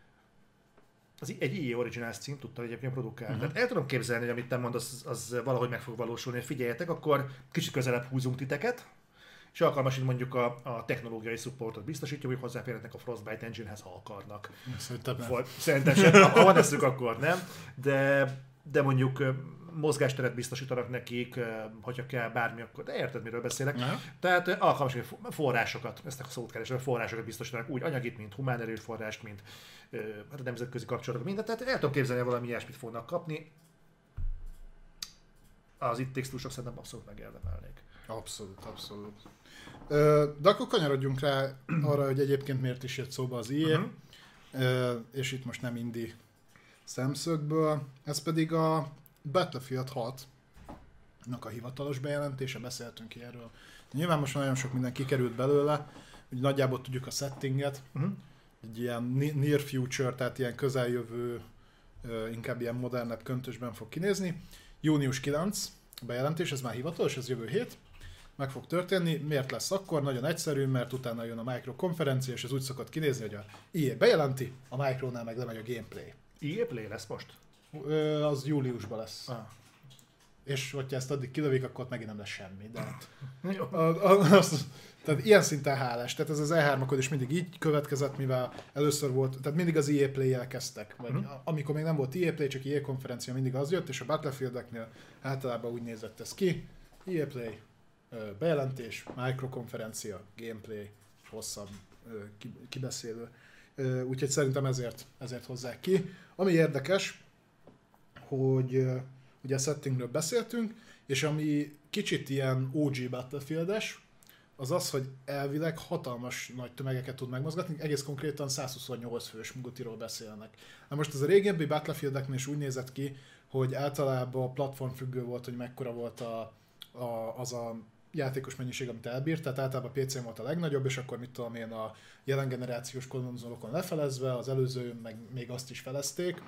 egy EA Originals cím tudta egyébként produkálni. Tehát el tudom képzelni, hogy amit te mondasz, az valahogy meg fog valósulni. Figyeljetek, akkor kicsit közelebb húzunk titeket, és alkalmasint mondjuk a technológiai supportot biztosítjuk, hogy hozzáférhetnek a Frostbite Engine-hez, ha akarnak. Szerintem nem. Szerintem sem. Ha van eszük, akkor nem. De de mondjuk mozgásteret biztosítanak nekik, hogyha kell bármi, akkor de érted, miről beszélek. Tehát alkalmas forrásokat, ezt a szót keresem, forrásokat biztosítanak úgy anyagit, mint humán erőforrást, mint hát a nemzetközi kapcsolatok, mindent. Tehát el tudom képzelni, hogy valami ilyesmit fognak kapni. Az itt textusok szerintem abszolút megérdemelnék. Abszolút. De akkor kanyarodjunk rá arra, hogy egyébként miért is jött szóba az EA, és itt most nem indie szemszögből, ez pedig a Battlefield 6-nak a hivatalos bejelentése, beszéltünk erről. Nyilván most nagyon sok minden kikerült belőle, hogy nagyjából tudjuk a settinget, egy ilyen near future, tehát ilyen közeljövő, inkább ilyen modernebb köntösben fog kinézni. Június 9 a bejelentés, ez már hivatalos, ez jövő hét. Meg fog történni. Miért lesz akkor? Nagyon egyszerű, mert utána jön a Micro konferencia, és ez úgy szokott kinézni, hogy a EA bejelenti, a Micronál meg lemegy a gameplay. EA Play lesz most? Az júliusban lesz. És hogyha ezt addig kilövik, akkor ott megint nem lesz semmi. De tehát ilyen szinten hálás. Tehát ez az E3-akon is mindig így következett, mivel először volt, tehát mindig az EA Play-jel kezdtek. Vagy amikor még nem volt EA Play, csak EA konferencia, mindig az jött, és a Battlefield-eknél általában úgy nézett ez ki. EA Play, bejelentés, microkonferencia, gameplay, hosszabb kibeszélő. Úgyhogy szerintem ezért hozzák ki. Ami érdekes, hogy ugye a settingről beszéltünk, és ami kicsit ilyen OG Battlefield-es, az az, hogy elvileg hatalmas nagy tömegeket tud megmozgatni, egész konkrétan 128 fős multiról beszélnek. Na most ez a régebbi Battlefield-eknél is úgy nézett ki, hogy általában platformfüggő volt, hogy mekkora volt az a játékos mennyiség, amit elbírt, tehát általában a PC-n volt a legnagyobb, és akkor mit tudom én, a jelen generációs konzolokon lefelezve, az előző meg még azt is felezték.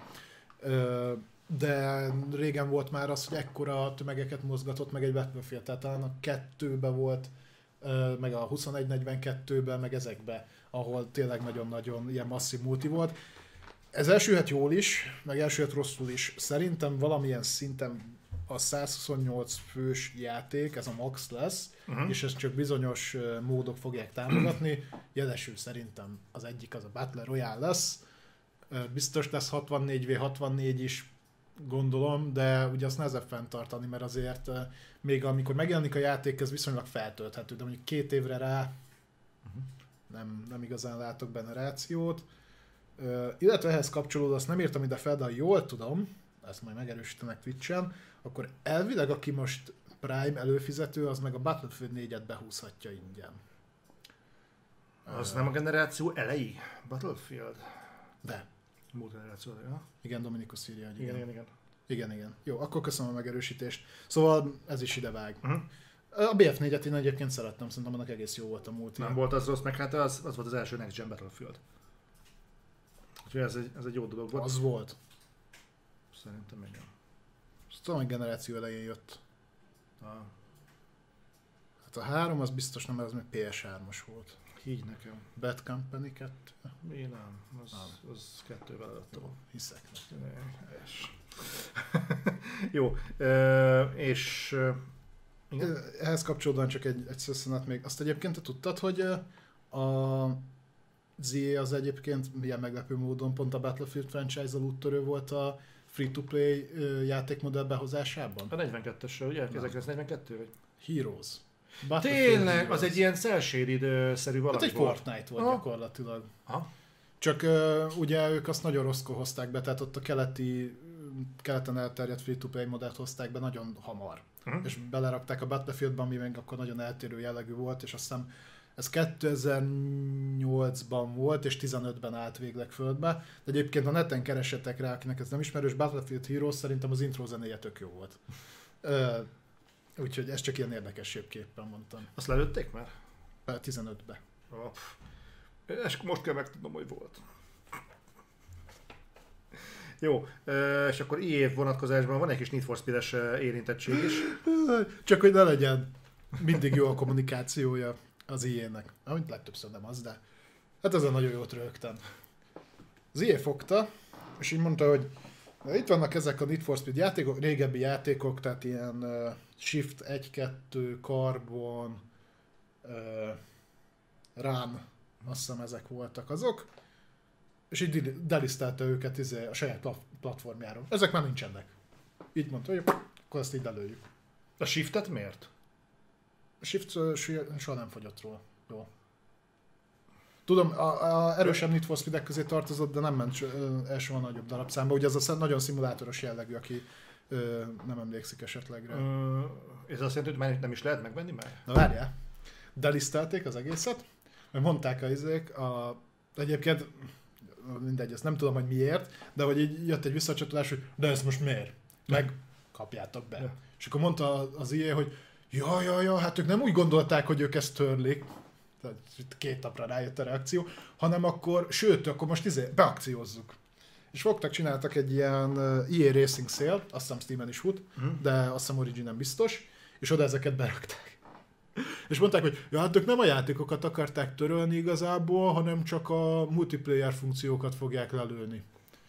De régen volt már az, hogy ekkora tömegeket mozgatott meg egy Battlefield, tehát talán a 2-ben volt, meg a 2142-ben, meg ezekben, ahol tényleg nagyon-nagyon ilyen masszív multi volt. Ez elsülhet jól is, meg elsülhet rosszul is. Szerintem valamilyen szinten a 128 fős játék, ez a max lesz, és ezt csak bizonyos módok fogják támogatni. Jelesül szerintem az egyik az a Battle Royale lesz. Biztos lesz 64v64 is, gondolom, de ugye azt nehezebb fenntartani, mert azért még amikor megjelenik a játék, ez viszonylag feltölthető, de mondjuk 2 évre rá nem igazán látok benne rációt. Illetve ehhez kapcsolódó, azt nem írtam ide fel, de ha jól tudom, ezt majd megerősítenek Twitch-en, akkor elvileg aki most Prime előfizető, az meg a Battlefield 4-et behúzhatja ingyen. Az nem a generáció elejé? Battlefield? De. Múlt generáció elejé, ha? Igen, Dominikus írja, hogy igen. Jó, akkor köszönöm a megerősítést. Szóval ez is idevág. A BF4-et én egyébként szerettem, szerintem annak egész jó volt a multi. Nem volt az rossz, meg hát az volt az első Next Gen Battlefield. Úgyhogy ez egy jó dolog volt. Az volt. Szerintem igen. Tudom, hogy generáció elején jött. Hát a 3 az biztos nem, mert az még PS3-as volt. Higgy nekem. Bad Company 2? Mi nem, az 2-vel adottam. Hiszek neki. Jó, és... igen? Ehhez kapcsolódóan csak egy szösszenet még. Azt egyébként te tudtad, hogy a ZE az egyébként milyen meglepő módon pont a Battlefield franchise-al úttörő volt a free-to-play játékmodell behozásában? A 42-es, ugye? 1942 vagy? Heroes. Tényleg, Heroes. Az egy ilyen cel-shaded-szerű valami hát egy volt. Fortnite volt gyakorlatilag. Aha. Csak ugye ők azt nagyon rosszkor hozták be, tehát ott a keleten elterjedt free-to-play modellt hozták be nagyon hamar. És belerakták a Battlefieldban, ami még akkor nagyon eltérő jellegű volt, és azt hiszem ez 2008-ban volt, és 15-ben állt végleg földbe. De egyébként a neten keresetek rá, akinek ez nem ismerős, Battlefield Heroes szerintem az intro zenéje tök jó volt. Úgyhogy ezt csak ilyen érdekességképpen mondtam. Azt lelőtték már? 15-be. És most kell megtudnom, hogy volt. Jó, és akkor EA vonatkozásban van egy kis Need for Speed-es érintettség is. Csak hogy ne legyen mindig jó a kommunikációja az EA-nek. Amit legtöbbször nem az, de hát ezen nagyon jót rögtem. Az EA fogta, és így mondta, hogy itt vannak ezek a Need for Speed játékok, régebbi játékok, tehát ilyen Shift 1-2, Carbon, Run, azt hiszem ezek voltak azok, és így delisztelte őket a saját platformjáról. Ezek már nincsenek. így mondta, hogy akkor ezt így lelőjük. A shiftet miért? A shift soha nem fogyott róla. Jó. Tudom, a erősebb Need for Speed-ek közé tartozott, de nem ment el soha nagyobb darabszámba. Ugye az a nagyon szimulátoros jellegű, aki nem emlékszik esetleg rá. Ez azt jelenti, hogy már nem is lehet megvenni már? Na várjál. Delisztelték az egészet, mert mondták egyébként, mindegy, ezt nem tudom, hogy miért, de hogy így jött egy visszacsatolás, hogy de ezt most miért? Meg kapjátok be. Ja. És akkor mondta az EA, hogy ja, hát ők nem úgy gondolták, hogy ők ezt törlik, tehát 2 napra rájött a reakció, hanem akkor most beakciózzuk. És csináltak egy ilyen EA Racing Sale, azt hiszem Steamen is fut, de azt hiszem Originen biztos, és oda ezeket berakták. És mondták, hogy hát ők nem a játékokat akarták törölni igazából, hanem csak a multiplayer funkciókat fogják lelőni.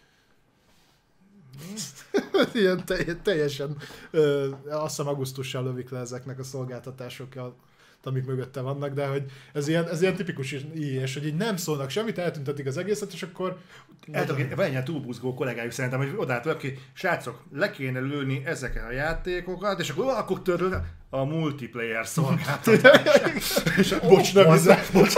Ilyen teljesen azt hiszem augusztussal lövik le ezeknek a szolgáltatásokkal, amik mögötte vannak, de hogy ez ilyen tipikus és hogy így nem szólnak semmit, eltüntetik az egészet, és akkor... Van egy ilyen túlbuzgó kollégájuk szerintem, hogy odaálltak ki, srácok, le kéne lőni ezeket a játékokat, és akkor töröl a multiplayer szolgáltatás. Bocs, nem hiszem.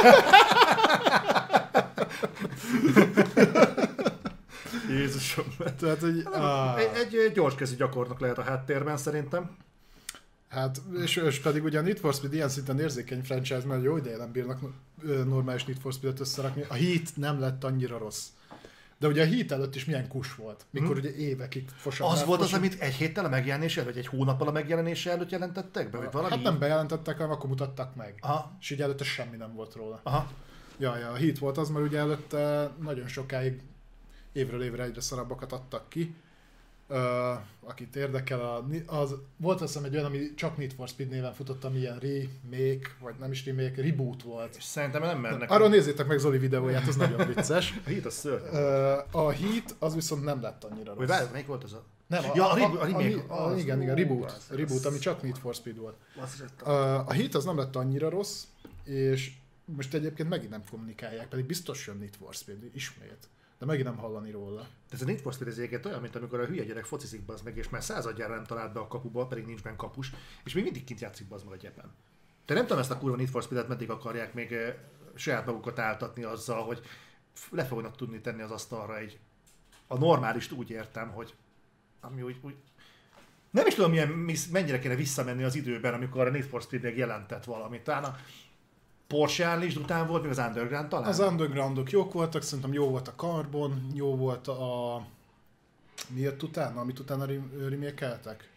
Jézusom. Tehát, hogy, egy gyorskezű gyakornok lehet a háttérben szerintem. Hát, és pedig ugye a Need for Speed ilyen szinten érzékeny franchise, mert jó ideje nem bírnak normális Need for Speed-et összerakni. A Heat nem lett annyira rossz. De ugye a Heat előtt is milyen kus volt, mikor ugye évekig Az volt az, amit egy héttel a megjelenése előtt, vagy egy hónappal a megjelenése előtt jelentettek be? Vagy valami? Hát nem bejelentettek, hanem akkor mutattak meg. Aha. És így előtte semmi nem volt róla. Aha. Ja, a Heat volt az, mert ugye előtte nagyon sokáig évről évre egyre szarabbakat adtak ki. Akit érdekel, volt azt hiszem egy olyan, ami csak Need for Speed néven futott, ami ilyen remake, vagy nem is remake, reboot volt. És szerintem nem mernek. Arról nézzétek meg Zoli videóját, az nagyon vicces. A Heat az szörnyű. A Heat az viszont nem lett annyira rossz. Várj, melyik volt az a... Nem, igen, reboot, ami csak Need for Speed volt. A Heat az nem lett annyira rossz, és most egyébként megint nem kommunikálják, pedig biztos jön Need for Speed ismét. De megint nem hallani róla. Ez a Need for Speed ezért olyan, mint amikor a hülye gyerek focizik bazd meg, és már 100-adjára nem talált be a kapuba, pedig nincs benne kapus, és még mindig kint játszik bazd meg a gyepen. De nem tudom ezt a kurva Need for Speed-et meddig akarják még saját magukat áltatni azzal, hogy le fognak tudni tenni az asztalra a normálist úgy értem, hogy ami úgy nem is tudom mennyire kéne visszamenni az időben, amikor a Need for Speed még jelentett valamit. Talán a Porsche Unleashed után volt, még az Underground talán? Az Undergroundok jók voltak, szerintem jó volt a Carbon, jó volt a... Mi jött utána, amit utána remake-eltek?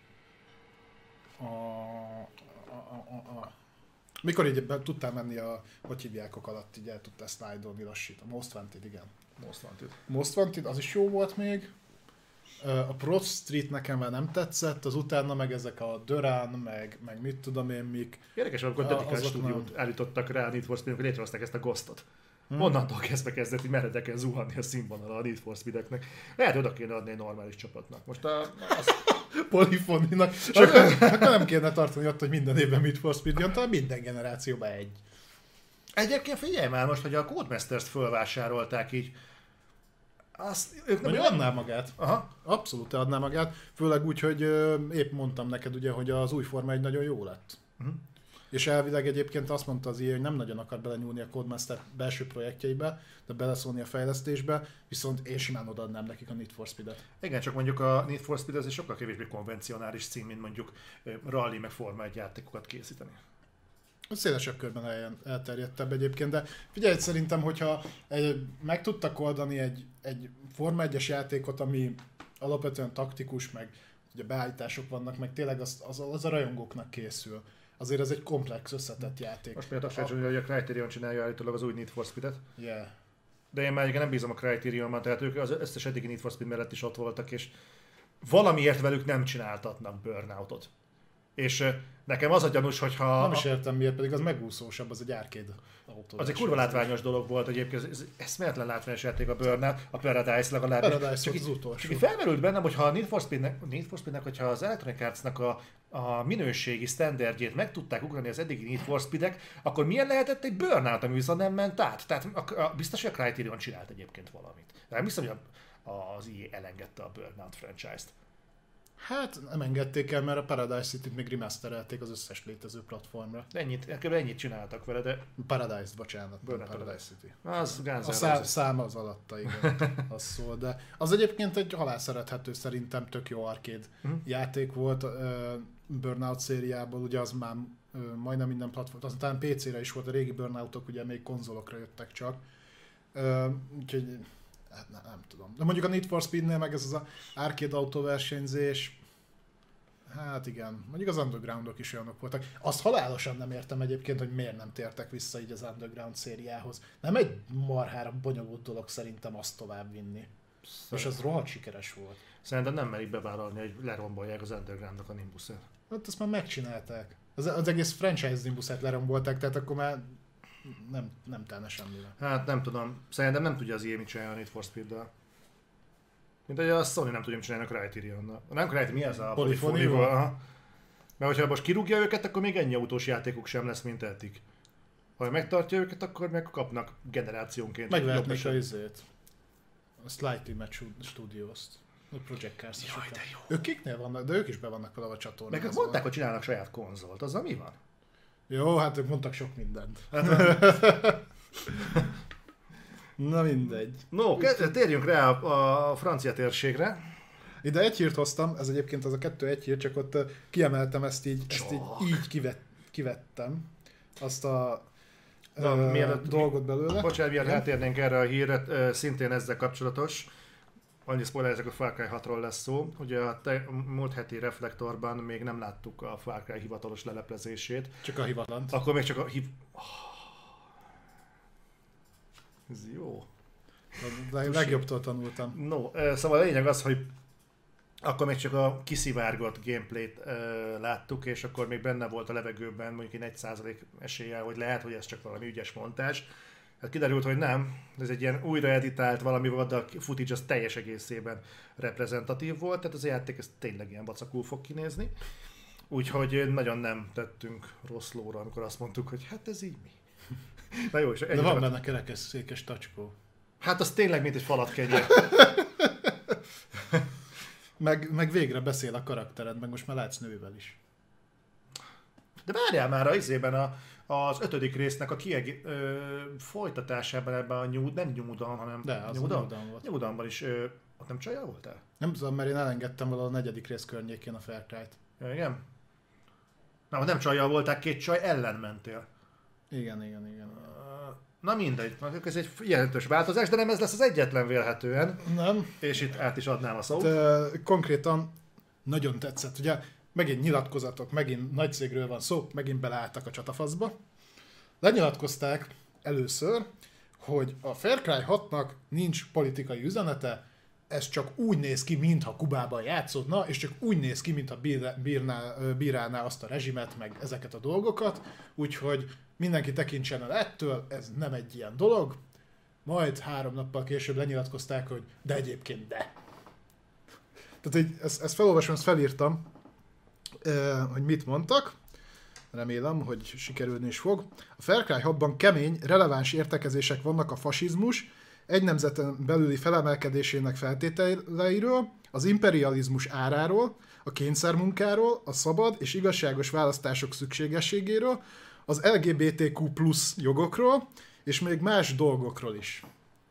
Mikor így tudtál menni hogy hívjákok alatt, így el tudtál slide-olni lassít. A Most Wanted, igen. Most Wanted, az is jó volt még. A Pro Street nekem már nem tetszett, az utána meg ezek a Duran, meg mit tudom én mik. Érdekes, amikor dedikált stúdiót állítottak rá a Need for Speed, amikor létrehozták ezt a Ghostot. Onnantól kezdve kezdett, hogy meredeken zuhanni a színvonal a Need for Speed-eknek. Lehet, hogy oda kéne adni egy normális csapatnak. Most Polyphony-nak. Akkor nem kéne tartani ott, hogy minden évben Need for Speed jön, talán minden generációban egy. Egyébként figyelj már most, hogy a Codemasters-t fölvásárolták így. Ők nem adná magát. Aha. Abszolút adná magát. Főleg úgy, hogy épp mondtam neked ugye, hogy az új Forma 1 nagyon jó lett. És elvileg egyébként azt mondta az EA, hogy nem nagyon akar belenyúlni a Codemaster belső projektjeibe, de beleszólni a fejlesztésbe, viszont én simán odaadnám nekik a Need for Speed-et. Igen, csak mondjuk a Need for Speed az sokkal kevésbé konvencionális cím, mint mondjuk rally meg Forma 1 játékokat készíteni. Szélesebb körben elterjedtebb egyébként, de figyelj, szerintem, hogyha meg tudtak oldani egy Forma 1-es játékot, ami alapvetően taktikus, meg ugye beállítások vannak, meg tényleg az a rajongóknak készül. Azért ez egy komplex, összetett játék. Most miért azt hogy a Criterion csinálja állítólag az új Need for Speed-et. Yeah. De én már nem bízom a Criterionban, tehát ők az összes eddigi Need for Speed mellett is ott voltak, és valamiért velük nem csináltatnak Burnoutot. És nekem az a gyanús, hogyha... Nem is értem miért, pedig az megúszósabb, az egy arcade autó. Az egy kurva látványos dolog volt egyébként, ez eszméletlen látványos játék a Burnout, a Paradise legalább. Paradise volt az utolsó. Csak felmerült bennem, hogyha a Need for Speednek, hogyha az Electronic Arts-nak a minőségi standardjét meg tudták ugrani az eddigi Need for Speed-ek, akkor milyen lehetett egy Burnout, ami viszont nem ment át? Tehát biztos, hogy a Criterion csinált egyébként valamit. Nem hiszem, hogy az EA elengedte a Burnout franchise-t. Hát nem engedték el, mert a Paradise City-t még remasterelték az összes létező platformra. Ennyit csináltak vele, de... Paradise, bocsánat, Paradise City. Az a száma az alatta, igen, az szól, de az egyébként egy halálszerethető, szerintem tök jó arcade játék volt Burnout szériából, ugye az már majdnem minden platform, aztán PC-re is volt, a régi Burnoutok ugye még konzolokra jöttek csak, úgyhogy hát nem tudom. De mondjuk a Need for Speednél meg ez az arcade autóversenyzés, hát igen, mondjuk az Undergroundok is olyanok voltak. Azt halálosan nem értem egyébként, hogy miért nem tértek vissza így az Underground szériához. Nem egy marhára bonyolult dolog szerintem azt továbbvinni. És az rohadt sikeres volt. Szerintem nem merik bevállalni, hogy lerombolják az Undergroundnak a Nimbus-et. Hát ezt már megcsinálták. Az egész franchise Nimbus-et lerombolták, tehát akkor már nem telne semmire. Hát nem tudom. Szerintem nem tudja az EA mit csinálni a Need for Speed-del. Mint hogy a Sony nem tudja csinálni a Criterion-nal. Nem Criterion, mi ez a Polyphony-val? Mert hogyha most kirúgja őket, akkor még ennyi autós játékuk sem lesz, mint eddig. Ha megtartja őket, akkor meg kapnak generációnként. Megvehetnék a izét. A Slightly Match Studios-t. A Project Cars. Jaj, de jó. Ők kiknél vannak, de ők is be vannak vele a csatornán. Meg mondták, hogy csinálnak saját konzolt, azzal mi van? Jó, hát ők mondtak sok mindent. Na mindegy. No, térjünk rá a francia térségre. Ide egy hírt hoztam, ez egyébként az a 2 hír, csak ott kiemeltem ezt így kivettem. Azt a dolgot belőle. Bocsánat, miért rátérnénk erre a hírre, szintén ezzel kapcsolatos. Annyi spoilerezek, a Far Cry 6-ról lesz szó. Ugye a múlt heti reflektorban még nem láttuk a Far Cry hivatalos leleplezését. Csak a hivatlant. Akkor még csak a Ez jó. De legjobbtól tanultam. No, szóval a lényeg az, hogy akkor még csak a kiszivárgott gameplayt láttuk, és akkor még benne volt a levegőben mondjuk egy 1% eséllyel, hogy lehet, hogy ez csak valami ügyes montázs. Hát kiderült, hogy nem. Ez egy ilyen újraeditált valami volt, de a footage az teljes egészében reprezentatív volt, tehát az a játék ez tényleg ilyen vacakul fog kinézni. Úgyhogy nagyon nem tettünk rossz lóra, amikor azt mondtuk, hogy hát ez így mi. Na jó, és de van benne kerekesszékes tacskó. Hát az tényleg mint egy falatkenyér. meg végre beszél a karaktered, meg most már látsz nővel is. De várjál már az 5. résznek a folytatásában ebben a nem New Dawn, hanem de, az New Dawn volt. New Dawnban is ott nem csajjal voltál? Nem tudom, mert én elengedtem valahol a 4. rész környékén a Far Cry-t. Ja, igen? Nem csajjal voltál, 2 csaj ellen mentél. Igen. Na mindegy, ez egy jelentős változás, de nem ez lesz az egyetlen vélhetően. Nem. És itt át is adnám a szót. De konkrétan nagyon tetszett. Ugye megint nyilatkozatok, megint nagy cégről van szó, megint beleálltak a csatafaszba. Lenyilatkozták először, hogy a Far Cry 6-nak nincs politikai üzenete, ez csak úgy néz ki, mintha Kubában játszódna, és csak úgy néz ki, mintha bírálná azt a rezsimet, meg ezeket a dolgokat, úgyhogy mindenki tekintsen el ettől, ez nem egy ilyen dolog. Majd 3 nappal később lenyilatkozták, hogy de egyébként de. Tehát ezt felolvasom, ezt felírtam, hogy mit mondtak. Remélem, hogy sikerülni is fog. A Far Cry 6-ban kemény, releváns értekezések vannak a fasizmus, egy nemzeten belüli felemelkedésének feltételeiről, az imperializmus áráról, a kényszermunkáról, a szabad és igazságos választások szükségességéről, az LGBTQ+ jogokról, és még más dolgokról is.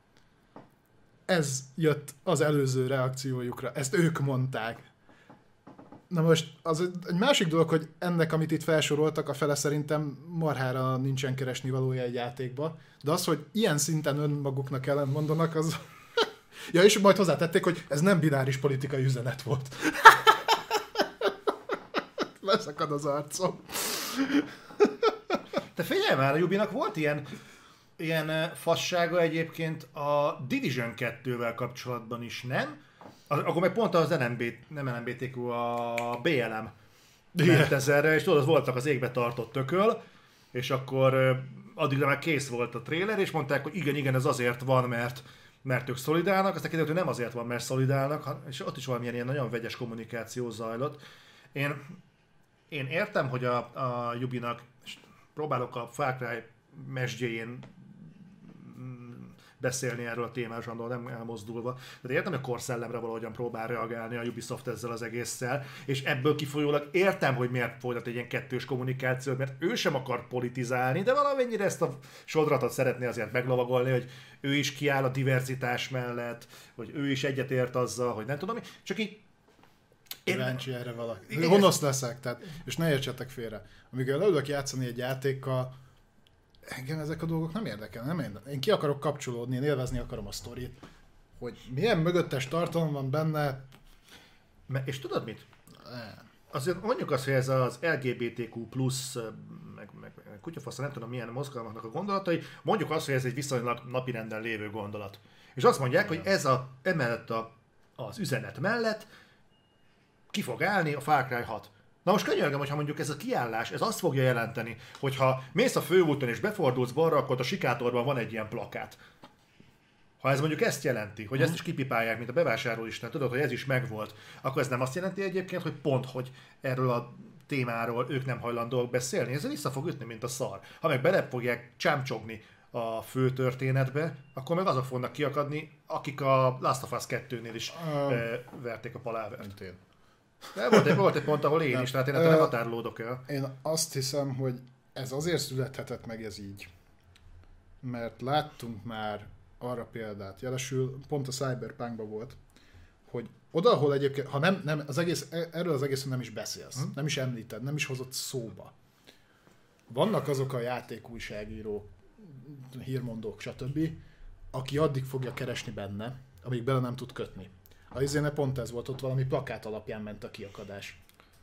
Ez jött az előző reakciójukra, ezt ők mondták. Na most az egy másik dolog, hogy ennek, amit itt felsoroltak, a fele szerintem marhára nincsen keresnivalója egy játékba, de az, hogy ilyen szinten önmaguknak ellentmondanak, az... ja, és majd hozzátették, hogy ez nem bináris politikai üzenet volt. Leszakad az arcom. De figyelj már, a Ubinak volt ilyen fassága egyébként a Division 2-vel kapcsolatban is, nem? Akkor meg pont az nem NMBTQ, a BLM ment ezerre, és tudod, voltak az égbe tartott tököl, és akkor addigra már kész volt a trailer, és mondták, hogy igen, ez azért van, mert ők szolidálnak, aztán kiderült, hogy nem azért van, mert szolidálnak, és ott is valamilyen ilyen nagyon vegyes kommunikáció zajlott. Én értem, hogy a Ubinak, próbálok a Far Cry mesdjéjén beszélni erről a témáról, nem elmozdulva. De értem, hogy a korszellemre valahogyan próbál reagálni a Ubisoft ezzel az egésszel, és ebből kifolyólag értem, hogy miért folytat egy ilyen kettős kommunikáció, mert ő sem akar politizálni, de valamennyire ezt a sodratot szeretné azért meglovagolni, hogy ő is kiáll a diverzitás mellett, hogy ő is egyetért azzal, hogy nem tudom mi, csak így kíváncsi erre valaki. Gonosz leszek, tehát, és ne értsetek félre. Amikor leülök játszani egy játékkal, engem ezek a dolgok nem érdekel. Én ki akarok kapcsolódni, én élvezni akarom a sztorit. Hogy milyen mögöttes tartalom van benne. És tudod mit? Azért mondjuk azt, hogy ez az LGBTQ+, meg kutyafasz, nem tudom milyen mozgalmaknak a gondolatai, mondjuk azt, hogy ez egy viszonylag napirenden lévő gondolat. És azt mondják, hogy ez emellett az üzenet mellett ki fog állni a Far Cry 6. Na most könyörgöm, hogyha mondjuk ez a kiállás, ez azt fogja jelenteni, hogyha mész a főúton és befordulsz balra, akkor a sikátorban van egy ilyen plakát. Ha ez mondjuk ezt jelenti, hogy ezt is kipipálják, mint a bevásárlóisten, tudod, hogy ez is megvolt, akkor ez nem azt jelenti egyébként, hogy pont, hogy erről a témáról ők nem hajlandóak beszélni. Ez vissza fog ütni, mint a szar. Ha meg bele fogják csámcsogni a fő történetbe, akkor meg azok fognak kiakadni, akik a Last of Us 2-nél is verték a palávert. De volt egy pont, ahol én is, tehát én ettől nem határolódok el. Én azt hiszem, hogy ez azért születhetett meg ez így, mert láttunk már arra példát, jelesül pont a Cyberpunkban volt, hogy oda, ahol egyébként, ha nem az egész, erről az egészről nem is beszélsz, nem is említed, nem is hozott szóba. Vannak azok a játékújságírók, hírmondók, stb., aki addig fogja keresni benne, amíg bele nem tud kötni. A izéne pont ez volt, ott valami plakát alapján ment a kiakadás.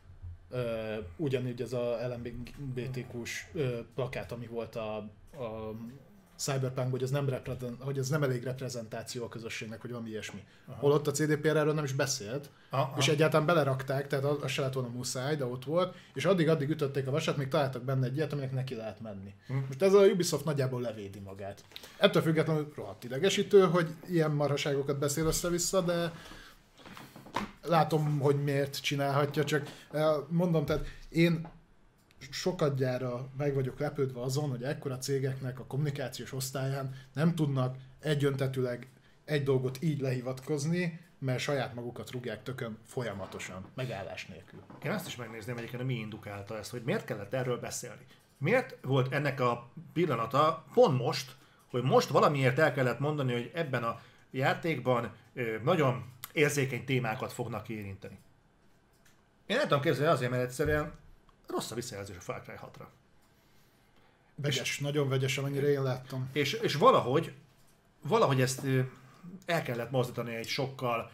Ugyanígy ez a LMBTQ-s plakát, ami volt a Cyberpunkban, hogy ez nem elég reprezentáció a közösségnek, hogy valami ilyesmi. Holott a CDPR erről nem is beszélt, és egyáltalán belerakták, tehát az se lett volna muszáj, de ott volt, és addig ütötték a vasat, még találtak benne egy ilyet, aminek neki lehet menni. Most ez a Ubisoft nagyjából levédi magát. Ettől függetlenül rohadt idegesítő, hogy ilyen marhaságokat beszél össze-vissza, de látom, hogy miért csinálhatja, csak mondom, tehát én sokadjára meg vagyok lepődve azon, hogy ekkora cégeknek a kommunikációs osztályán nem tudnak egyöntetűleg egy dolgot így lehivatkozni, mert saját magukat rúgják tökön folyamatosan, megállás nélkül. Én azt is megnézném egyébként, mi indukálta ezt, hogy miért kellett erről beszélni. Miért volt ennek a pillanata pont most, hogy most valamiért el kellett mondani, hogy ebben a játékban nagyon érzékeny témákat fognak érinteni. Én nem tudom képzelni azért, mert egyszerűen rossz a visszajelzés a Far Cry 6-ra. Vegyes, nagyon vegyes, amennyire én láttam. És valahogy ezt el kellett mozdítani egy sokkal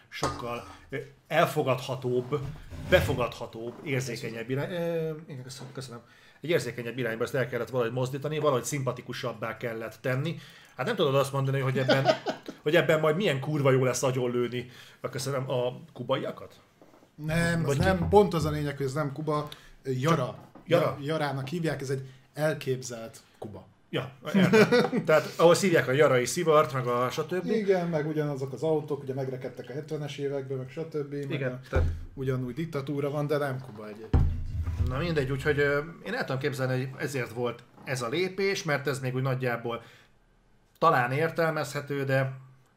elfogadhatóbb, befogadhatóbb, érzékenyebb irány. Köszönöm. Egy érzékenyebb irányba ezt el kellett valahogy mozdítani, valahogy szimpatikusabbá kellett tenni. Hát nem tudod azt mondani, hogy ebben majd milyen kurva jó lesz agyonlőni köszönöm, a kubaiakat? Nem, nem, pont az a lényeg, hogy ez nem Kuba, Jara. Jarának hívják, ez egy elképzelt Kuba. Ja, értem. Tehát ahol szívják a jarai szivart, meg a stb. Igen, meg ugyanazok az autók, ugye megrekedtek a 70-es években, meg stb. Igen, ugyanúgy diktatúra van, de nem Kuba egyébként. Na mindegy, úgyhogy én el tudom képzelni, hogy ezért volt ez a lépés, mert ez még úgy nagyjából talán értelmezhető, de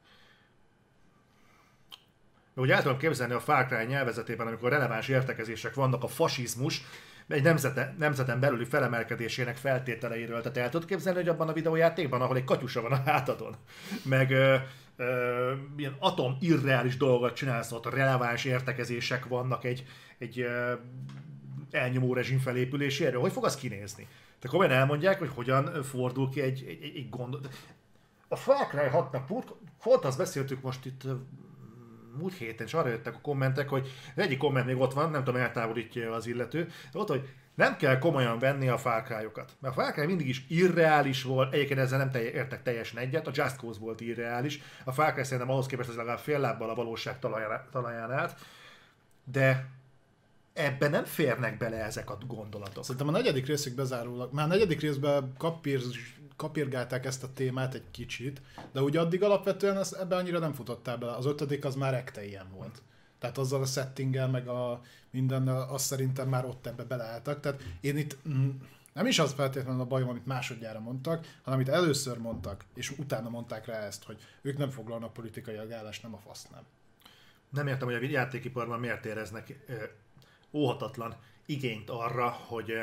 úgy el tudom képzelni a Far Cry nyelvezetében, amikor releváns értekezések vannak a fasizmus, egy nemzeten belüli felemelkedésének feltételeiről. Tehát el tudod képzelni, hogy abban a videójátékban, ahol egy katyusa van a hátadon, meg ilyen atom irreális dolgot csinálsz, ott releváns értekezések vannak egy elnyomó rezsim felépüléséről. Hogy fog az kinézni? Tehát komolyan elmondják, hogy hogyan fordul ki egy gond. A Far Cry 6-nak pont azt beszéltük most itt múlt héten, és arra jöttek a kommentek, hogy egyik komment még ott van, nem tudom, eltávolítja az illető, de ott, hogy nem kell komolyan venni a Far Cry-okat. Mert a Far Cry mindig is irreális volt, egyébként ezzel nem értek teljesen egyet, a Just Cause volt irreális, a Far Cry szerintem ahhoz képest ez legalább fél lábbal a valóság talaján állt, de ebben nem férnek bele ezek a gondolatok. Szerintem a negyedik részig bezárólag, már a negyedik részben kapirgálták ezt a témát egy kicsit, de úgy addig alapvetően ebben annyira nem futottál bele. Az ötödik az már ekte ilyen volt. Tehát azzal a settinggel, meg a mindennel, azt szerintem már ott ebbe beleálltak. Tehát én itt Nem is az feltétlenül a bajom, amit másodjára mondtak, hanem amit először mondtak, és utána mondták rá ezt, hogy ők nem foglalnak politikai agállást, nem a fasz nem. Nem értem, hogy a játékiparban miért éreznek óhatatlan igényt arra, hogy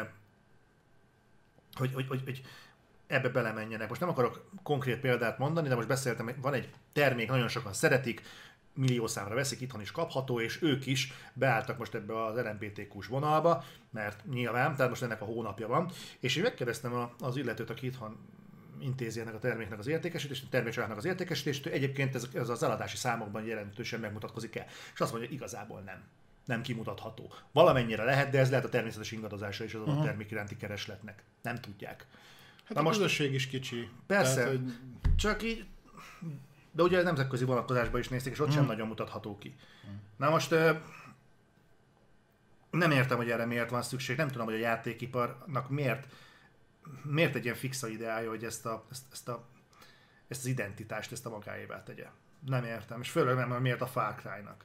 ebbe belemenjenek. Most nem akarok konkrét példát mondani, de most beszéltem, van egy termék, nagyon sokan szeretik, millió számra veszik, itthon is kapható, és ők is beálltak most ebbe az LMBTQ-s vonalba, mert nyilván, tehát most ennek a hónapja van, és én megkérdeztem az illetőt, aki itthon intézi ennek a terméknek az értékesítést, a termékcsaládnak az értékesítést, egyébként ez az eladási számokban jelentősen megmutatkozik el. És azt mondja, hogy igazából nem kimutatható. Valamennyire lehet, de ez lehet a természetes ingadozása is az adott termék iránti keresletnek. Nem tudják. Hát na a közösség is kicsi. Persze, tehát, hogy... csak így, de ugye a nemzetközi vonatkozásban is nézték, és ott sem nagyon mutatható ki. Na most nem értem, hogy erre miért van szükség, nem tudom, hogy a játékiparnak miért egy ilyen fixa ideája, hogy ezt az identitást, ezt a magáévá tegye. Nem értem, és főleg nem, miért a Far Cry-nak.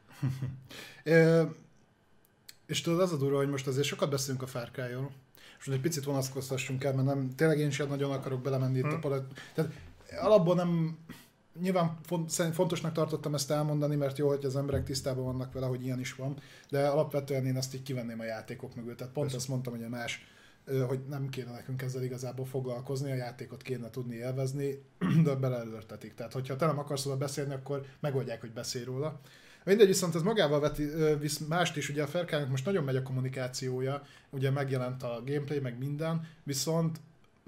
És tudod, az a durva, hogy most azért sokat beszélünk a Far Cry-ról, és egy picit vonatkoztassunk el, mert nem, tényleg én sem nagyon akarok belemenni itt a tehát alapból nem, nyilván fontosnak tartottam ezt elmondani, mert jó, hogy az emberek tisztában vannak vele, hogy ilyen is van, de alapvetően én ezt így kivenném a játékok mögül. Tehát pont ezt mondtam, hogy a más, hogy nem kéne nekünk ezzel igazából foglalkozni, a játékot kéne tudni élvezni, de beleelőrtetik. Tehát, hogyha te nem akarsz róla beszélni, akkor megoldják, hogy beszélj róla. Mindegy, viszont ez magával visz mást is, ugye a Far Cry-nak most nagyon megy a kommunikációja, ugye megjelent a gameplay, meg minden, viszont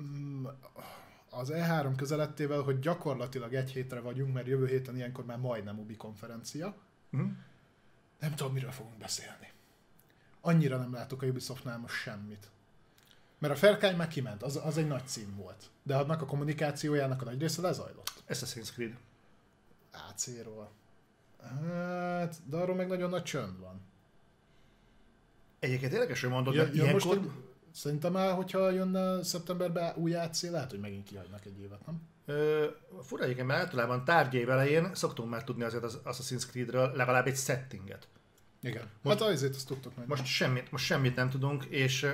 az E3 közelettével, hogy gyakorlatilag egy hétre vagyunk, mert jövő héten ilyenkor már majdnem Ubi konferencia, nem tudom, miről fogunk beszélni. Annyira nem látok a Ubisoftnál most semmit. Mert a Far Cry már kiment, az egy nagy cím volt. De annak a kommunikációjának a nagy része lezajlott. Assassin's Creed. AC-ról. Hát, de arról meg nagyon nagy csönd van. Egyébként érdekes, hogy mondod, hogy ilyenkor... Szerintem már, hogyha jönne szeptemberben új AC, lehet, hogy megint kihagynak egy évet, nem? Fura egyébként, mert általában tárgyév elején szoktunk már tudni azért az Assassin's Creedről legalább egy settinget. Igen. Most, hát azért azt tudtok meg. Most semmit nem tudunk, és...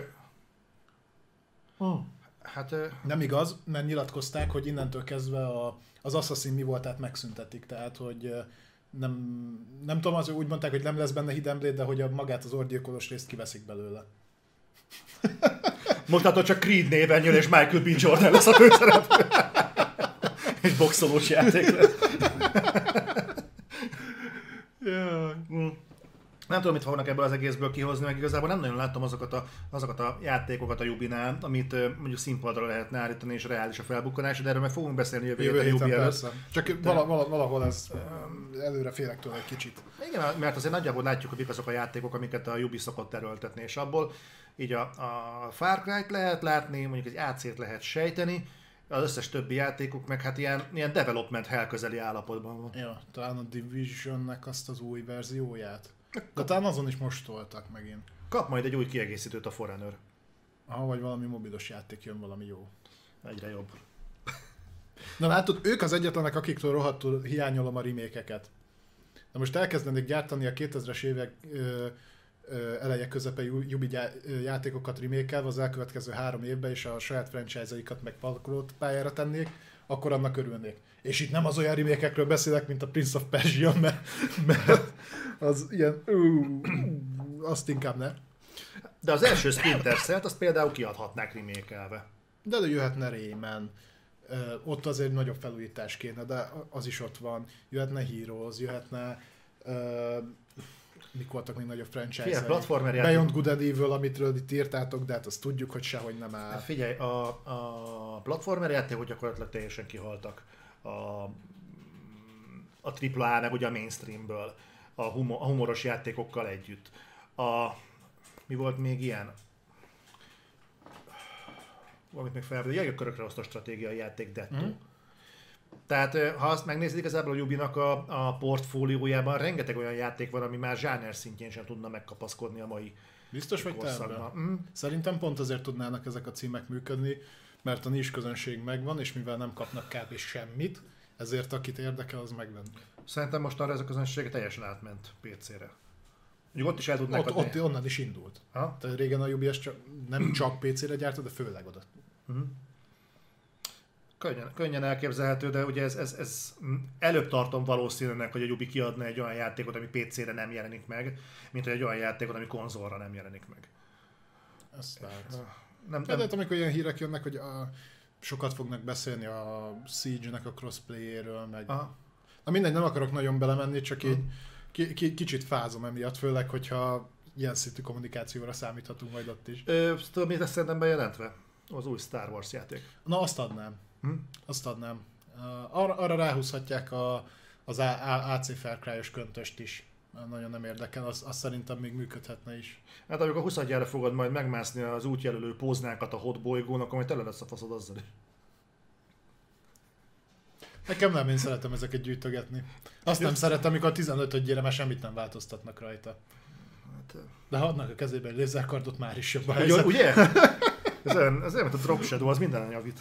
Hát... Nem igaz, mert nyilatkozták, hogy innentől kezdve az Assassin mi voltát megszüntetik, tehát hogy nem tudom, az úgy mondták, hogy nem lesz benne Hidden Blade, de hogy magát az orgyilkolós részt kiveszik belőle. Most csak Creed néven jön, és Michael B. Jordan lesz a főszereplő. És boxolós játék lesz. Nem tudom, mit fognak ebből az egészből kihozni, meg igazából nem nagyon láttam azokat a játékokat a Ubinál, amit mondjuk színpadra lehetne állítani, és reális a felbukkanás, de erről meg fogunk beszélni jövő héten Ubi előtt. Csak valahol ez előre félek tőle egy kicsit. Igen, mert azért nagyjából látjuk, hogy mik azok a játékok, amiket a Ubi szokott erőltetni, és abból így a Far Cry-t lehet látni, mondjuk egy AC-t lehet sejteni, az összes többi játékuk meg hát ilyen development hell közeli állapotban van. Ja, talán a Division-nek azt az új verzióját. De talán azon is most toltak megint. Kap majd egy új kiegészítőt a Forerunner. Aha, vagy valami mobilos játék jön, valami jó. Egyre jobb. Na látod, ők az egyetlenek, akiktől rohadtul hiányolom a remékeket. Na most elkezdenék gyártani a 2000-es évek eleje közepe Ubi játékokat remékelve az elkövetkező 3 évben, és a saját franchise-aikat meg parkolót pályára tennék, akkor annak örülnék. És itt nem az olyan remékekről beszélek, mint a Prince of Persia, mert az ilyen... azt inkább ne. De az első Splinter Cell-t azt például kiadhatnák remékelve. De jöhetne Rayman. Ott azért nagyobb felújítás kéne, de az is ott van. Jöhetne Heroes, jöhetne... mik voltak még nagyobb franchise-ai? Platformer játék. Beyond Good and Evil, amitről itt írtátok, de hát azt tudjuk, hogy sehogy nem áll. Figyelj, a platformer játékok gyakorlatilag teljesen kihaltak. A AAA meg ugye a mainstreamből, a humoros játékokkal együtt. Mi volt még ilyen? Valamit még felvetett, a körökre osztó stratégiai játék Detto. Tehát ha azt megnézed, igazából a Ubinak a portfóliójában rengeteg olyan játék van, ami már zsáner szintjén sem tudna megkapaszkodni a mai biztos vagy te ebben? Szerintem pont azért tudnának ezek a címek működni, mert a nis közönség megvan, és mivel nem kapnak kb. Semmit, ezért akit érdekel, az megvenni. Szerintem most arra ez a közönség teljesen átment PC-re. Ott is el tudnák adni. Ott onnan is indult. Ha? Tehát régen a UBS nem csak PC-re gyártott, de főleg oda. Könnyen elképzelhető, de ugye ez előbb tartom valószínűnek, hogy a Ubi kiadna egy olyan játékot, ami PC-re nem jelenik meg, mint hogy egy olyan játékot, ami konzolra nem jelenik meg. Ezt lehet. Nem. De amikor ilyen hírek jönnek, hogy sokat fognak beszélni a Siege-nek a crossplay-éről, meg... Aha. Na mindegy, nem akarok nagyon belemenni, csak így kicsit fázom emiatt, főleg, hogyha ilyen szintű kommunikációra számíthatunk majd ott is. Tudod, mit lesz szerintem bejelentve? Az új Star Wars játék. Na, azt adnám. Azt adnám. Arra ráhúzhatják az AC Far Cry-os köntöst is. Nagyon nem érdekel, az szerintem még működhetne is. Hát amikor 20-jára fogod majd megmászni az útjelölő póznákat a hot bolygón, akkor majd tele lesz a faszod azzal is. Nekem nem, én szeretem ezeket gyűjtögetni. Azt nem szeretem, amikor a 15-ödjére már semmit nem változtatnak rajta. De ha adnak a kezébe egy lézerkardot, már is jobb a helyzet. Ugye? Ez olyan, mint a Drop Shadow, az minden javít.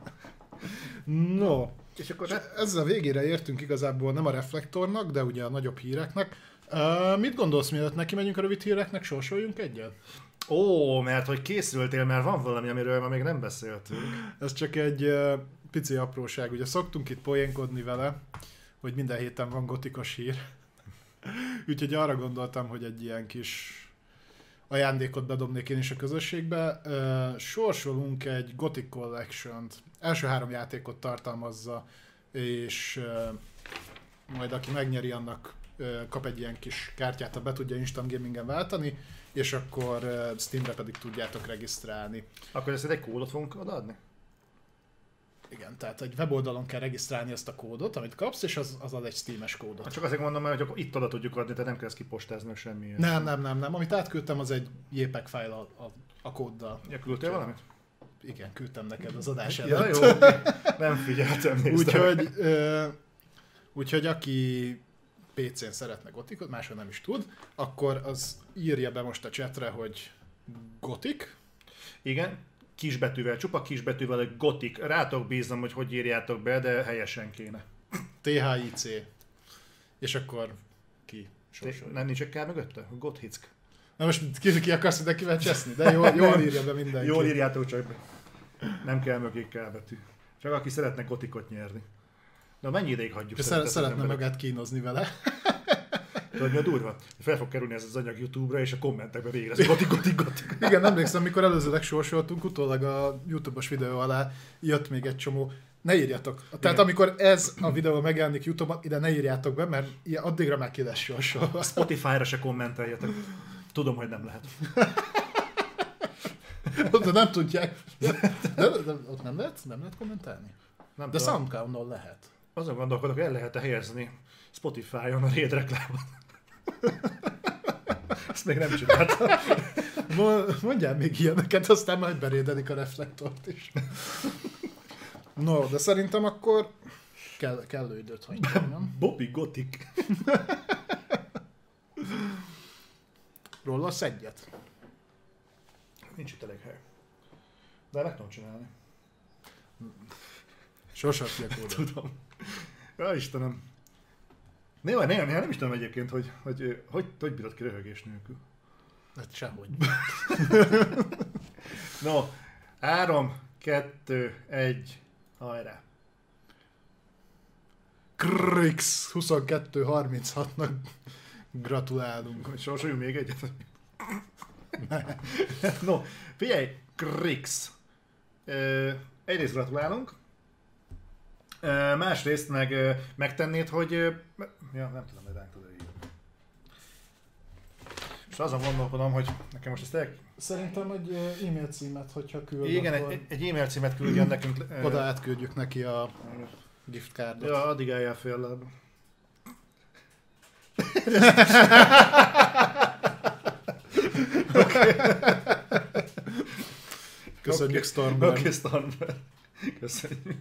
No, és akkor ezzel végére értünk igazából nem a reflektornak, de ugye a nagyobb híreknek. Mit gondolsz, mielőtt neki megyünk a rövid híreknek, sorsoljunk egyet? Mert hogy készültél, mert van valami, amiről ma még nem beszéltünk. Ez csak egy pici apróság, ugye szoktunk itt poénkodni vele, hogy minden héten van gotikos hír. Úgyhogy arra gondoltam, hogy egy ilyen kis ajándékot bedobnék én is a közösségbe. Sorsolunk egy Gothic Collection-t. Első 3 játékot tartalmazza, és majd aki megnyeri, annak kap egy ilyen kis kártyát, be tudja Instant Gamingen váltani, és akkor Steamre pedig tudjátok regisztrálni. Akkor ezt egy kódot fogunk odaadni? Igen, tehát egy weboldalon kell regisztrálni ezt a kódot, amit kapsz, és az ad egy Steam-es kódot. Csak azért mondom, hogy akkor itt oda tudjuk adni, tehát nem kell ezt kipostázni semmi. Nem. Amit átküldtem, az egy JPEG file a kóddal. Ja, küldtél valamit? Igen, küldtem neked az adás előtt. Ja, jó, nem figyeltem, néztem. Úgyhogy aki PC-n szeretne Gothicot, máshol nem is tud, akkor az írja be most a chatre, hogy Gothic. Igen, kisbetűvel, csupa kisbetűvel, hogy Gothic. Rátok bízom, hogy írjátok be, de helyesen kéne. THIC. És akkor ki sorsolja. Nem nincs egy K mögötte? Gothic. Na most ki akarsz mindenkivel cseszni? De jól írja be mindenki. Jól írjátok, csak nem kell mögé K betű. Csak aki szeretne Gothicot nyerni. Na mennyi ideig hagyjuk? Szeretne magát kínozni vele. Tudod, mi a durva? Fel fog kerülni ez az anyag YouTube-ra, és a kommentekbe végre ez Gothic. Igen, emlékszem, mikor előzőleg sorsoltunk, utólag a YouTube-os videó alá jött még egy csomó. Ne írjatok. Tehát amikor ez a videó megjelenik YouTube-on, ide ne írjátok be, mert addigra már ki lesz sorsolva. Spotify-ra se kommenteljetek. Tudom, hogy nem lehet. De nem tudják. De ott nem lehet kommentálni? Nem de SoundCloud-on lehet. Azon gondolkodok, el lehet-e helyezni Spotify-on a Raid reklámot. Ezt még nem csináltam. Mondjál még ilyeneket, aztán majd berédelik a reflektort is. No, de szerintem akkor kellő időt hagyni, nem? Bobby Gothic. Rólasz egyet? Nincs itt elég hely. De meg tudom csinálni. Sosem ki a kódot. Tudom. Ja, Istenem. Nem is tudom egyébként, hogy bírod ki röhögés nélkül. Hát sehogy. No, 3, 2, 1, hajrá. Krix 22-36-nak gratulálunk. Sorsoljunk még egyet. No, figyelj, Krix. Egyrészt gratulálunk. Másrészt meg megtennéd, hogy... Ja, nem tudom, hogy ránk tudod írni. És azon gondolkodom, hogy nekem most ezt Szerintem egy e-mail címet, hogyha küld. Igen, akkor... egy e-mail címet küldjön nekünk. Oda átküldjük neki a giftcardot. Ja, addig eljár fél láb. Köszönjük, Stormberg. Oké, Stormberg. Köszönjük.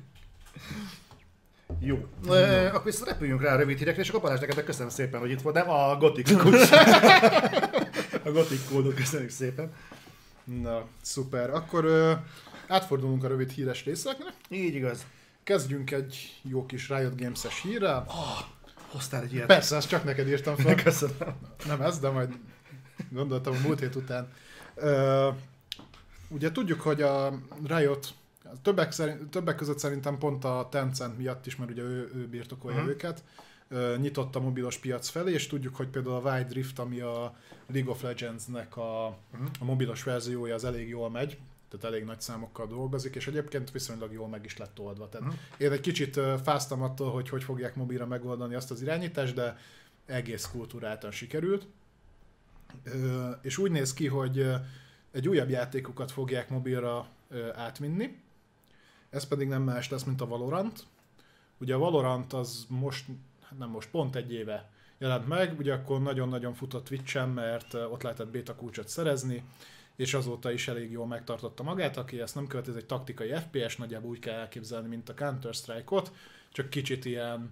Jó. Akkor vissza repüljünk rá a rövid hírekre, és akkor Balázs, neked köszönöm szépen, hogy itt volt. Nem a Gothic kódot. A Gothic kódot köszönjük szépen. Na, szuper. Akkor átfordulunk a rövid híres részekre. Így igaz. Kezdjünk egy jó kis Riot Games-es hírrel. Hoztál egy ilyet. Persze, ezt csak neked írtam fel. Köszönöm. Nem ez, de majd Gondoltam a múlt hét után. Ugye tudjuk, hogy a Riot többek között szerintem pont a Tencent miatt is, mert ugye ő birtokolja őket, nyitott a mobilos piac felé, és tudjuk, hogy például a Wild Rift, ami a League of Legends-nek a mobilos verziója, az elég jól megy, tehát elég nagy számokkal dolgozik, és egyébként viszonylag jól meg is lett oldva. Tehát én egy kicsit fáztam attól, hogy fogják mobilra megoldani azt az irányítást, de egész kultúráltan sikerült. És úgy néz ki, hogy egy újabb játékokat fogják mobilra átvinni, ez pedig nem más lesz, mint a Valorant. Ugye a Valorant az pont egy éve jelent meg, ugye akkor nagyon-nagyon futott Twitch-en, mert ott lehetett beta kulcsot szerezni, és azóta is elég jól megtartotta magát. Aki ezt nem követ, ez egy taktikai FPS, nagyjából úgy kell elképzelni, mint a Counter-Strike-ot, csak kicsit ilyen,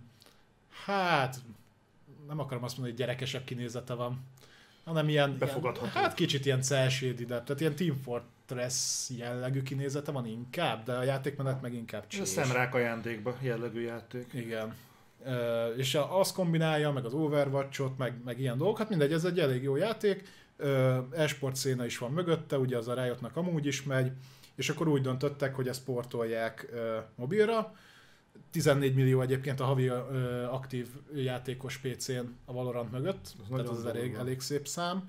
nem akarom azt mondani, hogy gyerekesebb kinézete van, hanem ilyen kicsit ilyen cel-shaded, tehát ilyen Team Fortress jellegű kinézete van inkább, de a játékmenet meg inkább csés. Ez a szemrák ajándékba jellegű játék. Igen. És azt kombinálja, meg az Overwatch-ot, meg ilyen dolgok, hát mindegy, ez egy elég jó játék, e-sport széna is van mögötte, ugye az a Riotnak amúgy is megy, és akkor úgy döntöttek, hogy ezt portolják mobilra. 14 millió egyébként a havi aktív játékos PC-n a Valorant mögött, tehát az elég szép szám.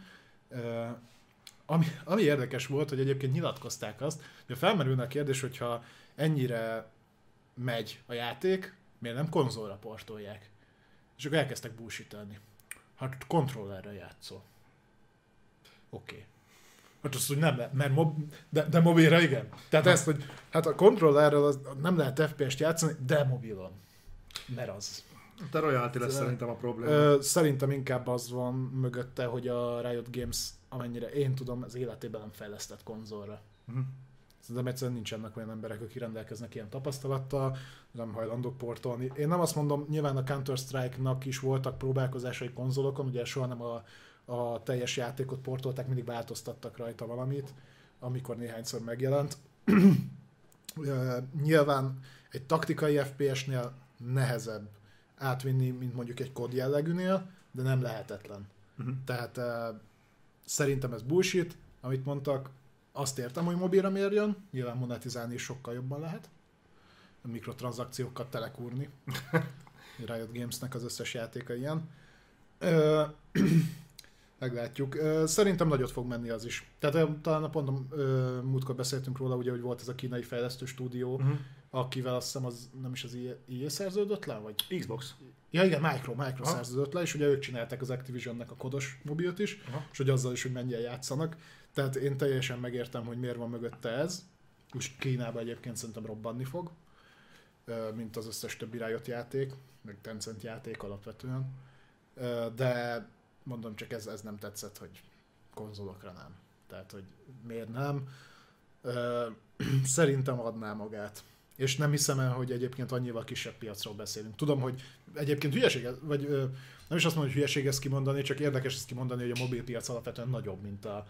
Ami érdekes volt, hogy egyébként nyilatkozták azt, hogy felmerülne a kérdés, hogyha ennyire megy a játék, miért nem konzolra portolják? És akkor elkezdtek bullshit-elni. Hát kontrollerrel játszol. Oké. Hát azt, hogy nem lehet, mert de mobilra igen. Tehát ezt, hogy hát a kontrollerrel nem lehet FPS-t játszani, de mobilon. Mert az. A royalty lesz szerintem a probléma. Szerintem inkább az van mögötte, hogy a Riot Games, amennyire én tudom, az életében nem fejlesztett konzolra. Szerintem egyszerűen nincsenek olyan emberek, akik rendelkeznek ilyen tapasztalattal, nem hajlandók portolni. Én nem azt mondom, nyilván a Counter-Strike-nak is voltak próbálkozásai konzolokon, ugye soha nem a teljes játékot portolták, mindig változtattak rajta valamit, amikor néhányszor megjelent. Nyilván egy taktikai FPS-nél nehezebb átvinni, mint mondjuk egy kod jellegűnél, de nem lehetetlen. Tehát szerintem ez bullshit, amit mondtak. Azt értem, hogy mobilra miért jön, nyilván monetizálni is sokkal jobban lehet. A mikrotranszakciókat telekúrni. Riot Gamesnek az összes játéka ilyen. Meglátjuk. Szerintem nagyot fog menni az is. Tehát talán pont múltkor beszéltünk róla, ugye, hogy volt ez a kínai fejlesztő stúdió, akivel azt hiszem az nem is az EA szerződött le, vagy? Xbox. Ja igen, Micro szerződött le, és ugye ők csinálták az Activisionnek a kodos mobilt is, és hogy azzal is, hogy mennyien játszanak. Tehát én teljesen megértem, hogy miért van mögötte ez. És Kínában egyébként szerintem robbanni fog, mint az összes többi Riot játék, meg Tencent játék alapvetően. De mondom, csak ez nem tetszett, hogy konzolokra nem. Tehát, hogy miért nem. Szerintem adná magát. És nem hiszem el, hogy egyébként annyival kisebb piacról beszélünk. Tudom, hogy egyébként hülyeség, vagy nem is azt mondom, hogy hülyeség ezt kimondani, csak érdekes ezt kimondani, hogy a mobilpiac alapvetően nagyobb, mint a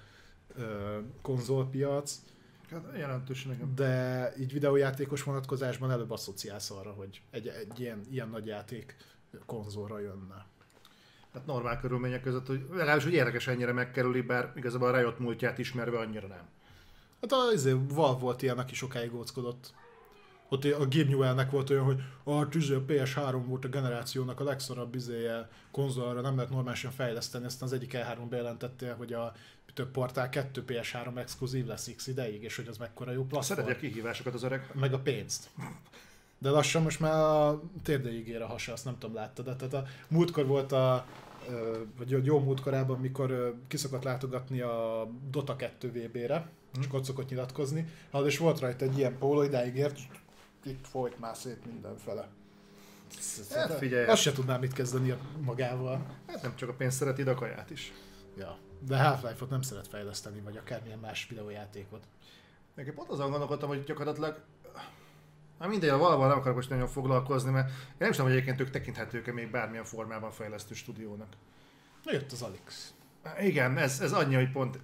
konzolpiac. Hát jelentős nekem. De így videójátékos vonatkozásban előbb asszociálsz arra, hogy egy ilyen nagy játék konzolra jönne. Hát normál körülmények között, hogy legalábbis hogy érdekes ennyire megkerüli, bár igazából a Riot múltját ismerve annyira nem. Hát a Valve volt ilyen, aki sokáig óckodott. Ott a Gabe Newellnek volt olyan, hogy a PS3 volt a generációnak a legszorabb konzolra, nem lehet normálisan fejleszteni, aztán az egyik E3 bejelentettél, hogy a több portál 2 PS3 exkluzív lesz X ideig, és hogy az mekkora jó platform. Szeretja kihívásokat az öreg. Meg a pénzt. De lassan most már a térdeig ér a hasa, azt nem tudom, láttad. Tehát a múltkor volt vagy jó múltkorában, mikor kiszokott látogatni a Dota 2 VB-re, csak ott szokott nyilatkozni, és volt rajta egy ilyen póló, idáig ért, itt folyt már szét mindenfele. Hát figyelj! Azt se tudnám mit kezdeni magával. Hát nem csak a pénzt szereti, de a kaját is. Ja, de Half-Life-ot nem szeret fejleszteni, vagy akármilyen más videójátékot. Nekem pont azon gondolkodtam, hogy gyakorlatilag mindegy, valahol nem akarok most nagyon foglalkozni, mert én nem is tudom, hogy egyébként ők tekinthetők-e még bármilyen formában fejlesztő stúdiónak. Na jött az Alyx. Igen, ez annyi, hogy pont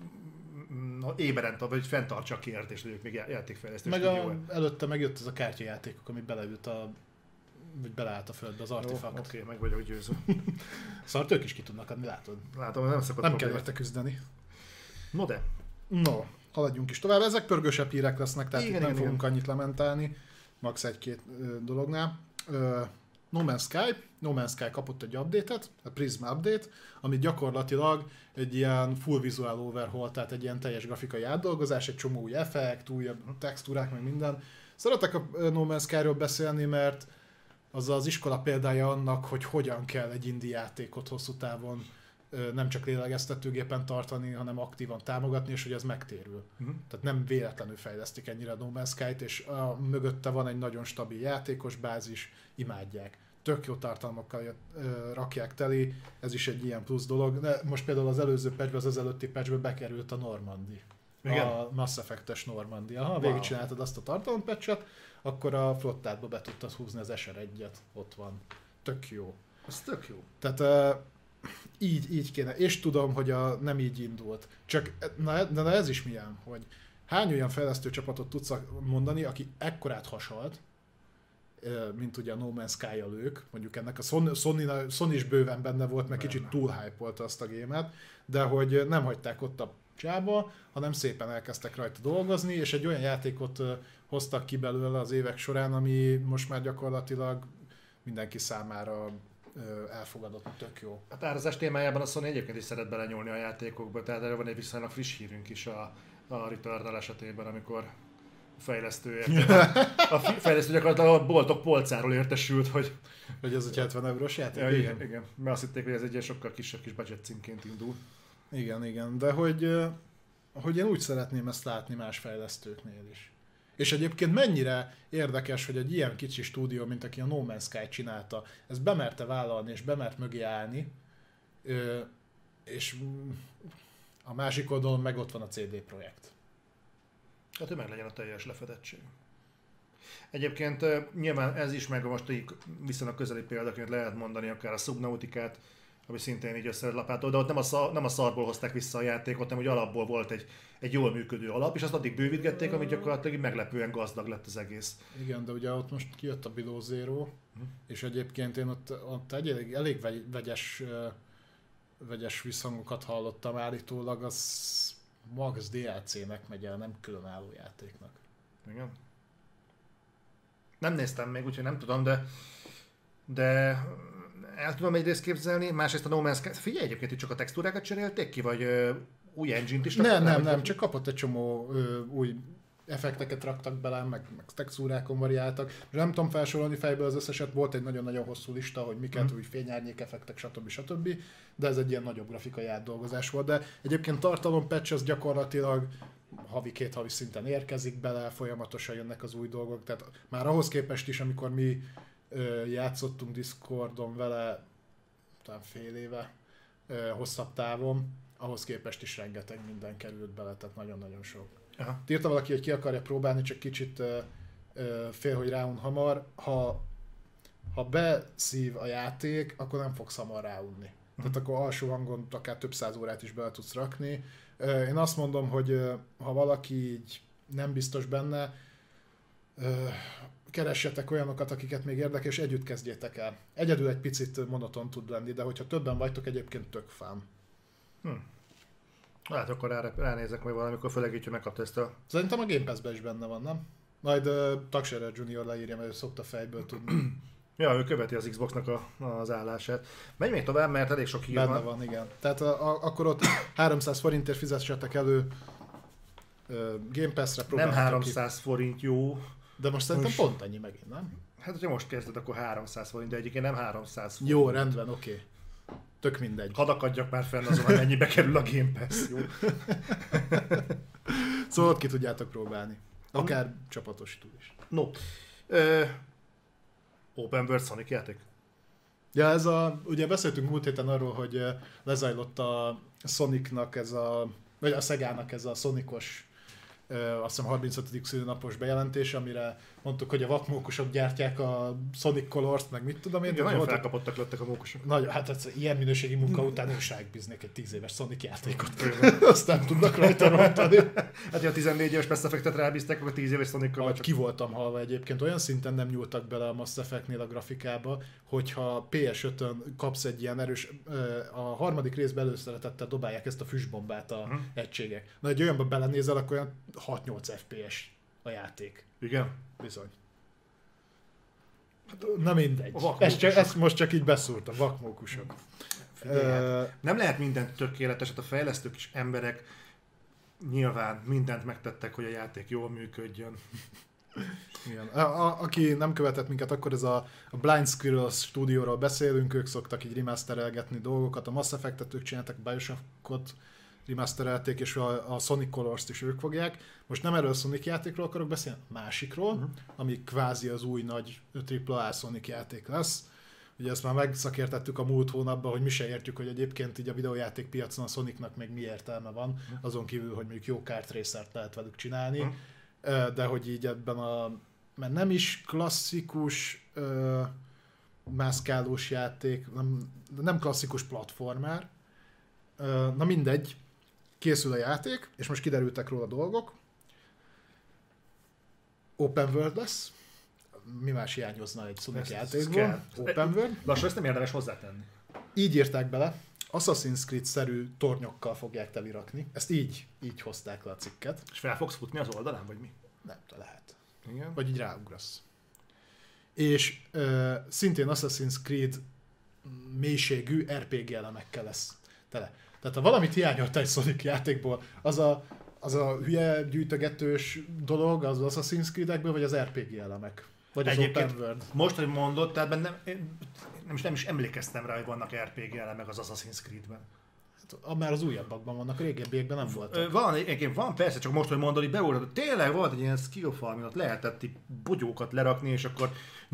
éberen vagy fenntartsa a kérdést, hogy ők még játékfejlesztő stúdió. Előtte megjött ez a kártyajátékok, ami beleült a vagy beleállt a földbe az artefakt. Oké, meg vagyok győző. Szart ők is ki tudnak adni, látod? Látom, nem szokott Nem kell érte küzdeni. No de. No, haladjunk is tovább. Ezek pörgősebb hírek lesznek, tehát igen, itt nem igen, fogunk annyit lamentálni. Max egy-két dolognál. No Man's Sky kapott egy update-et, a Prism update, ami gyakorlatilag egy ilyen full visual overhaul, tehát egy ilyen teljes grafikai átdolgozás, egy csomó új effekt, újabb textúrák, meg minden. Szeretek a No Man's Sky-ról beszélni, mert az iskola példája annak, hogy hogyan kell egy indie játékot hosszú távon nem csak lélegeztetőgépen tartani, hanem aktívan támogatni, és hogy ez megtérül. Tehát nem véletlenül fejlesztik ennyire a No Man's Sky-t, és mögötte van egy nagyon stabil játékos bázis, imádják. Tök jó tartalmakkal rakják teli, ez is egy ilyen plusz dolog. De most például az előző patchbe, az előtti patchbe bekerült a Normandy. Igen? A Mass Effect-es Normandy. Ha végigcsináltad azt a tartalompatchet, akkor a flottádba be tudtad húzni az SR1-et. Ott van. Tök jó. Ez tök jó. Tehát így kéne. És tudom, hogy nem így indult. Csak na ez is milyen, hogy hány olyan fejlesztő csapatot tudsz mondani, aki ekkorát hasalt, mint ugye a No Man's Sky-jal ők, mondjuk ennek a Sony is bőven benne volt, meg kicsit túl hype-olta azt a gémet, de hogy nem hagyták ott a csába, hanem szépen elkezdtek rajta dolgozni, és egy olyan játékot hoztak ki belőle az évek során, ami most már gyakorlatilag mindenki számára elfogadott, tök jó. A árazás témájában a Sony egyébként is szeret belenyúlni a játékokba, tehát erre van egy viszonylag friss hírünk is a Returnal esetében, amikor a fejlesztő gyakorlatilag a boltok polcáról értesült, hogy ez egy 70 eurós játék? Ja, igen, mert azt hitték, hogy ez egy ilyen sokkal kisebb kis budget címként indul. Igen, de hogy én úgy szeretném ezt látni más fejlesztőknél is. És egyébként mennyire érdekes, hogy egy ilyen kicsi stúdió, mint aki a No Man's Sky csinálta, ezt bemerte vállalni, és bemert mögé állni, és a másik oldalon meg ott van a CD Projekt. Hát, hogy meg legyen a teljes lefedettség. Egyébként nyilván ez is meg most így viszonylag közeli példaként lehet mondani akár a Subnauticát, ami szintén így összelapától, de ott nem a szarból hozták vissza a játékot, hanem hogy alapból volt egy jól működő alap, és azt addig bővítgették, amit gyakorlatilag meglepően gazdag lett az egész. Igen, de ugye ott most kijött a Below Zero, és egyébként én ott elég vegyes visszhangokat hallottam állítólag, az max DLC-nek megy el, nem különálló játéknak. Igen. Nem néztem még, úgyhogy nem tudom, de el tudom egyrészt képzelni, másrészt a No Man's Sky. Figyelj, egyébként itt csak a textúrákat cserélték ki, vagy új engine-t is? Nem, csak kapott egy csomó új effekteket raktak bele, meg textúrákon variáltak. Nem tudom felsorolni fejből az összeset, volt egy nagyon-nagyon hosszú lista, hogy miket, új fényárnyék effektek, stb. De ez egy ilyen nagyobb grafikai átdolgozás volt. De egyébként tartalompatch az gyakorlatilag két havi szinten érkezik bele, folyamatosan jönnek az új dolgok. Tehát már ahhoz képest is, amikor mi játszottunk Discordon vele, talán fél éve, hosszabb távon, ahhoz képest is rengeteg minden került bele, tehát nagyon-nagyon sok. Írta valaki, hogy ki akarja próbálni, csak kicsit fél, hogy ráun hamar. Ha beszív a játék, akkor nem fogsz hamar ráunni. Tehát akkor alsó hangon akár több száz órát is bele tudsz rakni. Én azt mondom, hogy ha valaki így nem biztos benne, keressetek olyanokat, akiket még érdekel, és együtt kezdjétek el. Egyedül egy picit monoton tud lenni, de hogyha többen vagytok, egyébként tök fán. Hát akkor ránézek majd valamikor, főleg így, hogy megkapta ezt a... Szerintem a Game Pass-ben is benne van, nem? Majd Tagserer Junior leírja, mert ő szokta fejből tudni. Ja, ő követi az Xboxnak az állását. Menj még tovább, mert elég sok hír van. Benne van, igen. Tehát akkor ott 300 forintért fizessetek elő Game Pass-re. Nem 300 forint jó. De most szerintem pont annyi megint, nem? Hát, hogyha most kezded, akkor 300 forint, de egyébként nem 300 forint. Jó, rendben, oké. Tök mindegy. Hadd akadjak már fenn azon, hogy mennyibe kerül a Game Pass, jó? Szóval ott ki tudjátok próbálni. Akár csapatos túl is. No. Open World Sonic játék? Ja, ugye beszéltünk múlt héten arról, hogy lezajlott a Sonicnak vagy a Segának ez a Sonicos azt hiszem 35. szülinapos bejelentés, amire mondtuk, hogy a vakmókusok gyártják a Sonic Colors-t, meg mit tudom én. Igen, nagyon felkapottak lettek a mókusok. Nagyon, hát ilyen minőségi munka után ők rákbíznék egy 10 éves Sonic játékot. Azt nem tudnak rajta rontani. Hát, ha a 14 éves Mass Effect-et rábízták, akkor a 10 éves Sonic-kal csak... Ki voltam halva egyébként, olyan szinten nem nyúltak bele a Mass Effect-nél a grafikába, hogyha PS5-ön kapsz egy ilyen erős, a harmadik részben előszeretettel dobálják ezt a füstbombát a egységek. Na, egy olyanba belenézel, akkor olyan 6-8 FPS a játék. Igen? Bizony. Na mindegy. Ezt most csak így beszúrtam, vakmókusok. Nem lehet mindent tökéletes, hát a fejlesztők és emberek nyilván mindent megtettek, hogy a játék jól működjön. Igen. Aki nem követett minket, akkor ez a Blind Squirrel stúdióról beszélünk, ők szoktak így remasterelgetni dolgokat, a Mass Effect-et ők csináltak, a Bioshockot remasterelték, és a Sonic Colors-t is ők fogják. Most nem erről a Sonic játékról akarok beszélni, másikról, ami kvázi az új nagy AAA Sonic játék lesz. Ugye ezt már megszakértettük a múlt hónapban, hogy mi se értjük, hogy egyébként így a videójáték piacon a Sonicnak még mi értelme van, azon kívül, hogy mondjuk jó kart racert lehet velük csinálni, de hogy így ebben mert nem is klasszikus mászkálós játék, nem klasszikus platformer, na mindegy, készül a játék, és most kiderültek róla dolgok. Open World lesz. Mi más hiányozna egy Sonic játékból? Open World. Lassan ezt nem érdemes hozzátenni. Így írták bele. Assassin's Creed-szerű tornyokkal fogják telirakni. Ezt így hozták le a cikket. És fel fogsz futni az oldalán, vagy mi? Nem, de lehet. Igen. Vagy így ráugrasz. És szintén Assassin's Creed mélységű RPG elemekkel lesz tele. Tehát ha valamit hiányolta egy Sonic játékból, az a hülye gyűjtögetős dolog az Assassin's Creed-ekből, vagy az RPG elemek? Vagy az Open World? Most, hogy mondod, tehát nem is emlékeztem rá, hogy vannak RPG elemek az Assassin's Creed-ben. Hát, már az újabbakban vannak, régebbiekben nem voltak. Van persze, csak most, hogy mondod, hogy beúrod, tényleg volt egy ilyen skill farm, ott lehetett így bogyókat lerakni, és akkor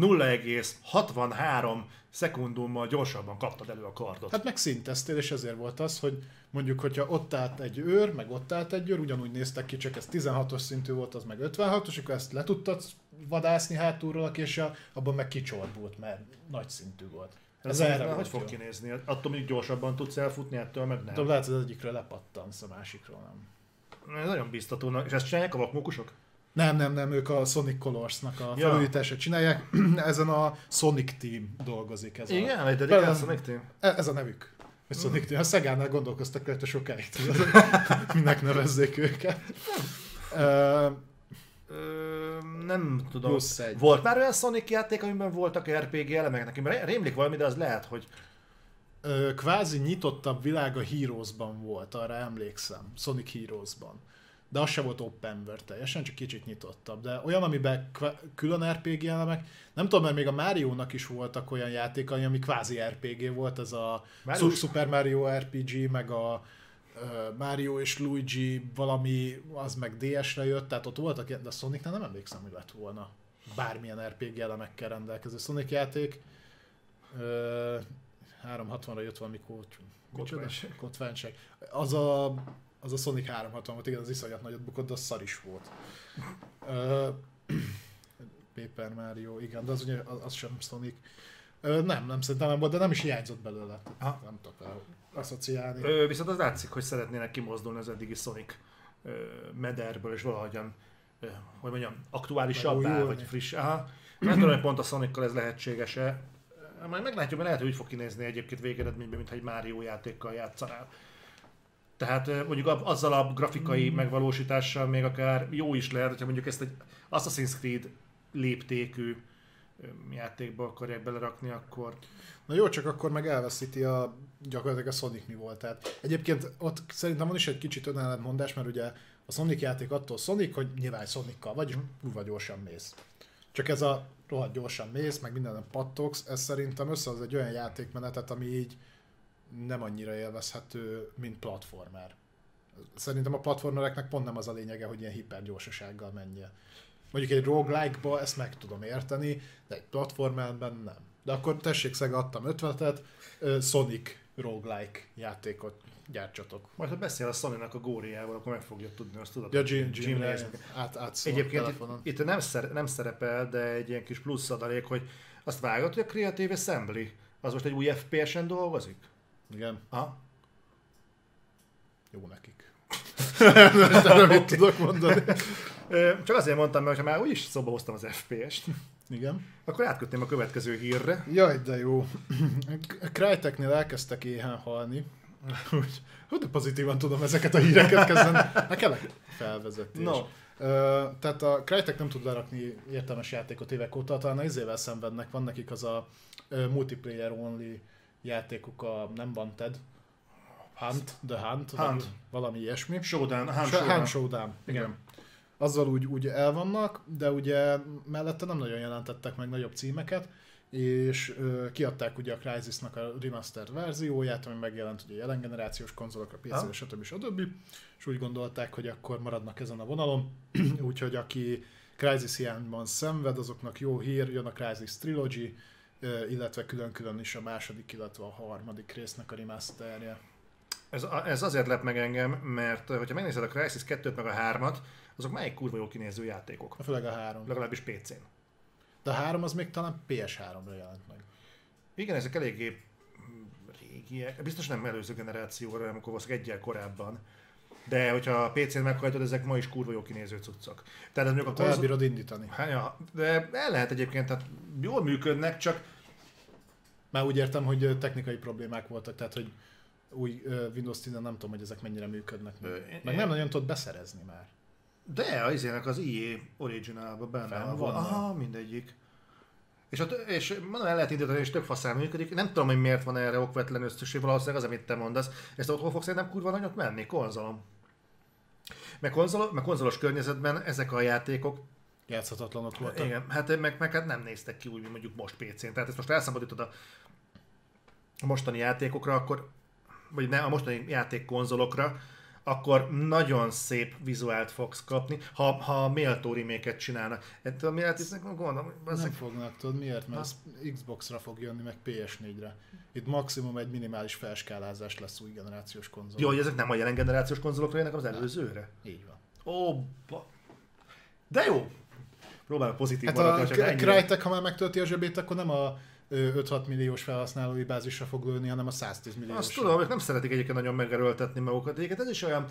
0,63 szekundummal gyorsabban kaptad elő a kardot. Hát meg szinteztél, és ezért volt az, hogy mondjuk, hogyha ott állt egy őr, meg ott állt egy őr, ugyanúgy néztek ki, csak ez 16-os szintű volt, az meg 56-os, akkor ezt le tudtad vadászni hátulról a késsel, abban meg kicsorbult, mert nagy szintű volt. Ez erre hogy fog kinézni? Attól még gyorsabban tudsz elfutni, ettől meg nem. De lehet, hogy az egyikről lepattansz, a másikról nem. Ez nagyon biztató. És ezt csinálják a vakmókusok? Nem, ők a Sonic Colors-nak a felújítását csinálják. Ezen a Sonic Team dolgozik. Igen, egy dedikált Sonic Team? Ez a nevük. A Sonic Team. A Szegánál gondolkoztak rajta sokáig, minek nevezzék őket. Nem tudom. Volt már olyan Sonic játék, amiben voltak RPG elemek? Nekem rémlik valami, de az lehet, hogy... Kvázi nyitottabb világ a Heroes-ban volt, arra emlékszem. Sonic Heroes-ban. De az se volt open world teljesen, csak kicsit nyitottabb. De olyan, amiben külön RPG elemek, nem tudom, mert még a Mario-nak is voltak olyan játékai, ami kvázi RPG volt, ez a Super Mario RPG, meg a Mario és Luigi valami, az meg DS-re jött, tehát ott voltak, de a Sonicnál nem emlékszem, hogy lett volna bármilyen RPG elemekkel rendelkező Sonic játék. 360-ra jött valami kotványság. Az a Sonic 360 volt, igen, az iszonyat nagyot bukott, de az szar is volt. Paper Mario, igen, de az ugye az sem Sonic. Nem szerintem nem volt, de nem is hiányzott belőle. Nem tudok asszociálni. Viszont az látszik, hogy szeretnének kimozdulni az eddigi Sonic mederből, és valahogyan, hogy mondjam, aktuálisabbá, vagy friss. Nem tudom, hogy pont a Sonic-kal ez lehetséges-e. Majd meglátjuk, mert lehet, hogy úgy fog kinézni egyébként végeredményben, mintha egy Mario játékkal játszanál. Tehát mondjuk azzal a grafikai megvalósítással még akár jó is lehet, hogyha mondjuk ezt egy Assassin's Creed léptékű játékba akarják belerakni, akkor... Na jó, csak akkor meg elveszíti gyakorlatilag a Sonic mi volt. Tehát egyébként ott szerintem van is egy kicsit önellentmondás, mert ugye a Sonic játék attól Sonic, hogy nyilván Sonic-kal vagy, és kurva gyorsan mész. Csak ez a rohadt gyorsan mész, meg minden pattogsz, ez szerintem összehoz egy olyan játékmenetet, ami így nem annyira élvezhető, mint platformer. Szerintem a platformereknek pont nem az a lényege, hogy ilyen hipergyorsasággal menjél. Mondjuk egy roguelike-ba ezt meg tudom érteni, de egy platformerben nem. De akkor tessék, Sega, adtam ötletet, Sonic roguelike játékot gyártsatok. Majd ha beszél a Sony-nak a góriával, akkor meg fogja tudni, azt tudod. Ja, Jim átszól Egyébként itt nem szerepel, de egy ilyen kis plusz adalék, hogy azt vágod, hogy a Creative Assembly az most egy új FPS-en dolgozik? Igen. Aha. Jó nekik. Nem mit tudok mondani. Csak azért mondtam, mert ha már úgyis szóba hoztam az FPS-t, igen. akkor átkötném a következő hírre. Jaj, de jó. A Cryteknél elkezdtek éhen halni. De pozitívan tudom ezeket a híreket kezdeni. Nekem felvezetés. No. Tehát a Crytek nem tud lerakni értelmes játékot évek óta, talán az izével szenvednek. Van nekik az a multiplayer only játékuk, a nem Wanted. The Hunt. Valami ilyesmi. Hunt Showdown. Igen. Azzal úgy el vannak, de ugye mellette nem nagyon jelentettek meg nagyobb címeket, és kiadták ugye a Crysisnak a remastered verzióját, ami megjelent ugye jelen generációs konzolokra, PC-re, stb. És úgy gondolták, hogy akkor maradnak ezen a vonalon, úgyhogy aki Crysis hiányban szenved, azoknak jó hír, jön a Crysis Trilogy, illetve külön-külön is a második, illetve a harmadik résznek a remasterje. Ez azért lep meg engem, mert hogyha megnézed a Crysis 2-t meg a 3-at, azok melyik kurva jó kinéző játékok? Főleg a 3. Legalábbis PC-n. De a 3 az még talán PS3-ra jelent meg. Igen, ezek eléggé régiek. Biztos nem előző generációra, amikor valószínűleg egyel korábban. De hogyha a PC-n meghajtod, ezek ma is kurva jó kinéző cuccok. Tehát mondjuk el bírod indítani. Hát, ja, de el lehet egyébként, tehát jól működnek, csak... Már úgy értem, hogy technikai problémák voltak, tehát hogy új Windows 10 nem tudom, hogy ezek mennyire működnek. Meg nem nagyon tudod beszerezni már. De az EA Originalban benne van. Aha, mindegyik. És mondom, el lehet indítani, és tök faszán működik. Nem tudom, hogy miért van erre okvetlenül szükség, valószínűleg az, amit te mondasz. Ezt otthon fogsz szerintem kurva nagyot menni, konzolom. Meg konzolos környezetben ezek a játékok játszhatatlanok voltak. Igen, meg hát nem néztek ki úgy, mint mondjuk most PC-n. Tehát ezt most elszabadítod a mostani játékokra, akkor, vagy ne, a mostani játékkonzolokra, akkor nagyon szép vizuált fogsz kapni, ha méltó reméket csinálnak. Ettől mi lehet, gondolom, nem fognak, tudod miért? Mert ez Xbox-ra fog jönni, meg PS4-re. Itt maximum egy minimális felskálázás lesz új generációs konzol. Jó, hogy ezek nem a jelen generációs konzolokra jönnek, az előzőre? Így van. De jó! Próbálom pozitív hát maradni. A Crytek, ha már megtölti a zsebét, akkor nem a 5-6 milliós felhasználói bázisra fog lőni, hanem a 110 milliós. Azt tudom, hogy nem szeretik egyébként nagyon megerőltetni magukat. Egyébként ez is olyan...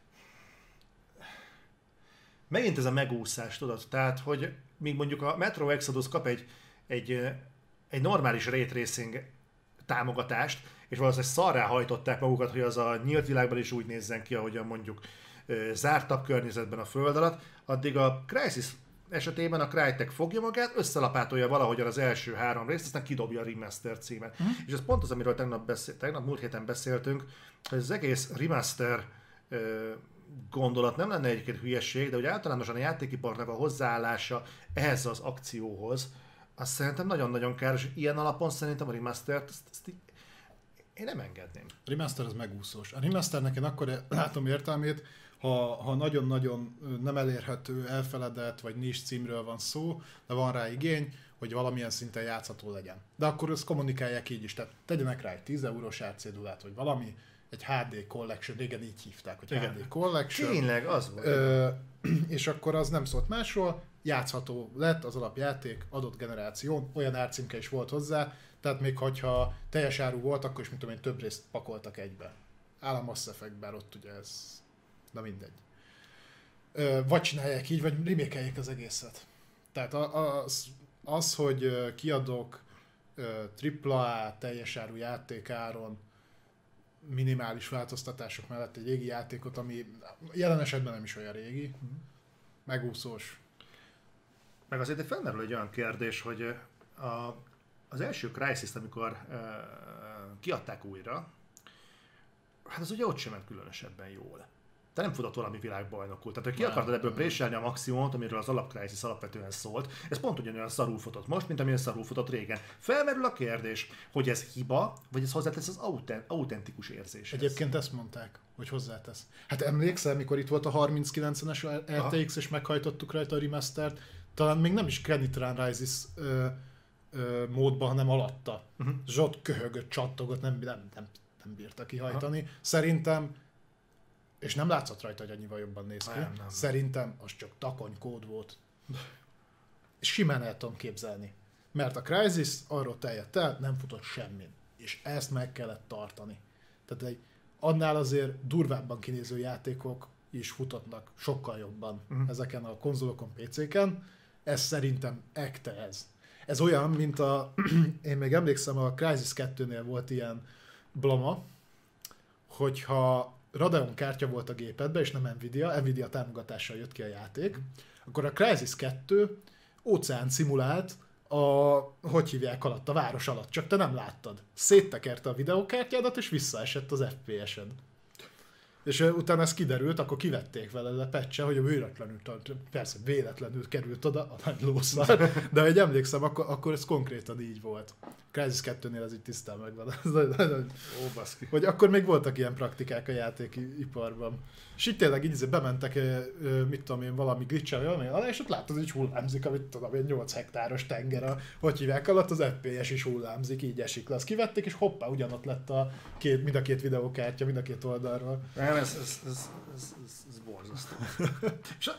Megint ez a megúszás, tudod? Tehát, hogy míg mondjuk a Metro Exodus kap egy normális ray tracing támogatást, és valószínűleg szarrá hajtották magukat, hogy az a nyílt világban is úgy nézzen ki, ahogyan mondjuk zártabb környezetben a föld alatt, addig a Crysis esetében a Crytek fogja magát, összelapátolja valahogyan az első 3 részt, aztán kidobja a remaster címet. És ez pont az, amiről tegnap múlt héten beszéltünk, hogy az egész remaster gondolat nem lenne egyébként hülyesség, de hogy általánosan a játékiparnak a hozzáállása ehhez az akcióhoz, azt szerintem nagyon-nagyon káros. Ilyen alapon szerintem a remastert én nem engedném. A remaster az megúszós. A remasternek én akkor látom értelmét, ha nagyon-nagyon nem elérhető, elfeledett vagy niche címről van szó, de van rá igény, hogy valamilyen szinten játszható legyen. De akkor ezt kommunikálják így is, tehát tegyenek rá egy 10 eurós árcédulát, vagy valami, egy HD Collection, régen így hívták, hogy igen. HD Collection. Tényleg, az volt. És akkor az nem szólt másról, játszható lett az alapjáték adott generáción, olyan árcímke is volt hozzá, tehát még hogyha teljes áru volt, akkor is, mint tudom én, több részt pakoltak egybe. Áll a Mass Effect, bár ott ugye ez... Na mindegy. Vagy csinálják így, vagy remékeljék az egészet. Tehát az hogy kiadok AAA teljes áru játékáron minimális változtatások mellett egy régi játékot, ami jelen esetben nem is olyan régi, megúszós. Meg azért felmerül egy olyan kérdés, hogy az első Crysis-t, amikor kiadták újra, hát az ugye ott sem ment különösebben jól. Te nem futott valami világbajnokul. Tehát, hogy ki akartad ebből préselni a maximumot, amiről az alap Crysis alapvetően szólt, ez pont ugyanolyan szarul futott most, mint amilyen szarul futott régen. Felmerül a kérdés, hogy ez hiba, vagy ez hozzátesz az autentikus érzéshez. Egyébként ezt mondták, hogy hozzátesz. Hát emlékszel, mikor itt volt a 3090-es RTX, és meghajtottuk rajta a remastert, talán még nem is Credit Run Rises módban, hanem alatta. Zsott köhögött, csattogott, nem nem bírta kihajtani. Szerintem, és nem látszott rajta, hogy annyival jobban néz ki, Nem. szerintem az csak takonykód volt. És simán el tudom képzelni. Mert a Crysis arról terjedt el, nem futott semmin. És ezt meg kellett tartani. Tehát annál azért durvábban kinéző játékok is futottak sokkal jobban ezeken a konzolokon, PC-ken. Ez szerintem ez. Ez olyan, mint én még emlékszem, a Crysis 2-nél volt ilyen blama, hogyha Radeon kártya volt a gépedben, és nem Nvidia támogatással jött ki a játék, akkor a Crysis 2 óceán szimulált hogy hívják alatt, a város alatt, csak te nem láttad. Széttekerte a videókártyádat, és visszaesett az FPS-ed. És utána ez kiderült, akkor kivették vele a patch-e, hogy véletlenül került oda a nagy lószar, de hogy emlékszem, akkor ez konkrétan így volt. Crysis 2-nél ez így tisztán megvan. Ó, baszki. Hogy akkor még voltak ilyen praktikák a játékiparban. És így tényleg így bementek, mit tudom én, valami glitch-el, és ott láttad, hogy hullámzik, amit tudom én, 8 hektáros tenger, hogy hívják alatt, az FPS is hullámzik, így esik le. Azt kivették, és hoppá, ugyanott lett mind a két videókártya, mind a két oldalról. Nem, ez borzasztó. És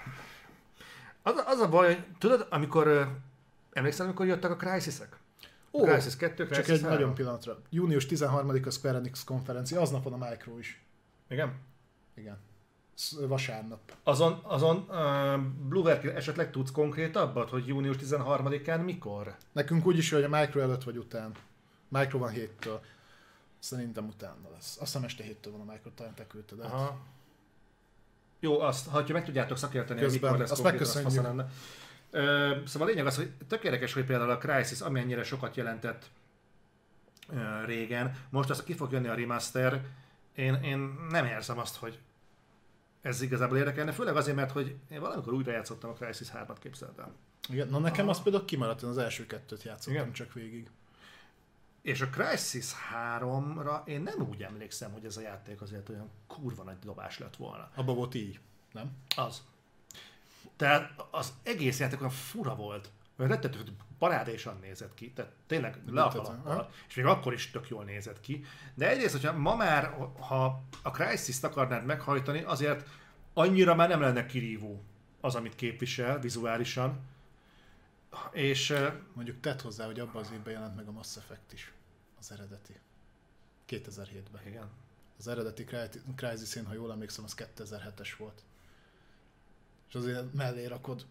az a baj, hogy tudod, emlékszel, amikor jöttek a Crysis-ek? Crysis 2, Crysis csak egy 3. nagyon pillanatra. Június 13-a Square Enix konferencia, aznapon a Micro is. Igen? Igen. Vasárnap. Azon Bluewerk esetleg tudsz konkrétabbat, hogy június 13-án mikor? Nekünk úgy is, hogy a Micro előtt vagy után. Micro van 7-től. Szerintem utána lesz. Azt hiszem este 7-től van a Micro, talán te küldted át. Aha. Jó, ha meg tudjátok szakérteni, hogy mikor lesz azt konkrétan, az megköszönjük. fasza lenne. Szóval a lényeg az, hogy tök érdekes, hogy például a Crysis amennyire sokat jelentett régen, most az ki fog jönni a remaster, én nem érzem azt, hogy ez igazából érdekelne, főleg azért, mert hogy én valamikor újra játszottam a Crysis 3-at, képzeld el. Igen, na nekem az például kimaradt, én az első 2-t játszottam Igen? csak végig. És a Crysis 3-ra én nem úgy emlékszem, hogy ez a játék azért olyan kurva nagy dobás lett volna. Abba volt így, nem? Az. Tehát az egész játék olyan fura volt, olyan rettető parádésan nézett ki, tehát tényleg le a kalappal, és még akkor is tök jól nézett ki. De egyrészt, hogyha ma már, ha a Crysis-t akarnád meghajtani, azért annyira már nem lenne kirívó az, amit képvisel vizuálisan. És Mondjuk tedd hozzá, hogy abban az évben jelent meg a Mass Effect is, az eredeti. 2007-ben. igen. Az eredeti Crysis-én, ha jól emlékszem, az 2007-es volt. És azért mellé rakod.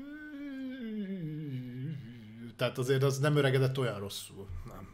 Tehát azért az nem öregedett olyan rosszul. Nem.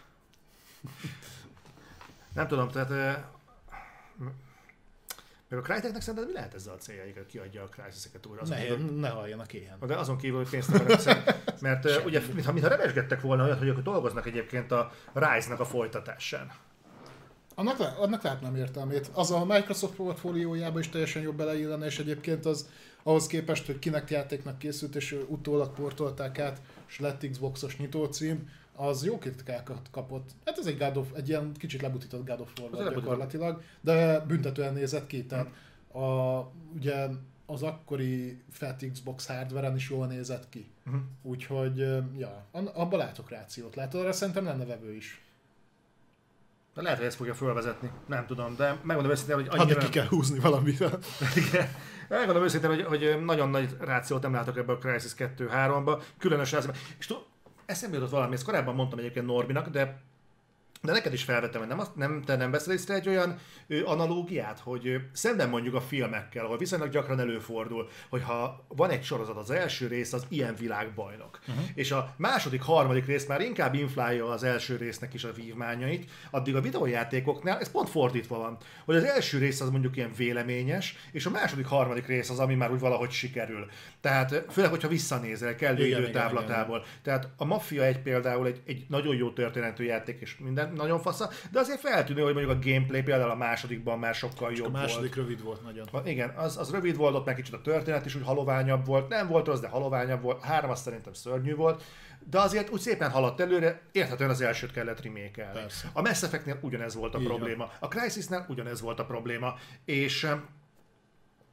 Nem tudom, tehát meg a Cryteknek szerinted mi lehet ezzel a céljaik, hogy kiadja a Crysis-eket újra? Ne halljanak éhen. De azon kívül, hogy pénzt akarnak, mert ugye, mintha revesgettek volna olyat, hogy dolgoznak egyébként a Rise-nak a folytatásán. Annak látnám értelmét. Az a Microsoft portfóliójába is teljesen jobb beleillene, és egyébként az ahhoz képest, hogy Kinect játéknak készült, és utólag portolták át, és lett Xbox-os nyitócím, az jó kritikákat kapott. Hát ez egy ilyen kicsit lebutított God of War volt gyakorlatilag, de büntetően nézett ki, tehát ugye az akkori Fat Xbox hardware-en is jól nézett ki. Úgyhogy, ja, abban látok rációt. Látod, arra szerintem lenne vevő is. De lehet, hogy ezt fogja fölvezetni, nem tudom, de megmondom őszintén, hogy annyira... Hadni ki kell húzni valamivel. Igen. Megmondom őszintén, hogy nagyon nagy rációt nem látok ebben a Crysis 2-3-ba, különösen ezben. És eszembe jutott valami, ezt korábban mondtam egyébként Norbinak, de neked is felvettem, hogy te nem veszel észre egy olyan analógiát, hogy szemben mondjuk a filmekkel, ahol viszonylag gyakran előfordul, hogy ha van egy sorozat, az első rész az ilyen világbajnok, és a második, harmadik rész már inkább inflálja az első résznek is a vívmányait, addig a videójátékoknál ez pont fordítva van, hogy az első rész az mondjuk ilyen véleményes, és a második, harmadik rész az, ami már úgy valahogy sikerül. Tehát főleg, hogyha visszanézel kellő időtávlatából. Tehát a Mafia 1 például egy nagyon jó történetű játék, és minden nagyon fasza, de azért feltűnő, hogy mondjuk a gameplay például a másodikban már sokkal jobb volt. A második rövid volt nagyon. Igen, az rövid volt, ott meg kicsit a történet is úgy haloványabb volt, nem volt rossz, de haloványabb volt, 3 az szerintem szörnyű volt, de azért úgy szépen haladt előre, érthetően az elsőt kellett remake-elni. A Mass Effectnél ugyanez volt a probléma, a Crysisnál ugyanez volt a probléma, és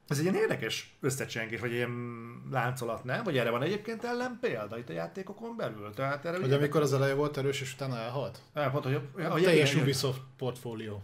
Ez egy ilyen érdekes összecsengés, vagy ilyen láncolat, nem? Vagy erre van egyébként ellenpélda itt a játékokon belül? Tehát erre hogy amikor az eleje volt erős, és utána elhalt? Pont, hogy teljes Ubisoft portfólió.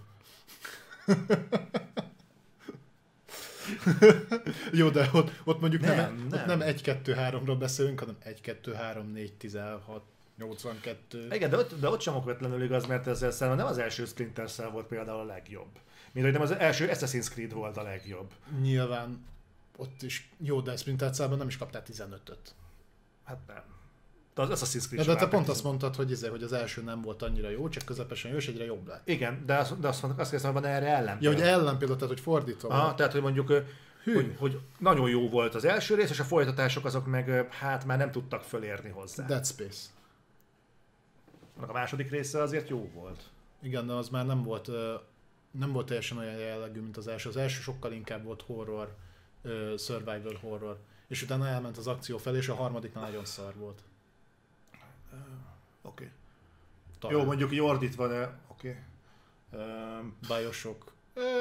Jó, de ott mondjuk nem 1-2-3-ról beszélünk, hanem 1-2-3-4-16, 82. Igen, de ott sem okvetlenül igaz, mert ezzel szemben nem az első Splinter Cell volt például a legjobb. Mint hogy nem az első Assassin's Creed volt a legjobb. Nyilván ott is jó, de Splinter Cellben nem is kaptál 15-öt. Hát nem. De az Assassin's Creed de te pont azt mondtad, hogy az első nem volt annyira jó, csak közepesen jó, és egyre jobb lett. Igen, de azt kérdeztem, hogy van erre ellenpélda. Ja, hogy ellenpélda, tehát hogy fordítva. Aha, tehát, hogy mondjuk, hogy nagyon jó volt az első rész, és a folytatások azok meg hát már nem tudtak fölérni hozzá. Dead Space. A második része azért jó volt. Igen, de az már nem volt teljesen olyan jellegű, mint az első. Az első sokkal inkább volt horror, survival horror. És utána elment az akció felé, és a harmadiknál nagyon szar volt. Oké. Jó, mondjuk így ordítva, de oké. Bioshock.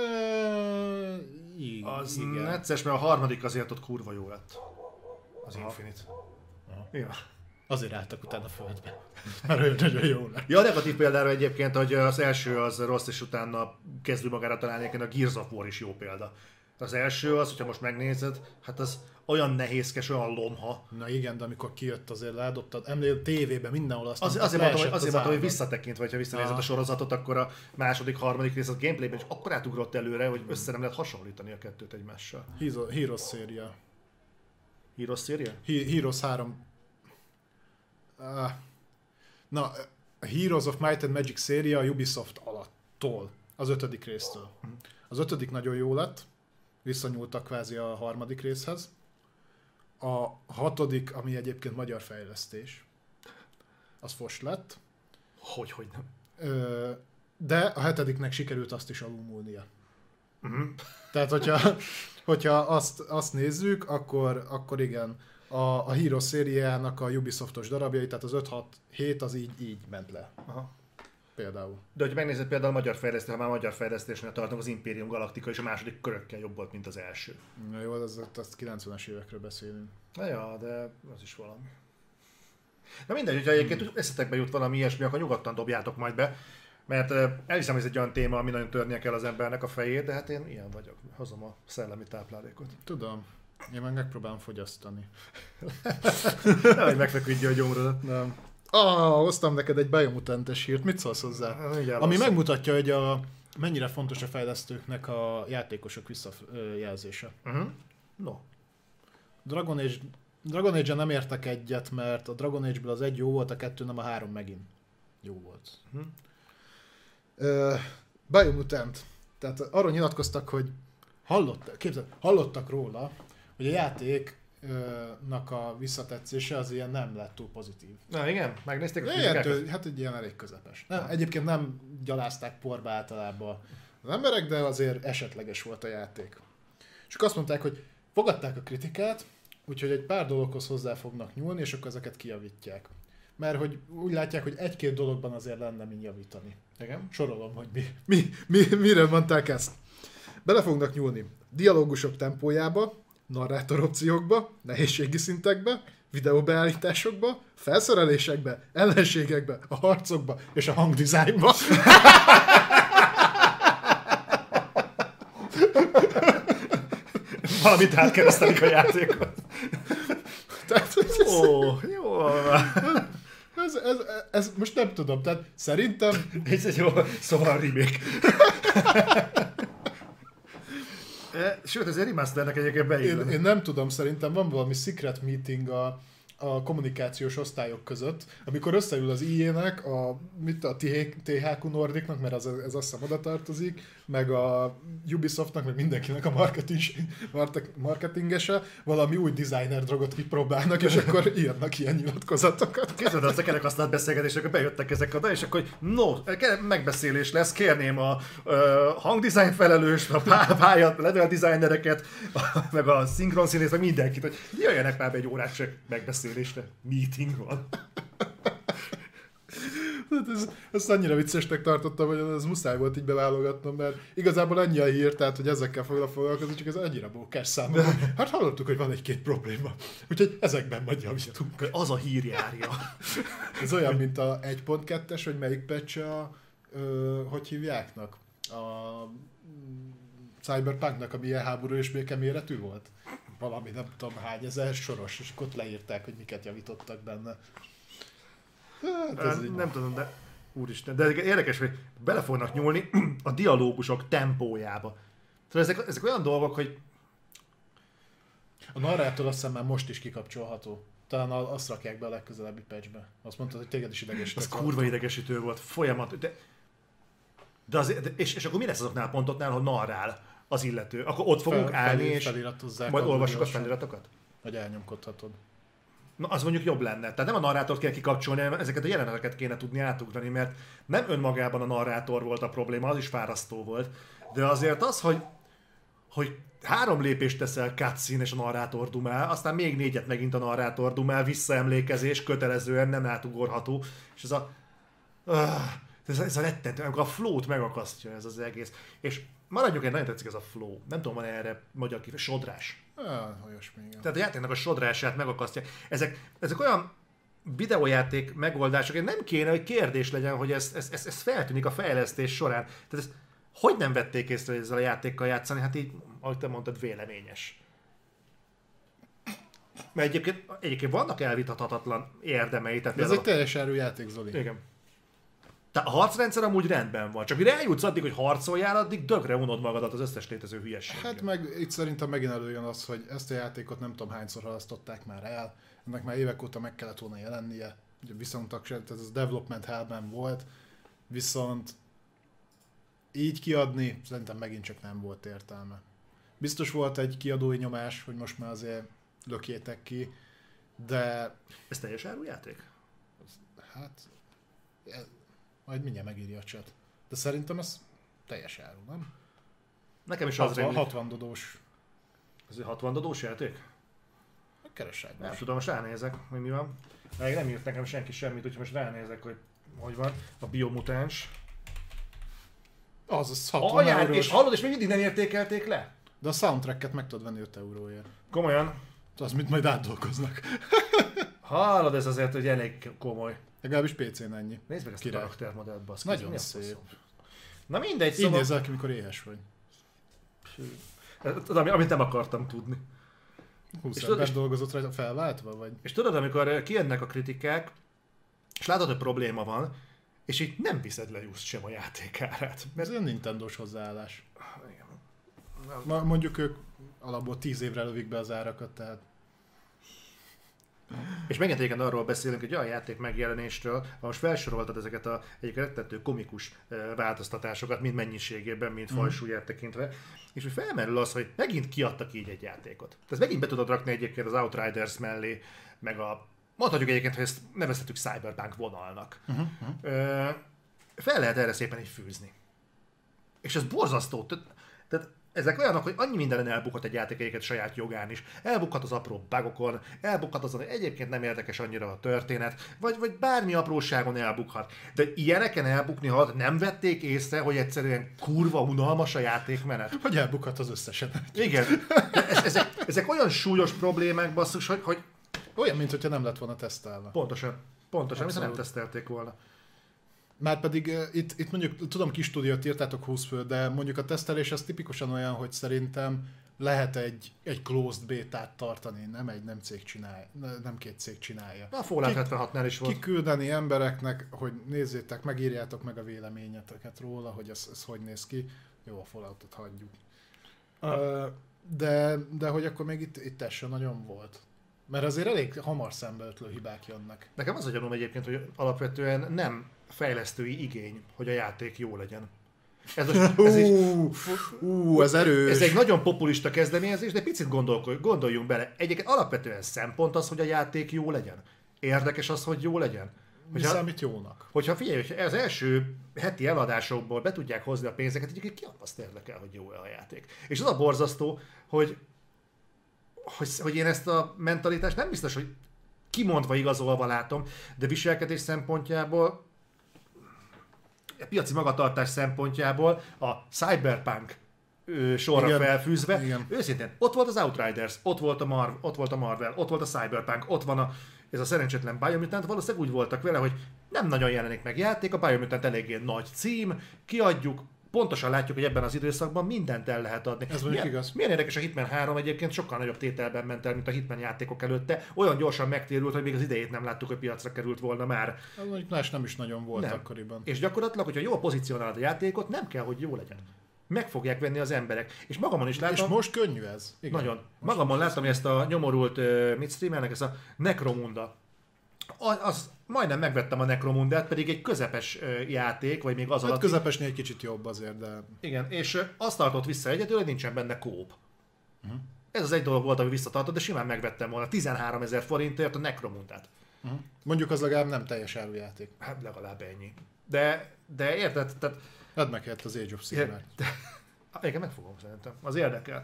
Az necces, mert a harmadik azért ott kurva jó lett. Az Infinite. Ja. Azért álltak utána földbe. Mert ő nagyon jó lett. Ja, a negatív példára egyébként, hogy az első az rossz, és utána kezdő magára találni, a Gears of War is jó példa. Az első az, hogyha most megnézed, hát az olyan nehézkes, olyan lomha. Na igen, de amikor kijött, azért leadobtad. Emlékszem, tévében mindenhol azt azért mondtam, hogy visszatekintve, hogyha visszanézed a sorozatot, akkor a második, harmadik rész a gameplayben is akkor átugrott előre, hogy össze nem lehet hasonlítani a kettőt egymással. Heroes széria. Heroes széria? Heroes 3. Na, a Heroes of Might and Magic széria a Ubisoft alattól, az 5. résztől. Az 5. nagyon jó lett, visszanyúltak kvázi a harmadik részhez. A 6., ami egyébként magyar fejlesztés, az fos lett. Hogy nem. De a 7. sikerült azt is alulmúlnia. Tehát, hogyha azt nézzük, akkor igen, a Heroes szériának a Ubisoftos darabjai, tehát az 5-6-7 az így ment le. Aha. Például. De hogy megnézed például a magyar fejlesztés, ha már magyar fejlesztésnél tartunk, az Imperium Galactica és a második körökkel jobb volt, mint az első. Na jó, az 90-es évekről beszélünk. Na ja, de az is valami. Na mindegy, hogyha egyébként eszetekbe jut valami ilyesmi, akkor nyugodtan dobjátok majd be. Mert elhiszem, hogy ez egy olyan téma, ami nagyon törnie kell az embernek a fejét, de hát én ilyen vagyok. Hozom a szellemi táplálékot. Tudom. Én meg megpróbálom fogyasztani. Nem, hogy megfeküdj a gyomrodat. Nem. Hoztam neked egy Biomutantes hírt, mit szólsz hozzá? Ami megmutatja, hogy mennyire fontos a fejlesztőknek a játékosok visszajelzése. No. Dragon Age-en nem értek egyet, mert a Dragon Age-ből az 1 jó volt, a 2 nem, a 3 megint jó volt. Biomutant. Tehát arról nyilatkoztak, hogy hallottak róla, hogy a játéknak a visszatetszése az ilyen nem lett túl pozitív. Na igen, megnézték a kritikákat? Hát egy ilyen elég közepes. Egyébként nem gyalázták porba általában az emberek, de azért esetleges volt a játék. És azt mondták, hogy fogadták a kritikát, úgyhogy egy pár dologhoz hozzá fognak nyúlni, és akkor ezeket kijavítják. Mert hogy úgy látják, hogy egy-két dologban azért lenne min javítani. Igen. Sorolom, hogy mire mondták ezt. Bele fognak nyúlni dialógusok tempójába, narrátor opciókba, nehézségi szintekbe, videóbeállításokba, felszerelésekbe, ellenségekbe, a harcokba és a hangdizájnba. Valamit átkeresztelik a játékot. Tehát, jó. Ez most nem tudom, tehát szerintem... Ez egy jó, szóval remake. Sőt, ez egy remasternek egyébként beillene. Én nem tudom, szerintem van valami secret meeting a kommunikációs osztályok között, amikor összeül az IE-nek, a THQ Nordicnak, mert ez azt hiszem oda tartozik, meg a Ubisoftnak, meg mindenkinek a marketingese, valami új designer drogot kipróbálnak, és akkor írnak ilyen nyilatkozatokat. Képzeld, azt a kerekasztalt beszélgetések, bejöttek ezek oda, és akkor megbeszélés lesz, kérném a hangdesign felelős, a pálya level designereket, meg a szinkron színész, meg mindenkit, hogy jöjjenek már be egy órás megbeszélésre. Meeting van. Ezt annyira viccesnek tartottam, hogy ez muszáj volt így beválogatnom, mert igazából annyi a hír, tehát hogy ezekkel foglalkozni, csak ez annyira bókás számomra. Hát hallottuk, hogy van egy-két probléma. Úgyhogy ezekben majd javítunk. Az a hír járja. Ez olyan, mint a 1.2-es, hogy melyik patch hogy hívjáknak? A Cyberpunknak, ami ilyen háború és béke méretű volt? Valami nem tudom hány ezer soros, és ott leírták, hogy miket javítottak benne. Hát, nem tudom, de úristen, de érdekes, hogy bele fognak nyúlni a dialógusok tempójába. Tehát ezek olyan dolgok, hogy... A narrátor azt hiszem már most is kikapcsolható. Talán azt rakják be a legközelebbi patchbe. Azt mondtad, hogy téged is idegesített. Az kurva idegesítő volt, folyamat. De azért, és akkor mi lesz azoknál a pontoknál, hogy narrál az illető? Akkor ott fogunk állni, és majd olvassuk a feliratokat? Vagy elnyomkodhatod. Na, az mondjuk jobb lenne. Tehát nem a narrátort kell kikapcsolni, hanem ezeket a jeleneteket kéne tudni átugrani, mert nem önmagában a narrátor volt a probléma, az is fárasztó volt. De azért az, hogy 3 lépést teszel cutscene és a narrátor dumál, aztán még 4-et megint a narrátor dumál, visszaemlékezés, kötelezően nem átugorható, és ez a rettentő, amikor a flow-t megakasztja ez az egész. És maradjunk egy, nagyon tetszik ez a flow. Nem tudom, van erre magyar kifejezés, sodrás. Olyasmi, igen. Tehát a játéknak a sodrását megakasztja. Ezek olyan videójáték megoldások, hogy nem kéne, hogy kérdés legyen, hogy ez feltűnik a fejlesztés során. Tehát ezt hogy nem vették észre, hogy ezzel a játékkal játszani? Hát így, ahogy te mondtad, véleményes. Mert egyébként vannak elvitathatatlan érdemei. Tehát ez egy teljes áru játék, Zoli. Igen. Tehát a harcrendszer amúgy rendben van, csak mire eljutsz addig, hogy harcoljál, addig dögre unod magadat az összes létező hülyeséggel. Hát meg itt szerintem megint előjön az, hogy ezt a játékot nem tudom hányszor halasztották már el, ennek már évek óta meg kellett volna jelennie, viszont ez development hellben volt, viszont így kiadni szerintem megint csak nem volt értelme. Biztos volt egy kiadói nyomás, hogy most már azért lökjétek ki, de... Ez teljes áru játék? Hát... Majd mindjárt megírja a chat. De szerintem ez teljes áru, nem? Nekem is az rémlik. 60 dodós. Ez egy 60 dodós játék? Keresek. Nem tudom, most ránézek, hogy mi van. Még nem írt nekem senki semmit, úgyhogy most ránézek, hogy van. A biomutáns. Az 60 eurós. És hallod, és még mindig nem értékelték le? De a soundtracket meg tudod venni 5 euróért. Komolyan? Az mit majd átdolgoznak. Hallod, ez azért, hogy elég komoly. Legalábbis PC-n ennyi. Nézd meg ezt a karaktermodellt, baszki. Nagyon szép. Na mindegy, szóval... Így nézel ki, mikor éhes vagy. Amit nem akartam tudni. 20 ember dolgozott rajta felváltva, vagy? És tudod, amikor kijönnek a kritikák, és látod, hogy probléma van, és így nem viszed le just sem a játékárát. Mert... Ez olyan Nintendo-s hozzáállás. Mondjuk ők alapból 10 évre lövik be az árakat, tehát... És megint egyébként arról beszélünk, hogy olyan játék megjelenéstől, most felsoroltad ezeket a egyik rettető komikus változtatásokat, mind mennyiségében, mind fajsúlyát tekintve, és hogy felmerül az, hogy megint kiadtak így egy játékot. Tehát megint be tudod rakni egyébként az Outriders mellé, meg mondhatjuk egyébként, hogy ezt nevezhetjük Cyberpunk vonalnak. Fel lehet erre szépen így fűzni. És ez borzasztó. Tehát ezek olyanok, hogy annyi mindenen elbukhat egy játék egyébként saját jogán is. Elbukhat az apró bugokon, elbukhat azon, hogy egyébként nem érdekes annyira a történet, vagy bármi apróságon elbukhat. De ilyeneken elbukni, ha nem vették észre, hogy egyszerűen kurva unalmas a játékmenet. Hogy elbukhat az összesen. Igen. Ezek olyan súlyos problémák, basszus, hogy... Olyan, mint hogyha nem lett volna tesztelve. Pontosan, mint nem tesztelték volna. Márpedig itt mondjuk, tudom, kis stúdiót írtátok 20 fő, de mondjuk a tesztelés az tipikusan olyan, hogy szerintem lehet egy closed bétát tartani, nem két cég csinálja. A Fallout 76-nál is volt. Kiküldeni embereknek, hogy nézzétek, megírjátok meg a véleményeteket róla, hogy ez hogy néz ki. Jó, a Falloutot hagyjuk. De hogy akkor még itt ez sem nagyon volt. Mert azért elég hamar szembeötlő hibák jönnek. Nekem az a gyanúm egyébként, hogy alapvetően nem fejlesztői igény, hogy a játék jó legyen. Ez erős. Ez egy nagyon populista kezdeményezés, de picit gondoljunk bele. Egyébként alapvetően szempont az, hogy a játék jó legyen. Érdekes az, hogy jó legyen. Mi számít jónak? Hogyha figyelj, hogy az első heti eladásokból be tudják hozni a pénzeket, egyébként ki azt érdekel, hogy jó-e a játék. És az a borzasztó, hogy én ezt a mentalitást nem biztos, hogy kimondva igazolva látom, de viselkedés szempontjából piaci magatartás szempontjából a Cyberpunk sorra igen, felfűzve. Igen. Őszintén, ott volt az Outriders, ott volt a Marvel, ott volt a Cyberpunk, ott van ez a szerencsétlen Biomutant, valószínűleg úgy voltak vele, hogy nem nagyon jelenik meg játék, a Biomutant eléggé nagy cím, kiadjuk, pontosan látjuk, hogy ebben az időszakban mindent el lehet adni. Ez mondjuk igaz. Milyen érdekes, a Hitman 3 egyébként sokkal nagyobb tételben ment el, mint a Hitman játékok előtte. Olyan gyorsan megtérült, hogy még az idejét nem láttuk, hogy piacra került volna már. Más nem is nagyon volt nem. Akkoriban. És gyakorlatilag, hogyha jól pozícionálod a játékot, nem kell, hogy jó legyen. Meg fogják venni az emberek. És magamon is láttam... És most könnyű ez. Igen. Nagyon. Magamon láttam, hogy ezt a nyomorult mit streamelnek, ezt a Necromunda. Az majdnem megvettem a Necromundát, pedig egy közepes játék, vagy még az alatt... közepesnél egy kicsit jobb azért, de... Igen, és azt tartott vissza egyedül, hogy nincsen benne kóp. Ez az egy dolog volt, ami visszatartott, de simán megvettem volna 13 000 forintért a Necromundát. Mondjuk az legalább nem teljes árujáték. Hát legalább ennyi. De érted? Tehát... Add meg helyett az Age of Sigmar. Igen, megfogom szerintem. Az érdekel.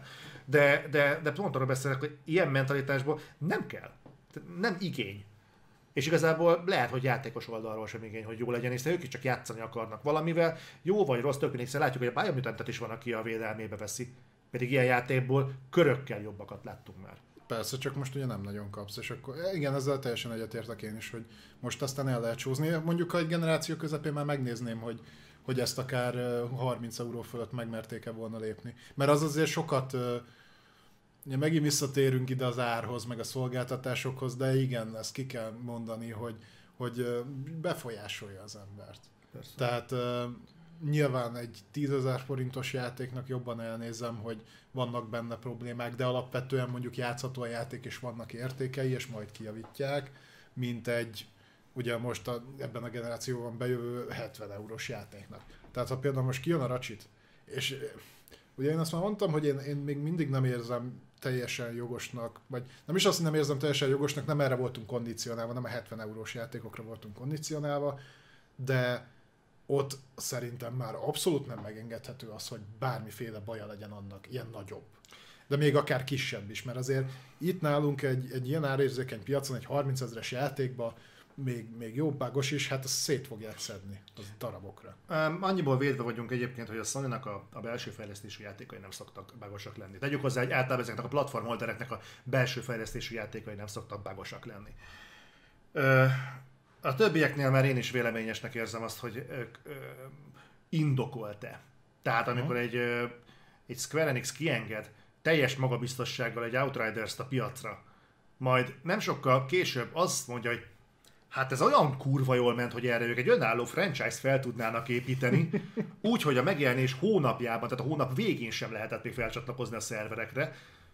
De pont arra beszélek, hogy ilyen mentalitásból nem kell. Nem igény. És igazából lehet, hogy játékos oldalról sem igény, hogy jó legyen, hiszen ők is csak játszani akarnak valamivel. Jó vagy rossz, tök mindegy, látjuk, hogy a Biomutantet is van, aki a védelmébe veszi. Pedig ilyen játékból körökkel jobbakat láttunk már. Persze, csak most ugye nem nagyon kapsz, és akkor igen, ezzel teljesen egyetértek én is, hogy most aztán el lehet csúszni. Mondjuk, ha egy generáció közepén már megnézném, hogy ezt akár 30 euró fölött megmerték-e volna lépni. Mert az azért sokat, ugye megint visszatérünk ide az árhoz, meg a szolgáltatásokhoz, de igen, ezt ki kell mondani, hogy befolyásolja az embert. Persze. Tehát nyilván egy 10 000 forintos játéknak jobban elnézem, hogy vannak benne problémák, de alapvetően mondjuk játszható a játék, és vannak értékei, és majd kijavítják, mint egy ugye most ebben a generációban bejövő 70 eurós játéknak. Tehát ha például most kijön a Ratchet, és ugye én azt már mondtam, hogy én még mindig nem érzem teljesen jogosnak, vagy nem is azt, hogy nem érzem teljesen jogosnak, nem erre voltunk kondicionálva, nem a 70 eurós játékokra voltunk kondicionálva, de ott szerintem már abszolút nem megengedhető az, hogy bármiféle baja legyen annak, ilyen nagyobb. De még akár kisebb is, mert azért itt nálunk egy ilyen árérzékeny piacon, egy 30 000-es játékba még jobb bágos is, hát azt szét fogják szedni az darabokra. Annyiból védve vagyunk egyébként, hogy a Sony-nak a belső fejlesztésű játékai nem szoktak bágosak lenni. Tegyük hozzá, hogy általában ezeknek a platformholdereknek a belső fejlesztésű játékai nem szoktak bágosak lenni. A többieknél már én is véleményesnek érzem azt, hogy indokolt-e. Tehát amikor egy Square Enix kienged teljes magabiztossággal egy Outriders-t a piacra, majd nem sokkal később azt mondja, hogy hát ez olyan kurva jól ment, hogy erre ők egy önálló franchise-t fel tudnának építeni, úgy, hogy a megjelenés hónapjában, tehát a hónap végén sem lehetett még felcsatlakozni a szerverekre,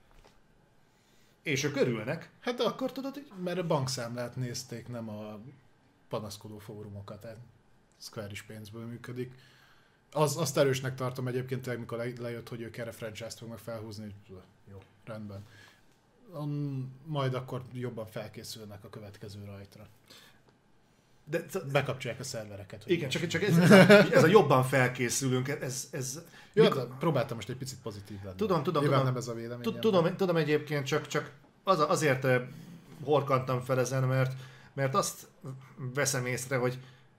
és ők örülnek. Hát akkor tudod, hogy mert a bankszámlát nézték, nem a panaszkodó fórumokat, tehát Square is pénzből működik. Azt erősnek tartom egyébként, amikor lejött, hogy ők erre franchise-t fognak felhúzni, hogy jó, rendben. Majd akkor jobban felkészülnek a következő rajtra. De bekapcsolják a szervereket. Igen, csak ez a jobban felkészülünk, Jó, de próbáltam most egy picit pozitív lenni. Tudom. Nem ez a véleményem. Tudom egyébként, csak azért horkantam fel ezen, mert azt veszem észre, hogy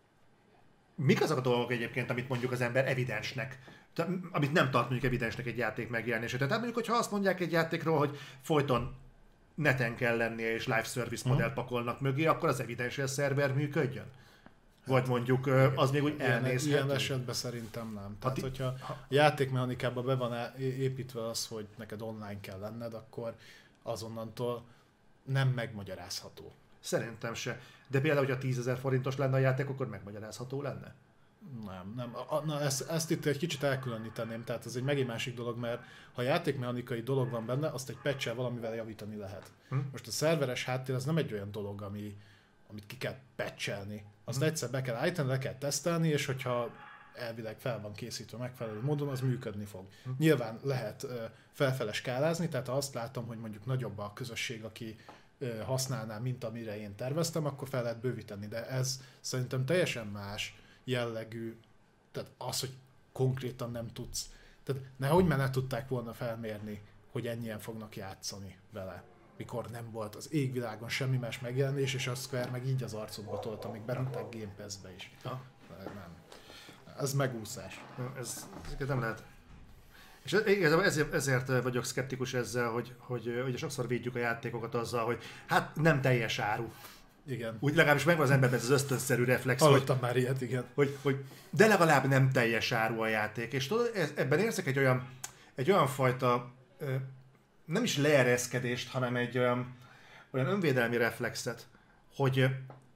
mik azok a dolgok egyébként, amit mondjuk az ember evidensnek, amit nem tart mondjuk evidensnek egy játék megjelenése. Tehát mondjuk, hogyha azt mondják egy játékról, hogy folyton neten kell lennie és live service modellt pakolnak mögé, akkor az evidential szerver működjön? Vagy mondjuk az még úgy elnézhető? Ilyen esetben szerintem nem. Tehát, hogyha a játékmechanikában be van építve az, hogy neked online kell lenned, akkor azonnantól nem megmagyarázható. Szerintem se. De például, hogyha 10 000 forintos lenne a játék, akkor megmagyarázható lenne? Nem. Ezt itt egy kicsit elkülöníteném, tehát ez egy megint másik dolog, mert ha játékmechanikai dolog van benne, azt egy patch-el valamivel javítani lehet. Most a szerveres háttér az nem egy olyan dolog, amit ki kell patchelni. Azt egyszer be kell állítani, le kell tesztelni, és hogyha elvileg fel van készítve megfelelő módon, az működni fog. Nyilván lehet felfele skálázni, tehát ha azt látom, hogy mondjuk nagyobb a közösség, aki használná, mint amire én terveztem, akkor fel lehet bővíteni, de ez szerintem teljesen más jellegű, tehát az, hogy konkrétan nem tudsz, tehát nehogy már ne tudták volna felmérni, hogy ennyien fognak játszani vele, mikor nem volt az égvilágon semmi más megjelenés, és a Square meg így az arcodba tolta, még berúgták Game Pass-be is. Nem. Ez megúszás. Ezeket nem lehet. És ezért vagyok szkeptikus ezzel, hogy sokszor védjük a játékokat azzal, hogy hát nem teljes áru. Igen. Úgy legalábbis megvan az emberben ez az ösztönszerű reflex, hallottam már ilyet, igen. Hogy de legalább nem teljes áru a játék. És tudod, ebben érzek egy olyan fajta, nem is leereszkedést, hanem egy olyan önvédelmi reflexet, hogy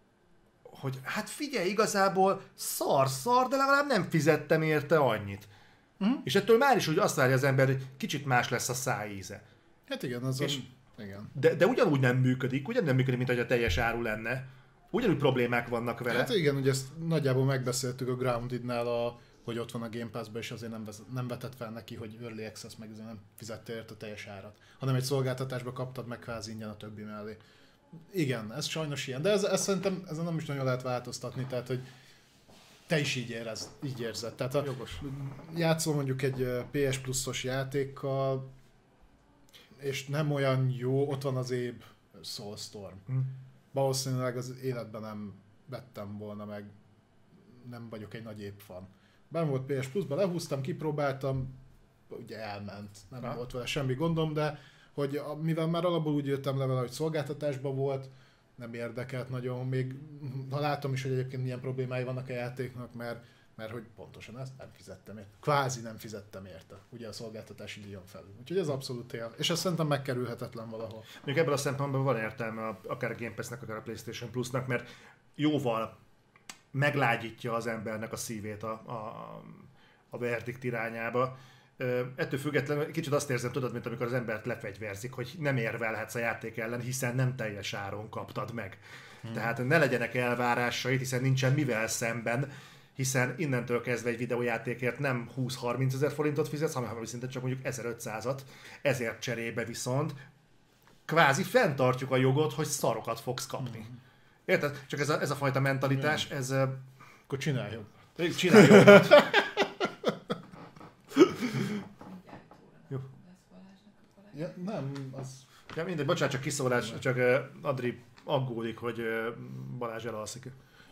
hát figyelj, igazából szar, de legalább nem fizettem érte annyit. És ettől már is úgy azt várja az ember, hogy kicsit más lesz a szájíze. Hát igen, azon... Igen. De ugyanúgy nem működik, mint hogy a teljes áru lenne. Ugyanúgy problémák vannak vele. Hát igen, ugye ezt nagyjából megbeszéltük a Grounded-nál, hogy ott van a Game Pass-ben, és azért nem vetett fel neki, hogy Early Access meg nem fizette ért a teljes árat. Hanem egy szolgáltatásba kaptad meg kvázi ingyen a többi mellé. Igen, ez sajnos ilyen, de ez szerintem ezen nem is nagyon lehet változtatni, tehát hogy te is így érzed. Tehát játszol mondjuk egy PS Plus-os játékkal, és nem olyan jó, ott van az Abe Soulstorm. Valószínűleg az életben nem vettem volna meg, nem vagyok egy nagy Abe fan. Benn volt PS Plus-ban, lehúztam, kipróbáltam, ugye elment, nem volt vele semmi gondom, de hogy mivel már alapból úgy jöttem le vele, hogy szolgáltatásban volt, nem érdekelt nagyon, még ha látom is, hogy egyébként milyen problémái vannak a játéknak, mert hogy pontosan ezt nem fizettem érte. Kvázi nem fizettem érte, ugye a szolgáltatási díjon felül. Úgyhogy ez abszolút él. És ez szerintem megkerülhetetlen valahol. Még ebből a szempontból van értelme akár a Game Pass-nek, akár a PlayStation Plus-nak, mert jóval meglágyítja az embernek a szívét a verdikt irányába. Ettől függetlenül kicsit azt érzem, tudod, mint amikor az embert lefegyverzik, hogy nem érvelhetsz a játék ellen, hiszen nem teljes áron kaptad meg. Tehát ne legyenek elvárásait, hiszen nincsen mivel szemben, hiszen innentől kezdve egy videójátékért nem 20-30 ezer forintot fizetsz, hanem szinte csak mondjuk 1500-at, ezért cserébe viszont kvázi fenntartjuk a jogot, hogy szarokat fogsz kapni. Érted? Csak ez a fajta mentalitás, ez... Akkor csináljuk. Csináljuk. Jó. Ja, nem, az... Ja, mindegy, bocsánat, csak kiszólás, csak Adri aggódik, hogy Balázs elalszik.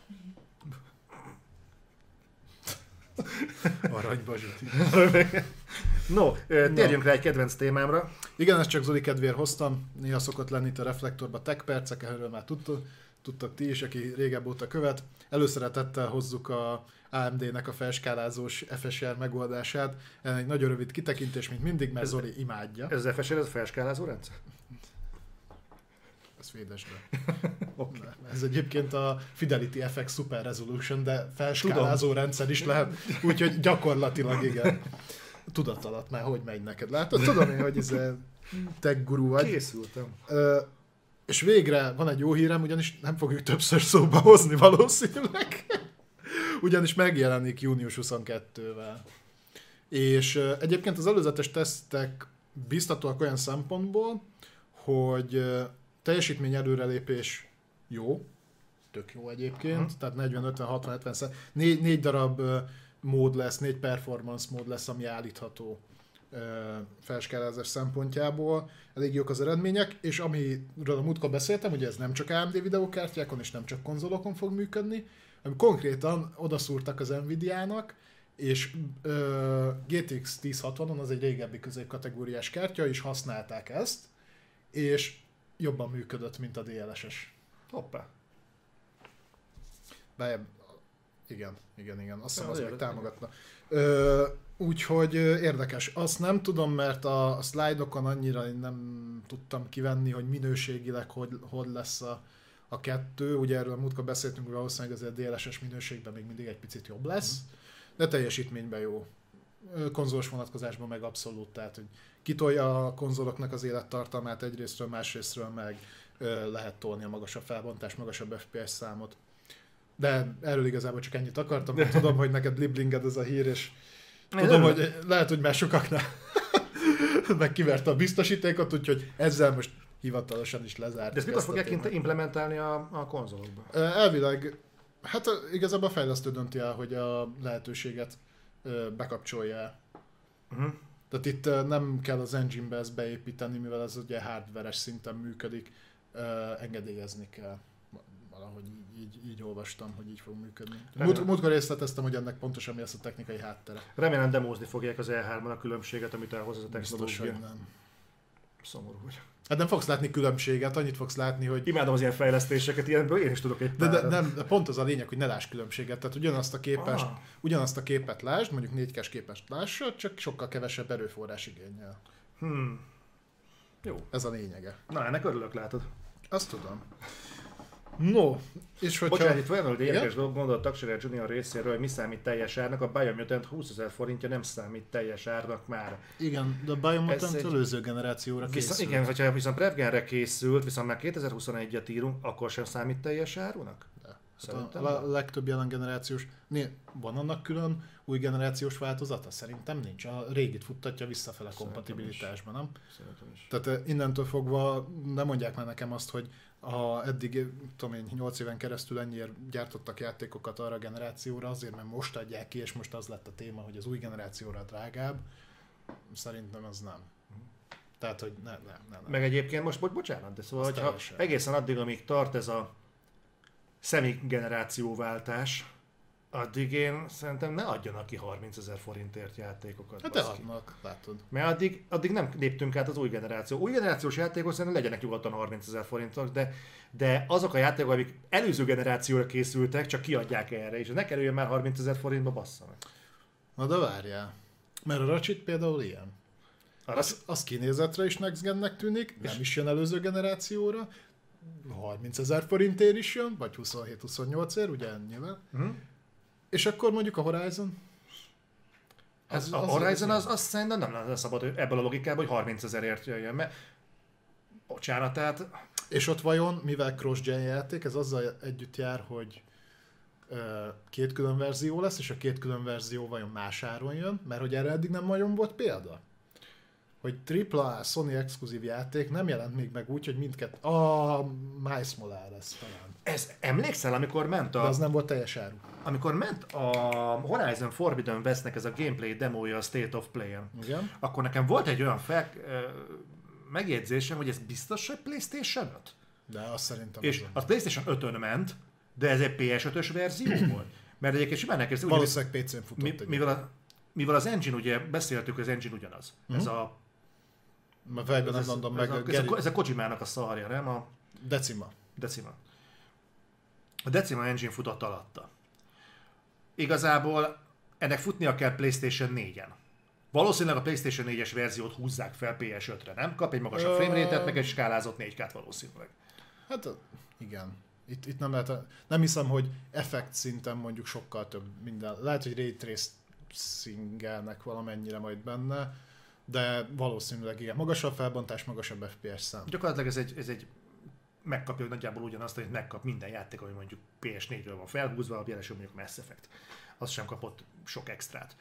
Aranyba zsuti. No, térjünk rá egy kedvenc témámra. Igen, ezt csak Zoli kedvéért hoztam. Néha szokott lenni itt a Reflektorban tech percek, erről már tudtak ti is, aki régebb óta követ. Előszeretettel hozzuk a AMD-nek a felskálázós FSR megoldását. Ez egy nagyon rövid kitekintés, mint mindig, mert Zoli imádja. Ez az FSR, ez a felskálázó rendszer? Ez védesd be. Okay. Ez egyébként a Fidelity FX Super Resolution, de felskálázó rendszer is lehet, úgyhogy gyakorlatilag igen. Tudat alatt már hogy megy neked. Látod? Tudom én, hogy ez tech guru vagy. Készültem. És végre van egy jó hírem, ugyanis nem fogjuk többször szóba hozni valószínűleg. Ugyanis megjelenik június 22-vel. És egyébként az előzetes tesztek biztatóak olyan szempontból, hogy teljesítmény előrelépés jó, tök jó egyébként, tehát 40, 50, 60, 70, 4 darab mód lesz, 4 performance mód lesz, ami állítható felskálázás szempontjából. Elég jók az eredmények, és amiről a múltkor beszéltem, hogy ez nem csak AMD videókártyákon és nem csak konzolokon fog működni, hanem konkrétan odaszúrtak az Nvidia-nak, és GTX 1060-on, az egy régebbi középkategóriás kártya, és használták ezt, és jobban működött, mint a DLSS. Hoppá. Igen. Azt hiszem, az meg támogatna. Úgyhogy érdekes. Azt nem tudom, mert a szlájdokon annyira nem tudtam kivenni, hogy minőségileg hogy lesz a kettő. Ugye erről múltkor beszéltünk, hogy valószínűleg azért a DLSS minőségben még mindig egy picit jobb lesz, de teljesítményben jó. Konzolos vonatkozásban meg abszolút, tehát hogy kitolja a konzoloknak az élettartalmát egyrésztről, másrésztről meg lehet tolni a magasabb felbontás, magasabb FPS számot. De erről igazából csak ennyit akartam, mert tudom, hogy neked bliblinged ez a hír, és tudom, hogy lehet, hogy már sokaknál meg kiverte a biztosítékot, úgyhogy ezzel most hivatalosan is lezárt. De ezt mikor fogják implementálni a konzolokba? Elvileg, hát igazából a fejlesztő dönti el, hogy a lehetőséget bekapcsolja. Tehát itt nem kell az engine-be ezt beépíteni, mivel ez ugye hardware-es szinten működik, engedélyezni kell valahogy így olvastam, hogy így fog működni. Múltkor részleteztem, hogy ennek pontosan mi lesz a technikai háttere. Remélem demózni fogják az E3-ban a különbséget, amit elhoz ez a technológia. Biztos, hogy nem. Szomorú vagy. Hát nem fogsz látni különbséget, annyit fogsz látni, hogy... Imádom az ilyen fejlesztéseket, ilyenből én is tudok egy párat. De pont az a lényeg, hogy ne láss különbséget. Tehát ugyanazt a képet lásd, mondjuk 4K-s képet lássad, csak sokkal kevesebb erőforrás igényel. Jó. Ez a lényege. Na, ennek örülök, látod. Azt tudom. No, és hogyha... Bocsánat, itt olyan érdekes dolog gondolt Taxerer Junior részéről, hogy mi számít teljes árnak, a Biomutant 20 000 forintja nem számít teljes árnak már. Igen, de a Biomutant előző generációra készült. Igen, hogyha viszont Prevgenre készült, viszont már 2021-et írunk, akkor sem számít teljes árunak? Hát a legtöbb jelen generációs, van annak külön új generációs változata? Szerintem nincs. A régit futtatja visszafele kompatibilitásban, nem? Szerintem is. Tehát innentől fogva nem mondják már nekem azt, hogy ha eddig, tudom én, 8 éven keresztül ennyiért gyártottak játékokat arra a generációra, azért mert most adják ki, és most az lett a téma, hogy az új generációra drágább. Szerintem az nem. Tehát, hogy nem. Meg egyébként most, bocsánat, de szóval, hogyha egészen addig, amíg tart ez a szemi-generációváltás, addig én szerintem ne adjanak ki 30 000 forintért játékokat. Hát adnak, látod. Mert addig nem léptünk át az új generáció. Új generációs játékok szerintem legyenek nyugodtan 30 000 forintok, de azok a játékok, amik előző generációra készültek, csak kiadják erre, és ne kerüljön már 30 000 forintba, bassza meg. Na de várjál. Mert a Ratchet például ilyen. Az kinézetre is Next Gennek tűnik, nem is jön előző generációra, 30 000 forintért is jön, vagy 27-28-ért, ugye ennyivel. És akkor mondjuk a Horizon? A Horizon az szerintem nem szabad ebből a logikából, hogy 30 000-ért jöjjön, mert bocsánat, tehát... És ott vajon, mivel cross-gen játék, ez azzal együtt jár, hogy két külön verzió lesz, és a két külön verzió vajon más áron jön, mert hogy erre eddig nem nagyon volt példa? Hogy AAA Sony exkluzív játék nem jelent még meg úgy, hogy mindkettő... Miles Morales talán. Emlékszel, amikor ment De az nem volt teljes áru. Amikor ment a Horizon Forbidden Westnek ez a gameplay demója a State of Play-en, igen, akkor nekem volt egy olyan megjegyzésem, hogy ez biztos, hogy PlayStation 5? De azt szerintem és az PlayStation 5-ön ment, de ez egy PS5-ös verzió volt. Mert egyébként simán elkezdő... Valószínűleg PC-n futott. Mivel az engine, ugye beszéltük, az engine ugyanaz. Ez a... Fejben nem mondom meg. Ez a Kojimának a szarja, nem? A Decima. A Decima engine futott alatta. Igazából ennek futnia kell PlayStation 4-en. Valószínűleg a PlayStation 4-es verziót húzzák fel PS5-re, nem? Kap egy magasabb framerate-et, meg egy skálázott 4K-t valószínűleg. Hát igen. Itt nem lehet, nem hiszem, hogy effekt szinten mondjuk sokkal több minden. Lehet, hogy ray tracingelnek valamennyire majd benne, de valószínűleg igen. Magasabb felbontás, magasabb FPS szám. Gyakorlatilag ez egy megkapja nagyjából ugyanazt, hogy megkap minden játék, ami mondjuk PS4-ről van felhúzva, a jelesül mondjuk Mass Effect. Az sem kapott sok extrát.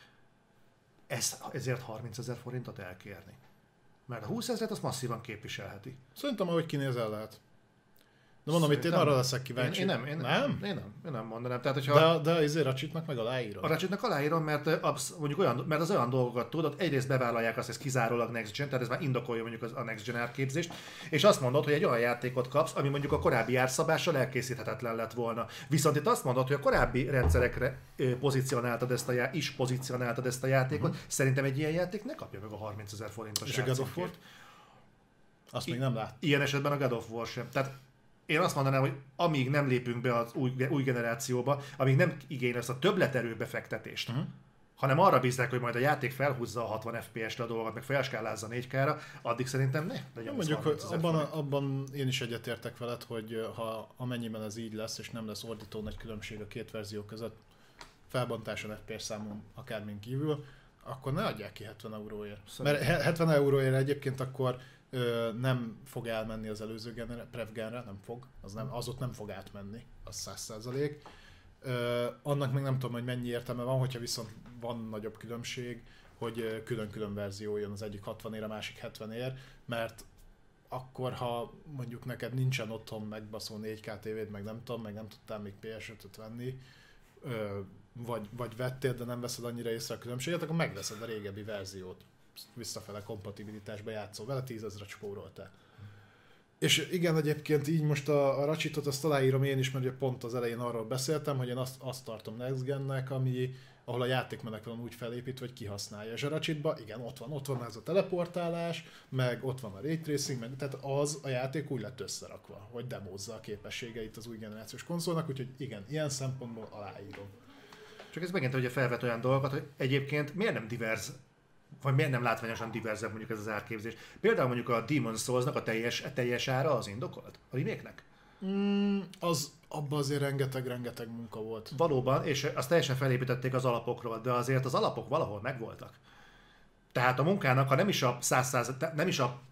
Ezért 30 000 forintot elkérni. Mert a 20 000-et azt masszívan képviselheti. Szerintem, ahogy kinézel, lehet. De mondom, itt én arra leszek kíváncsi. Én nem mondanám. Tehát, hogyha de azért Ratchetnak meg aláírom. A Ratchetnak aláírom, mert az olyan dolgokat tudod, egyrészt bevállalják azt, hogy ez kizárólag Next Gen, tehát ez már indokolja mondjuk a Next Gen árképzést, és azt mondod, hogy egy olyan játékot kapsz, ami mondjuk a korábbi árszabással elkészíthetetlen lett volna. Viszont itt azt mondod, hogy a korábbi rendszerekre pozícionáltad ezt a játékot, szerintem egy ilyen játék ne kapja meg a 30 000 forintos és a God of War-t? Azt még nem lát. Ilyen esetben a God of War sem. Tehát én azt mondanám, hogy amíg nem lépünk be az új generációba, amíg nem igényel ezt a többleterő befektetést, hanem arra bízzák, hogy majd a játék felhúzza a 60 FPS-re a dolgokat, meg felskálázza 4K-ra, addig szerintem ne legyen. Mondjuk, hogy abban én is egyetértek veled, hogy ha amennyiben ez így lesz, és nem lesz ordító nagy különbség a két verzió között, felbontáson FPS számon akármin kívül, akkor ne adják ki 70 euróért. Mert 70 euróért egyébként akkor nem fog elmenni az előző Prevgenre, nem fog, az ott nem fog átmenni, az 100%. Annak még nem tudom, hogy mennyi értelme van, hogyha viszont van nagyobb különbség, hogy külön-külön verzió jön, az egyik 60-ért, a másik 70-ért, mert akkor, ha mondjuk neked nincsen otthon megbaszó 4K tévéd, meg nem tudom, meg nem tudtál még PS5-öt venni, vagy vettél, de nem veszed annyira észre a különbséget, akkor megveszed a régebbi verziót. Visszafele kompatibilitásba játszol vele, 10 000-et spóroltál. És igen, egyébként így most a Ratchetot azt aláírom én is, mert ugye pont az elején arról beszéltem, hogy én azt tartom Next Gennek, ahol a játékmenek van úgy felépítve, hogy kihasználja. És a Ratchetban igen, ott van ez a teleportálás, meg ott van a ray tracing, meg, tehát az a játék úgy lett összerakva, hogy demózza a képességeit az új generációs konzolnak, úgyhogy igen, ilyen szempontból aláírom. Csak ez megint ugye felvet olyan dolgokat, hogy egyébként miért nem divers, vagy miért nem látványosan diverzebb mondjuk ez az árképzés. Például mondjuk a Demon's Souls-nak a teljes ára az indokolt? A remake-nek? Abban azért rengeteg munka volt. Valóban, és azt teljesen felépítették az alapokról, de azért az alapok valahol megvoltak. Tehát a munkának, ha nem is a 100%, nem is a...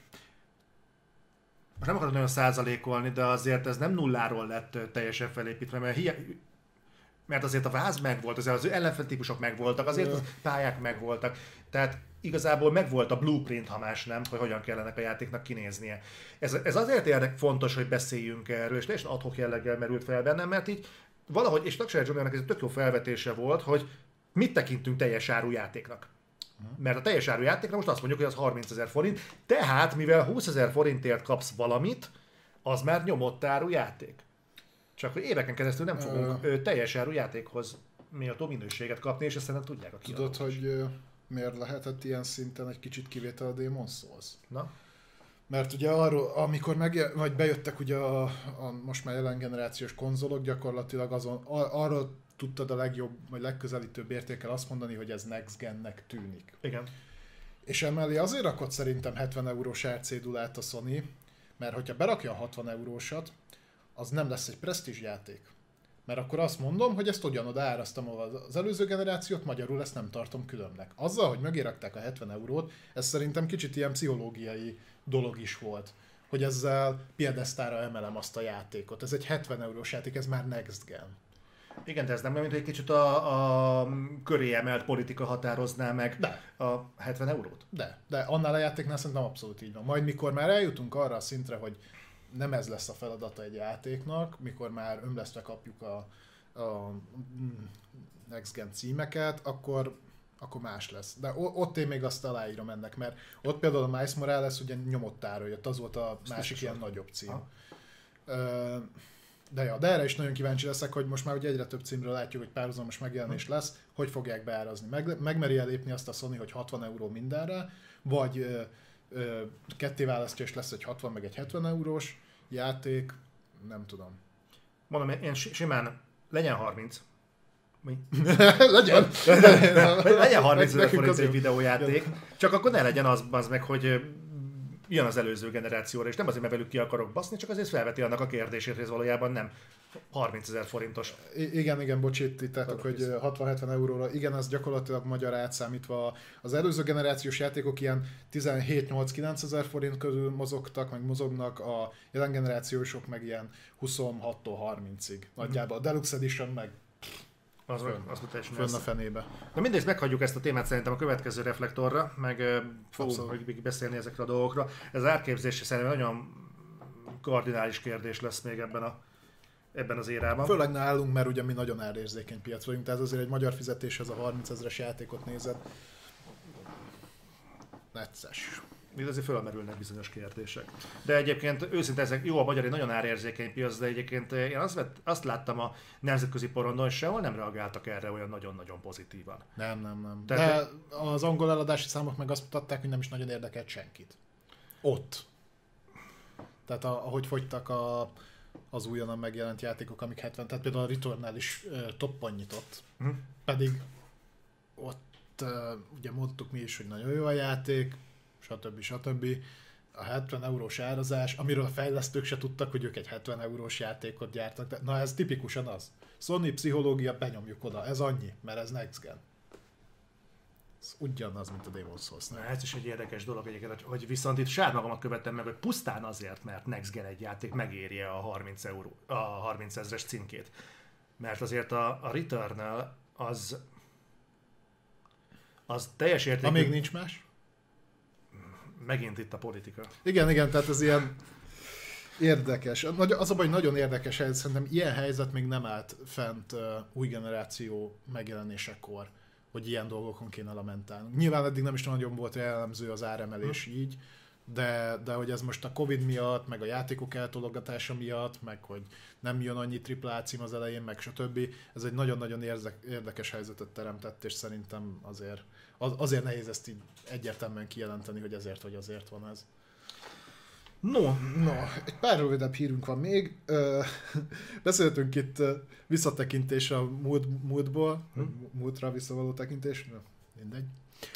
Most nem akarok nagyon százalékolni, de azért ez nem nulláról lett teljesen felépítve, mert azért a váz megvolt, azért az ellenfeltípusok megvoltak, azért a pályák megvoltak. Tehát igazából megvolt a blueprint, ha más nem, hogy hogyan kellene a játéknak kinéznie. Ez azért fontos, hogy beszéljünk erről, és teljesen ad-hoc jelleggel merült fel bennem, mert így valahogy, és Taksai Johnnynak ez egy tök jó felvetése volt, hogy mit tekintünk teljes áru játéknak. Mert a teljes áru játékra most azt mondjuk, hogy az 30 000 forint, tehát mivel 20 000 forintért kapsz valamit, az már nyomott áru játék. Csak hogy éveken keresztül nem fogunk teljes áru játékhoz méltó minőséget kapni, és ezt szerintem tudják a kiadók. Tudod, hogy miért lehetett ilyen szinten egy kicsit kivétel a Demon's Souls? Na? Mert ugye arról, amikor vagy bejöttek ugye a most már jelen generációs konzolok, gyakorlatilag arról tudtad a legjobb, vagy legközelítőbb értékkel azt mondani, hogy ez Next Gennek tűnik. Igen. És emellé azért rakott szerintem 70 eurós árcédulát a Sony, mert hogyha berakja a 60 eurósat, az nem lesz egy presztízs játék. Mert akkor azt mondom, hogy ezt ugyanoda áraztam az előző generációt, magyarul ezt nem tartom különnek. Azzal, hogy megérakták a 70 eurót, ez szerintem kicsit ilyen pszichológiai dolog is volt. Hogy ezzel piedesztára emelem azt a játékot. Ez egy 70 eurós játék, ez már Next Gen. Igen, de ez nem mint egy kicsit a köré emelt politika határozná meg a 70 eurót? De annál a játéknál szerintem abszolút így van. Majd mikor már eljutunk arra a szintre, hogy nem ez lesz a feladata egy játéknak, mikor már ömlesztve kapjuk a Next Gen címeket, akkor más lesz. De ott én még azt aláírom ennek, mert ott például a Miles Morales ugye nyomott ára jött, az volt a másik ilyen nagyobb cím. De erre is nagyon kíváncsi leszek, hogy most már ugye egyre több címről látjuk, hogy párhuzamos megjelenés lesz, hogy fogják beárazni. Megmeri elépni azt a Sony, hogy 60 euró mindenre, vagy ketté választja, és lesz egy 60 meg egy 70 eurós játék, nem tudom. Mondom, én simán legyen 30. Mi? legyen 30 000 forint egy videójáték, csak akkor ne legyen az meg, hogy jön az előző generációra, és nem azért, mert velük ki akarok baszni, csak azért felveti annak a kérdését, hogy ez valójában nem 30 000 forintos. Igen, bocsítottátok, hogy 60-70 euróra. Igen, az gyakorlatilag magyar átszámítva. Az előző generációs játékok ilyen 17-8-9 ezer forint körül mozogtak, meg mozognak, a jelen generációsok meg ilyen 26-tól 30-ig. Nagyjából a Deluxe Edition meg az fönn a fenébe. Na mindegy, meghagyjuk ezt a témát szerintem a következő reflektorra, meg fogunk beszélni ezekre a dolgokra. Ez az árképzés szerintem nagyon kardinális kérdés lesz még ebben az érában. Főleg nálunk, mert ugye mi nagyon árérzékeny piac vagyunk, tehát azért egy magyar fizetéshez a 30 000-es játékot nézed. Necces. Itt azért fölmerülnek bizonyos kérdések. De egyébként őszintén ezek jó, a magyar egy nagyon árérzékeny piac, de egyébként én azt láttam a nemzetközi porondon, hogy sehol nem reagáltak erre olyan nagyon-nagyon pozitívan. Nem. De az angol eladási számok meg azt mutatták, hogy nem is nagyon érdekelt senkit. Ott. Tehát ahogy fogytak az újonnan megjelent játékok, amik 70, tehát például a Returnal is toppon nyitott. Pedig ott ugye mondtuk mi is, hogy nagyon jó a játék, stb. A 70 eurós árazás, amiről a fejlesztők se tudtak, hogy ők egy 70 eurós játékot gyártak. Na ez tipikusan az. Sony pszichológia, benyomjuk oda. Ez annyi, mert ez Next Gen. Ez ugyanaz, mint a Demon's Souls-nál. Ez is egy érdekes dolog egyébként, hogy viszont itt saját magamat követtem meg, hogy pusztán azért, mert Next Gen egy játék megérje a 30 000-es címkét. Mert azért a Returnal az teljes értékű... Ha még nincs más? Megint itt a politika. Igen, tehát ez ilyen érdekes. Az a baj, hogy nagyon érdekes helyzet, szerintem ilyen helyzet még nem állt fent új generáció megjelenésekor, hogy ilyen dolgokon kéne lamentálnunk. Nyilván eddig nem is nagyon volt jellemző az áremelés így, de hogy ez most a Covid miatt, meg a játékok eltologatása miatt, meg hogy nem jön annyi AAA cím az elején, meg stb. Ez egy nagyon-nagyon érdekes helyzetet teremtett, és szerintem azért nehéz ezt így egyértelműen kijelenteni, hogy ezért vagy azért van ez. No, egy pár rövidebb hírünk van még. Beszéltünk itt visszatekintés a múltból, múltra visszavaló tekintés, mindegy.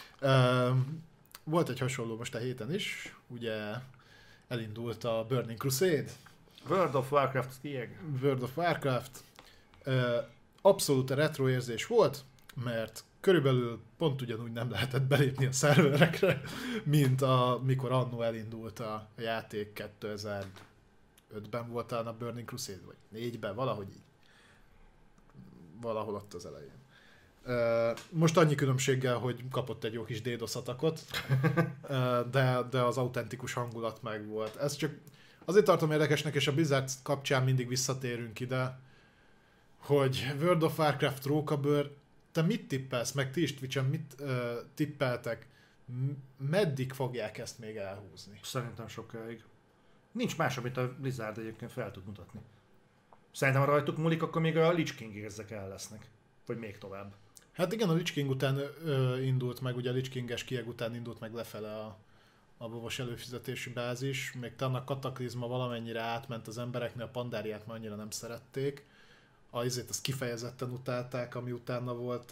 Volt egy hasonló most a héten is, ugye elindult a Burning Crusade. World of Warcraft. Abszolút retro érzés volt, mert körülbelül pont ugyanúgy nem lehetett belépni a szerverekre, mint amikor annó elindult a játék 2005-ben volt talán a Burning Crusade, vagy 4-ben, valahogy így. Valahol ott az elején. Most annyi különbséggel, hogy kapott egy jó kis DDoS atakot, de az autentikus hangulat meg volt. Ez csak azért tartom érdekesnek, és a Blizzard kapcsán mindig visszatérünk ide, hogy World of Warcraft rókabőr, te mit tippelsz, meg ti is Twitch-en mit tippeltek, meddig fogják ezt még elhúzni? Szerintem sokáig. Nincs más, amit a Blizzard egyébként fel tud mutatni. Szerintem, ha rajtuk múlik, akkor még a Lich King ezek el lesznek. Vagy még tovább. Hát igen, a Lich King után indult meg, ugye a Lich King-es kieg után indult meg lefele a babos előfizetési bázis. Még talán a kataklizma valamennyire átment az embereknél, a Pandáriát már annyira nem szerették. Azért azt kifejezetten utálták, ami utána volt,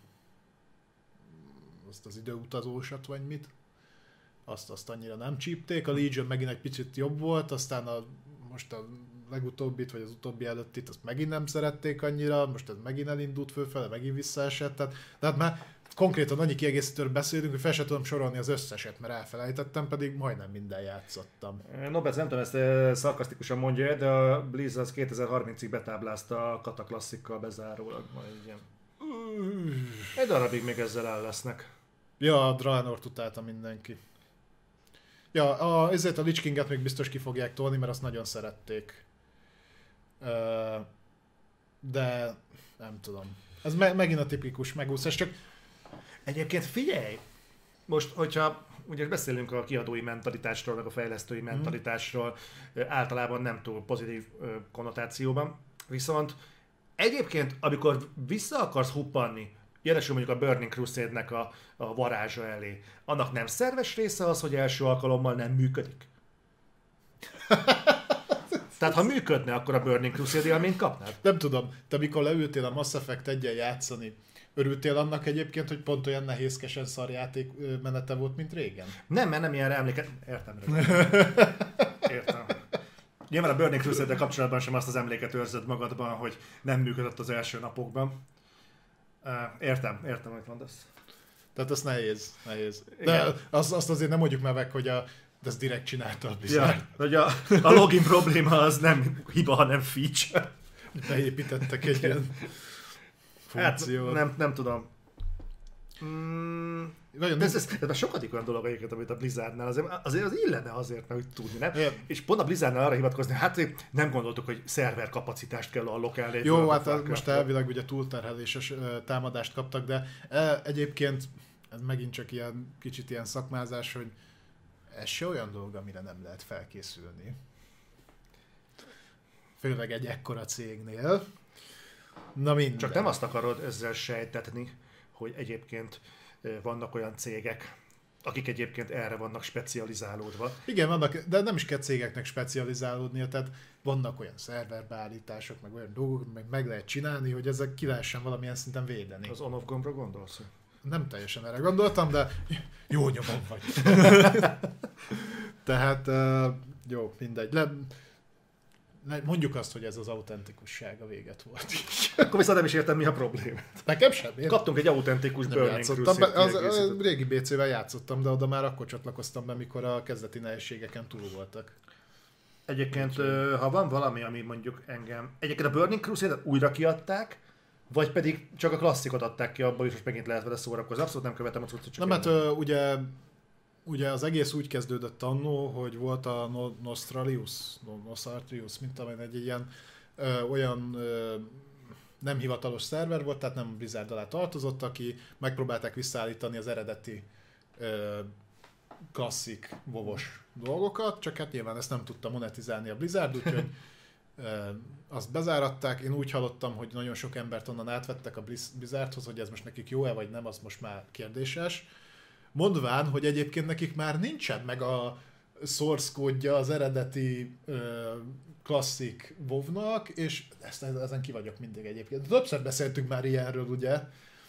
azt az időutazósat, vagy mit. Azt annyira nem csípték. A Legion megint egy picit jobb volt, aztán most a legutóbbit, vagy az utóbbi előttit, azt megint nem szerették annyira, most ez megint elindult fölfele, megint visszaesett. Tehát már konkrétan annyi kiegészítőről beszélünk, hogy fel sem tudom sorolni az összeset, mert elfelejtettem, pedig majdnem minden játszottam. Nobel, nem tudom, ezt szarkasztikusan mondja, de a Blizzard az 2030-ig betáblázta a Kataklasszikkal bezárólag. Majd ilyen. Egy darabig még ezzel el lesznek. Ja, a Draenort utálta mindenki. Ja, ezért a Lich Kinget még biztos ki fogják tolni, mert azt nagyon szerették. De nem tudom. Ez megint a tipikus megúszás, csak... Egyébként figyelj! Most, hogyha ugye beszélünk a kiadói mentalitásról, meg a fejlesztői mentalitásról, általában nem túl pozitív konnotációban, viszont egyébként, amikor vissza akarsz huppanni, jelesül mondjuk a Burning Crusade-nek a varázsa elé, annak nem szerves része az, hogy első alkalommal nem működik? Tehát ha működne, akkor a Burning Crusade élményt kapnád? Nem tudom, te mikor leültél a Mass Effect 1-jel játszani, örültél annak egyébként, hogy pont olyan nehézkesen szarjáték menete volt, mint régen? Nem, mert nem ilyenre emléket... Értem. Nyilván a Burning Crusade-del kapcsolatban sem azt az emléket őrzöd magadban, hogy nem működött az első napokban. Értem, amit mondasz. Tehát ez nehéz. De azt azért nem mondjuk meg, hogy de ezt direkt csinálta a Blizzard. Ja, hogy a login probléma az nem hiba, hanem feature. Beépítettek egy ilyen funkciót. Hát nem tudom. Ez már sokadik olyan dolog egyébként, amit a Blizzardnál azért az illene azért, hogy tudni, nem? Ja. És pont a Blizzardnál arra hivatkozni, hát nem gondoltuk, hogy szerver kapacitást kell allokálni. Jó, hát most elvileg ugye túlterheléses támadást kaptak, de egyébként ez megint csak ilyen kicsit ilyen szakmázás, hogy ez se olyan dolog, amire nem lehet felkészülni. Főleg egy ekkora cégnél. Na minden. Csak nem azt akarod ezzel sejtetni, hogy egyébként vannak olyan cégek, akik egyébként erre vannak specializálódva. Igen, vannak, de nem is kell cégeknek specializálódnia, tehát vannak olyan szerverbeállítások, meg olyan dolgok, meg lehet csinálni, hogy ezek ki lehessen valamilyen szinten védeni. Az on-off gombra gondolsz? Nem teljesen erre gondoltam, de jó nyomon vagy. Tehát jó, mindegy. Mondjuk azt, hogy ez az autentikusság a véget volt. Akkor viszont nem is értem, mi a probléma. Nekem sem. Kaptunk egy autentikus Burning Crusade. Az régi BC-vel játszottam, de oda már akkor csatlakoztam be, mikor a kezdeti nehézségeken túl voltak. Egyébként, ha van valami, ami mondjuk engem... Egyébként a Burning Crusade újra kiadták, vagy pedig csak a klasszikot adták ki, abból is most megint lehet vele szórakozni. Abszolút nem követem a cuccot. Nem, hát ugye az egész úgy kezdődött annó, hogy volt a Nostrarius, mint amely egy ilyen olyan nem hivatalos szerver volt, tehát nem Blizzard alá tartozott, aki megpróbálták visszaállítani az eredeti klasszik WoW-os dolgokat, csak hát nyilván ezt nem tudta monetizálni a Blizzard, úgyhogy azt bezáratták. Én úgy hallottam, hogy nagyon sok embert onnan átvettek a Blizzardhoz, hogy ez most nekik jó-e vagy nem, az most már kérdéses. Mondván, hogy egyébként nekik már nincsen meg a source kódja az eredeti klasszik WoW-nak, és ezen ki vagyok mindig egyébként. Többször beszéltünk már ilyenről, ugye?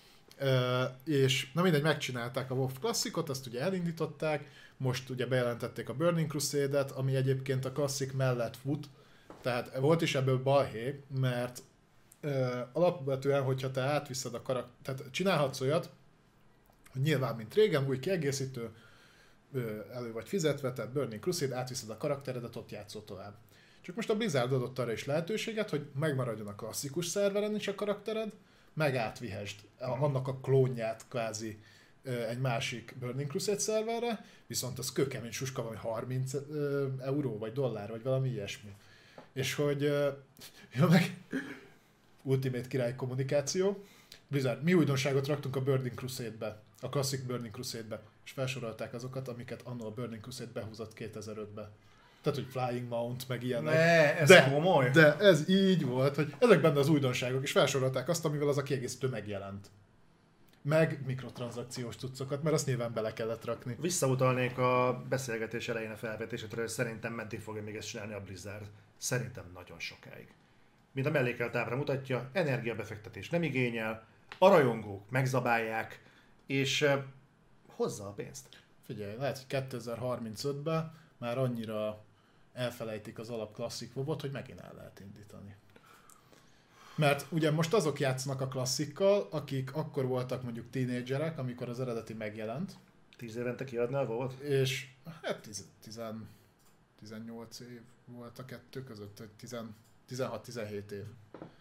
És na mindegy, megcsinálták a WoW klasszikot, azt ugye elindították, most ugye bejelentették a Burning Crusade-et, ami egyébként a klasszik mellett fut, tehát volt is ebből balhé, mert alapvetően, hogyha te átviszed a tehát csinálhatsz olyat, hogy nyilván, mint régen, új kiegészítő, elő vagy fizetve, tehát Burning Crusade, átviszed a karakteredet, ott játszol tovább. Csak most a Blizzard adott arra is lehetőséget, hogy megmaradjon a klasszikus szerveren is a karaktered, meg átvihesd annak a klónját kvázi egy másik Burning Crusade szerverre, viszont az kőkemény suska van, 30 euró vagy dollár, vagy valami ilyesmi. És hogy meg Ultimate király kommunikáció. Blizzard, mi újdonságot raktunk a Burning Crusade-be, a klasszik Burning Crusade-be, és felsorolták azokat, amiket annól a Burning Crusade behúzott 2005-be. Tehát, hogy Flying Mount, meg ilyenek. Ez komoly? De ez így volt, hogy ezek benne az újdonságok, és felsorolták azt, amivel az a kiegészítő megjelent. Meg mikrotranszakciós cuccokat, mert azt nyilván bele kellett rakni. Visszautalnék a beszélgetés elején a felvetésedre, hogy szerintem meddig fogja még ezt csinálni a Blizzard. Szerintem nagyon sokáig. Mint a mellékelt ábra mutatja, energiabefektetés nem igényel, a rajongók megzabálják, és hozza a pénzt. Figyelj, lehet, hogy 2035-ben már annyira elfelejtik az alap klasszik WoW-ot, hogy megint el lehet indítani. Mert ugye most azok játszanak a klasszikkal, akik akkor voltak mondjuk tínédzserek, amikor az eredeti megjelent. 10 évente kiadná a WoW-ot? És hát 18 év volt a kettő között, 16-17 év.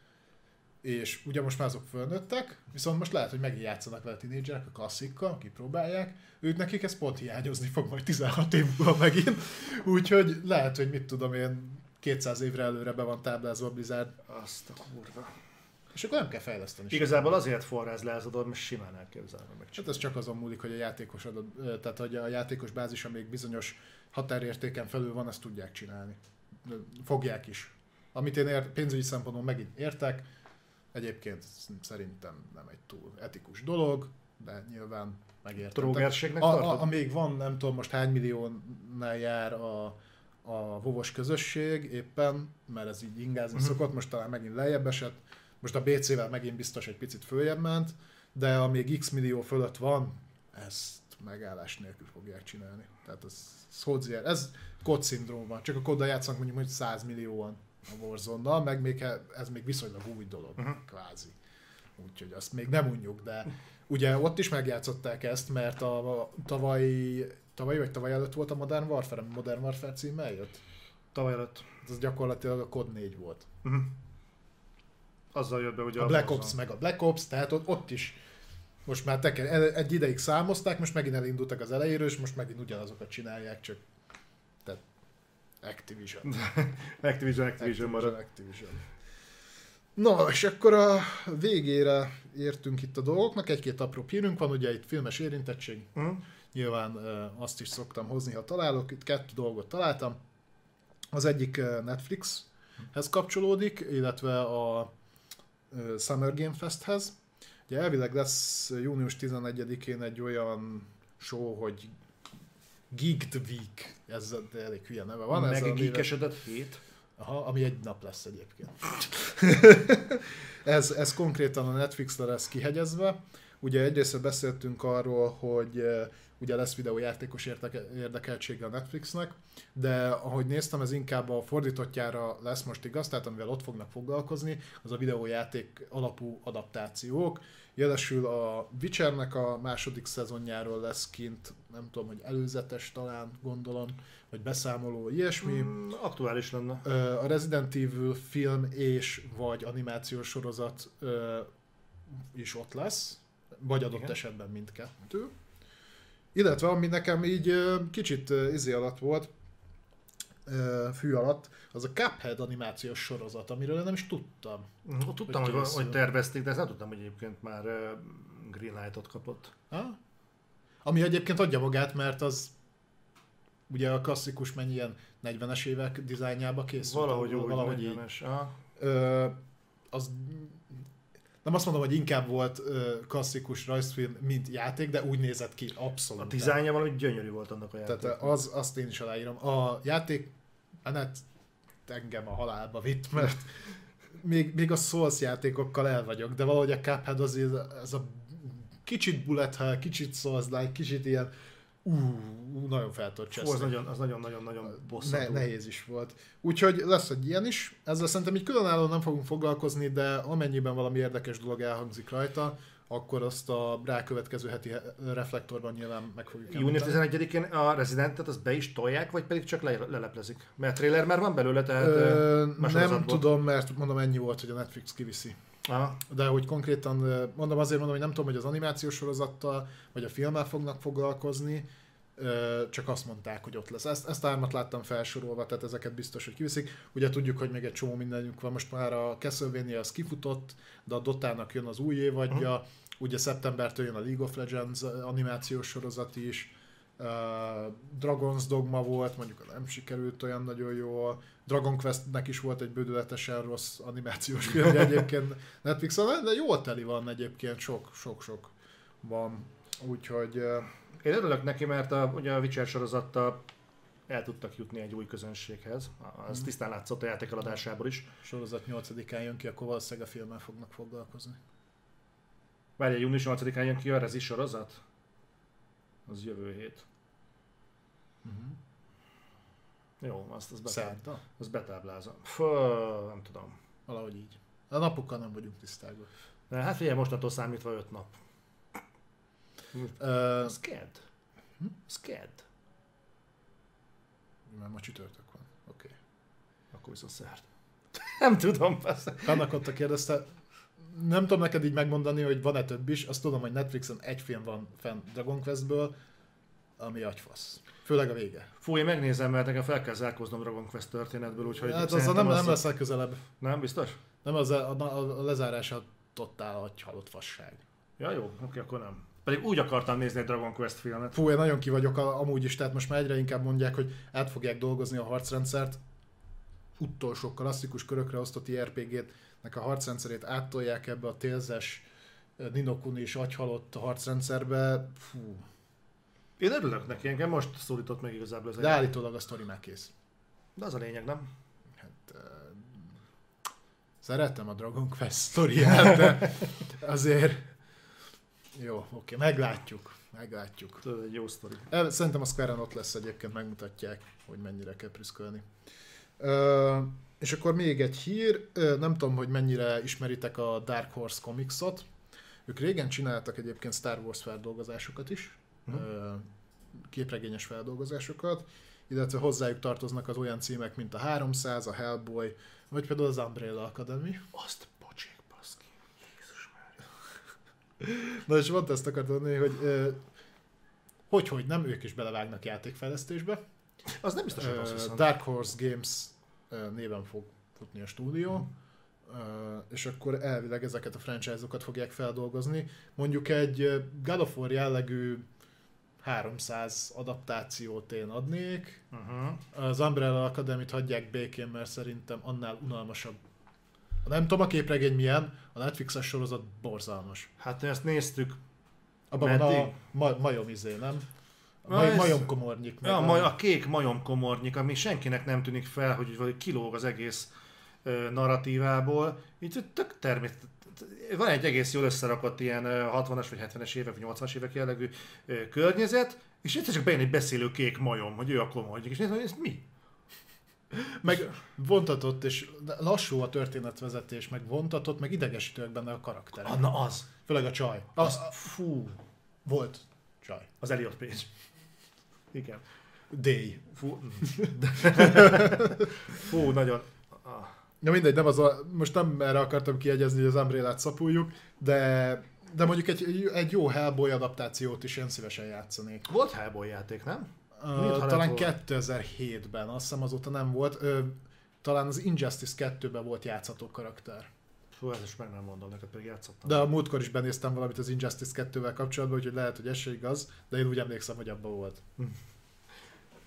És ugye most már azok fölnőttek, viszont most lehet, hogy megint játszanak vele tínédzserek a klasszikkal, kipróbálják. Ők nekik ez pont hiányozni fog majd 16 év múlva megint. Úgyhogy lehet, hogy mit tudom én, 200 évre előre be van táblázva a Blizzard. Azt a kurva. És akkor nem kell fejleszteni. Igazából azért forrázlázodod, mert simán elképzelni meg. Hát ez csak azon múlik, hogy tehát hogy a játékos bázisa még bizonyos határértéken felül van, ezt tudják csinálni. Fogják is. Amit én pénzügyi szempontból megint értek, egyébként szerintem nem egy túl etikus dolog, de nyilván megértem. Trógerségnek tartod? Még van, nem tudom most hány milliónál jár a WoW-os közösség éppen, mert ez így ingázni szokott, most talán megint lejjebb esett, most a BC-vel megint biztos egy picit följebb ment, de amíg x millió fölött van, ezt megállás nélkül fogják csinálni. Tehát ez COD szindróma, csak a COD-dal játszanak mondjuk, hogy 100 millióan a Warzone-nal, meg még ez még viszonylag új dolog, kvázi. Úgyhogy azt még nem unjuk, de ugye ott is megjátszották ezt, mert a tavaly előtt volt a Modern Warfare, a Modern Warfare címmel jött? Tavaly előtt. Ez gyakorlatilag a COD 4 volt. Azzal jött be ugye a Black Ops meg a Black Ops, tehát ott is most már egy ideig számozták, most megint elindultak az elejéről, és most megint ugyanazokat csinálják, csak tehát Activision. Activision marad. Activision. No, és akkor a végére értünk itt a dolgoknak, egy-két apró hírünk van, ugye itt filmes érintettség. Nyilván azt is szoktam hozni, ha találok, itt 2 dolgot találtam. Az egyik Netflixhez kapcsolódik, illetve a Summer Game Festhez. Ugye elvileg lesz június 11-én egy olyan show, hogy Geeked Week, ez elég hülye neve van. Meggeekesedett hét. Aha, ami egy nap lesz egyébként. ez konkrétan a Netflixre lesz kihegyezve. Ugye egyrészt beszéltünk arról, hogy ugye lesz videójátékos érdekeltsége a Netflixnek, de ahogy néztem, ez inkább a fordítottjára lesz most igaz, tehát amivel ott fognak foglalkozni, az a videójáték alapú adaptációk. Jelesül a Witchernek a második szezonjáról lesz kint, nem tudom, hogy előzetes talán, gondolom, vagy beszámoló, ilyesmi. Aktuális lenne. A Resident Evil film és vagy animációs sorozat is ott lesz, vagy adott esetben mindkettő. Illetve ami nekem így kicsit alatt volt, fű alatt, az a Cuphead animációs sorozat, amiről én nem is tudtam. Tudtam, hogy tervezték, de ezt nem tudtam, hogy egyébként már Greenlight-ot kapott. Ami egyébként adja magát, mert ugye a klasszikus mennyi ilyen 40-es évek dizájnjába készült? Valahogy így. Az nem azt mondom, hogy inkább volt klasszikus rajzfilm, mint játék, de úgy nézett ki abszolút. A dizájnja valami gyönyörű volt annak a játéknak. Tehát azt én is aláírom. A játék engem a halálba vitt, mert még a Souls játékokkal el vagyok, de valahogy a Cuphead azért ez a kicsit bullet hell, kicsit Souls-like, kicsit ilyen nagyon fel tudott cseszni. Az nagyon bosszantó. Nehéz is volt. Úgyhogy lesz egy ilyen is. Ezzel szerintem így különálló nem fogunk foglalkozni, de amennyiben valami érdekes dolog elhangzik rajta, akkor azt a rákövetkező heti reflektorban nyilván meg fogjuk Június 11-én a Residentet azt be is tolják, vagy pedig csak leleplezik? Mert trailer már van belőle, tehát nem tudom, mert mondom ennyi volt, hogy a Netflix kiviszi. Aha. De hogy konkrétan, azért mondom, hogy nem tudom, hogy az animációs sorozattal, vagy a filmmel fognak foglalkozni, csak azt mondták, hogy ott lesz. Ezt a hármat láttam felsorolva, tehát ezeket biztos, hogy kiviszik. Ugye tudjuk, hogy még egy csomó mindenünk van, most már a Castlevania az kifutott, de a Dotának jön az új évadja, ugye szeptembertől jön a League of Legends animációs sorozat is, Dragon's Dogma volt, mondjuk nem sikerült olyan nagyon jól, Dragon Questnek is volt egy bődületesen rossz animációs film egyébként Netflixen, de jól teli van egyébként, sok van, úgyhogy... Én örülök neki, mert ugye a Witcher sorozattal el tudtak jutni egy új közönséghez. Ez tisztán látszott a játék eladásából is. A sorozat 8-án jön ki, akkor valószínűleg a filmmel fognak foglalkozni. Várj, június 8-án jön ki a Rezi sorozat? Az jövő hét. Jó, azt betáblázom. Nem tudom. Valahogy így. A napokkal nem vagyunk tisztában. Hát figyelj, mostantól számítva 5 nap. Az kedd. Az kedd. Mert ma csütörtök van. Oké. Akkor viszont szerd. Nem tudom, persze. Kanakotta kérdezte, nem tudom neked így megmondani, hogy van-e több is. Azt tudom, hogy Netflixen egy film van fenn Dragon Questből, ami agyfasz. Főleg a vége. Fú, én megnézem, mert nekem fel kell zárkóznom Dragon Quest történetből, úgyhogy... Hát azzal nem lesz legközelebb. Nem, biztos? Nem, a lezárása totál agyhalott fasság. Ja, jó, oké, akkor nem. Pedig úgy akartam nézni egy Dragon Quest filmet. Fú, én nagyon ki vagyok amúgy is, tehát most már egyre inkább mondják, hogy át fogják dolgozni a harcrendszert. Utolsó klasszikus körökre osztott IRPG-nek a harcrendszerét áttolják ebbe a télzes Ninokuni és agyhalott harcrendszerbe. Fú. Én örülök neki, engem most szólított meg igazából ez. De állítólag a sztori már kész. De az a lényeg, nem? Hát... szeretem a Dragon Quest sztoriát, de azért... Jó, oké, meglátjuk. Ez egy jó sztori. Szerintem a Square-en ott lesz egyébként, megmutatják, hogy mennyire kell prüszkölni. És akkor még egy hír, nem tudom, hogy mennyire ismeritek a Dark Horse Comicsot. Ők régen csináltak egyébként Star Wars feldolgozásokat is, képregényes feldolgozásokat, illetve hozzájuk tartoznak az olyan címek, mint a 300, a Hellboy, vagy például az Umbrella Academy. Azt pocsék, baszki. Jézus már. Na és pont ezt akartam mondani, hogy nem, ők is belevágnak játékfejlesztésbe. Az nem biztos, hogy rossz viszont. Dark Horse Games néven fog futni a stúdió, és akkor elvileg ezeket a franchise-okat fogják feldolgozni. Mondjuk egy God of War jellegű 300 adaptációt én adnék. Az Umbrella Academy-t hagyják békén, mert szerintem annál unalmasabb. Nem tudom a képregény milyen, a Netflixes sorozat borzalmas. Hát ezt néztük. Abban van a majom nem? Majomkomornyik. A kék majomkomornyik, ami senkinek nem tűnik fel, hogy kilóg az egész narratívából. Így tök természetes. Van egy egész jól összerakott ilyen 60-as vagy 70-es évek, vagy 80-as évek jellegű környezet, és egyszer csak bejön egy beszélő kék majom, hogy ő a komornyik, és nézd, hogy ez mi? Meg vontatott, és lassú a történetvezetés, meg vontatott, meg idegesítőek benne a karakterek. Na az. Főleg a csaj. Fú. Volt csaj. Az Elliot Page. Igen. Day. Fú, nagyon... Na mindegy, most nem erre akartam kiegyezni, hogy az Umbrellát szapuljuk, de mondjuk egy jó Hellboy adaptációt is én szívesen játszanék. Volt Hellboy játék, nem? Talán 2007-ben, azt hiszem azóta nem volt. Talán az Injustice 2-ben volt játszható karakter. Hú, ezt is meg nem mondom, neked pedig játszottam. De a múltkor is benéztem valamit az Injustice 2-vel kapcsolatban, úgyhogy lehet, hogy ez se igaz, de én úgy emlékszem, hogy abban volt.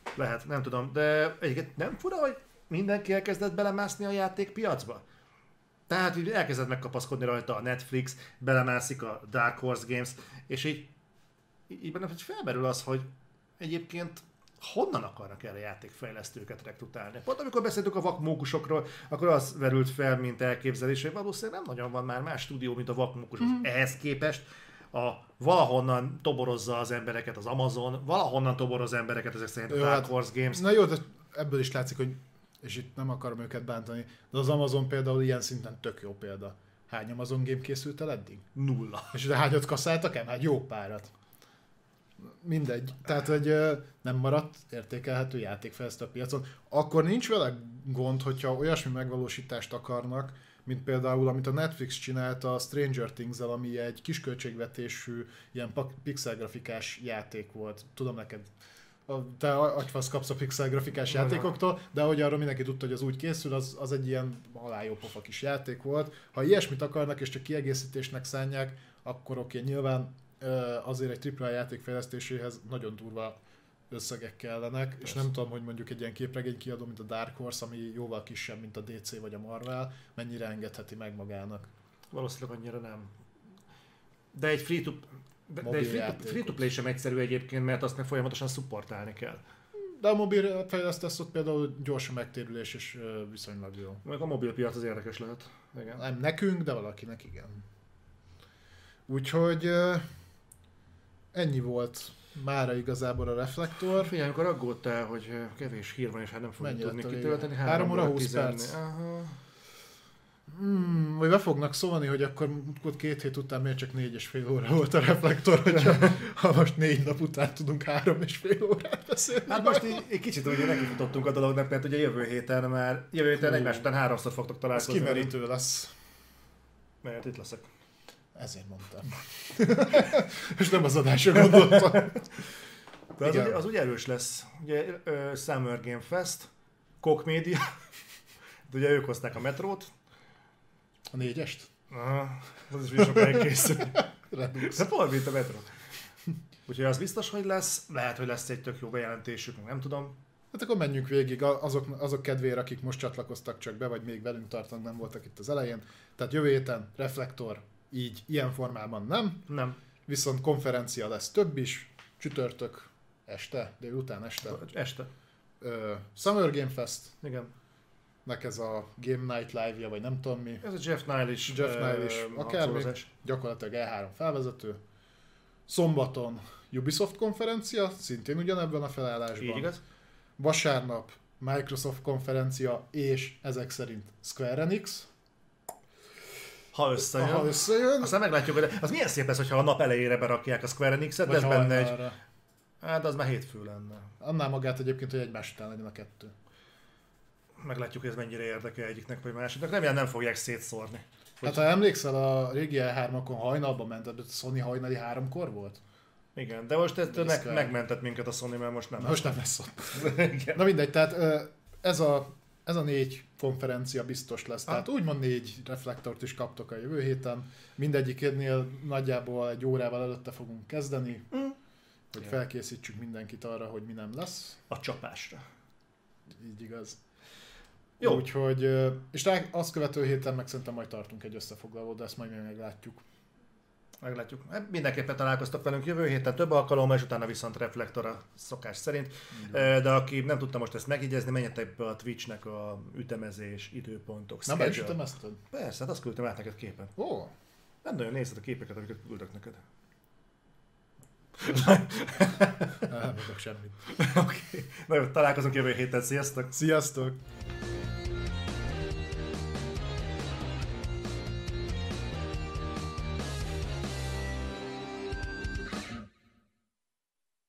Lehet, nem tudom, de egyébként nem fura, hogy mindenki elkezdett belemászni a játékpiacba? Tehát így elkezdett megkapaszkodni rajta a Netflix, belemászik a Dark Horse Games, és így bennem felmerül az, hogy egyébként honnan akarnak erre játékfejlesztőket rekrutálni. Pont amikor beszéltük a vakmókusokról, akkor az verült fel, mint elképzelés, hogy valószínűleg nem nagyon van már más stúdió, mint a vakmókusok. Ehhez képest valahonnan toborozza az embereket az Amazon, valahonnan toboroz embereket ezek szerint a Dark Horse Games. Na jó, de ebből is látszik, hogy, és itt nem akarom őket bántani, de az Amazon például ilyen szinten tök jó példa. Hány Amazon game készült el eddig? 0. És de hányat kasszáltak el? Hát jó párat. Mindegy. Tehát, hogy nem maradt értékelhető játékfejlesztő a piacon. Akkor nincs vele gond, hogyha olyasmi megvalósítást akarnak, mint például, amit a Netflix csinált a Stranger Things-el, ami egy kisköltségvetésű, ilyen pixel grafikás játék volt. Tudom neked, te agyfasz kapsz a pixel grafikás játékoktól, de ahogy arra mindenki tudta, hogy az úgy készül, az egy ilyen haláljópofa pofa kis játék volt. Ha ilyesmit akarnak és csak kiegészítésnek szánják, akkor oké, nyilván azért egy AAA játék fejlesztéséhez nagyon durva összegek kellenek, persze. És nem tudom, hogy mondjuk egy ilyen képregény kiadó, mint a Dark Horse, ami jóval kisebb, mint a DC vagy a Marvel, mennyire engedheti meg magának. Valószínűleg annyira nem. De egy free-to-play sem egyszerű egyébként, mert azt meg folyamatosan szupportálni kell. De a mobil fejlesztés ott például gyors a megtérülés és viszonylag jó. Meg a mobil piac az érdekes lehet. Igen. Nem nekünk, de valakinek igen. Úgyhogy ennyi volt mára igazából a Reflektor. Figyelj, amikor aggódtál, hogy kevés hír van és hát nem fogjuk tudni kitölteni. 3 óra 20 perc. Vagy be fognak szólni, hogy akkor 2 hét után miért csak 4,5 óra volt a Reflektor, hogyha ha most 4 nap után tudunk 3,5 órát beszélni. Hát most így kicsit ugye nekifutottunk a dolognak, mert ugye jövő héten egymás után 3-szor fogtok találkozni. Ez kimerítő lesz. Mert itt leszek. Ezért mondtam. És nem az adásra gondoltam. De az úgy erős lesz. Ugye Summer Game Fest, Koch Media, de ugye ők hozták a Metrót. A 4-est? Az is sokáig készül. Hát hol mint a Metro. Úgyhogy az biztos, hogy lesz. Lehet, hogy lesz egy tök jó bejelentésük, nem tudom. Hát akkor menjünk végig azok kedvére, akik most csatlakoztak csak be, vagy még velünk tartanak, nem voltak itt az elején. Tehát jövő héten Reflektor, így ilyen formában nem. Nem. Viszont konferencia lesz több is, csütörtök este, délután este. Este. Summer Game Fest. Igen. Nek ez a Game Night Live-ja, vagy nem tudom mi. Ez a Jeff Nile is. Akármi. Gyakorlatilag E3 felvezető. Szombaton Ubisoft konferencia, szintén ugyanebben a felállásban. Így igaz. Vasárnap Microsoft konferencia, és ezek szerint Square Enix. Ha összejön. Aztán meglátjuk, hogy az milyen szép lesz, hogyha a nap elejére berakják a Square Enix-et, de ez benne egy... Hát az már hétfő lenne. Annál magát egyébként, hogy egymás után legyen a 2. Meglátjuk, hogy ez mennyire érdekel egyiknek vagy másiknak. Remélem nem fogják szétszórni. Hát ha emlékszel, a régi E3-okon hajnalban ment, a Sony hajnali 3-kor volt? Igen, de most ettől megmentett minket a Sony, mert most nem. Most nem lesz ott. Na mindegy, tehát ez a 4 konferencia biztos lesz. Tehát úgymond 4 reflektort is kaptok a jövő héten. Mindegyiknél nagyjából 1 órával előtte fogunk kezdeni, hogy felkészítsük mindenkit arra, hogy mi nem lesz. A csapásra. Így igaz. Jó. Úgyhogy, és azt követő héten meg szerintem majd tartunk egy összefoglalót, de ezt majd még meglátjuk. Meglátjuk. Mindenképpen találkoztak velünk jövő héten több alkalommal, és utána viszont Reflektor a szokás szerint. De aki nem tudta most ezt megjegyezni, menjetek be a Twitch-nek a ütemezés, időpontok, schedule. Nem ütemezted? Persze, hát azt küldtem át neked képen. Ó. Nem nagyon nézed a képeket, amiket küldök neked. Nem mondok semmit. Oké. Na jó, találkozunk jövő héten, sziasztok! Sziasztok!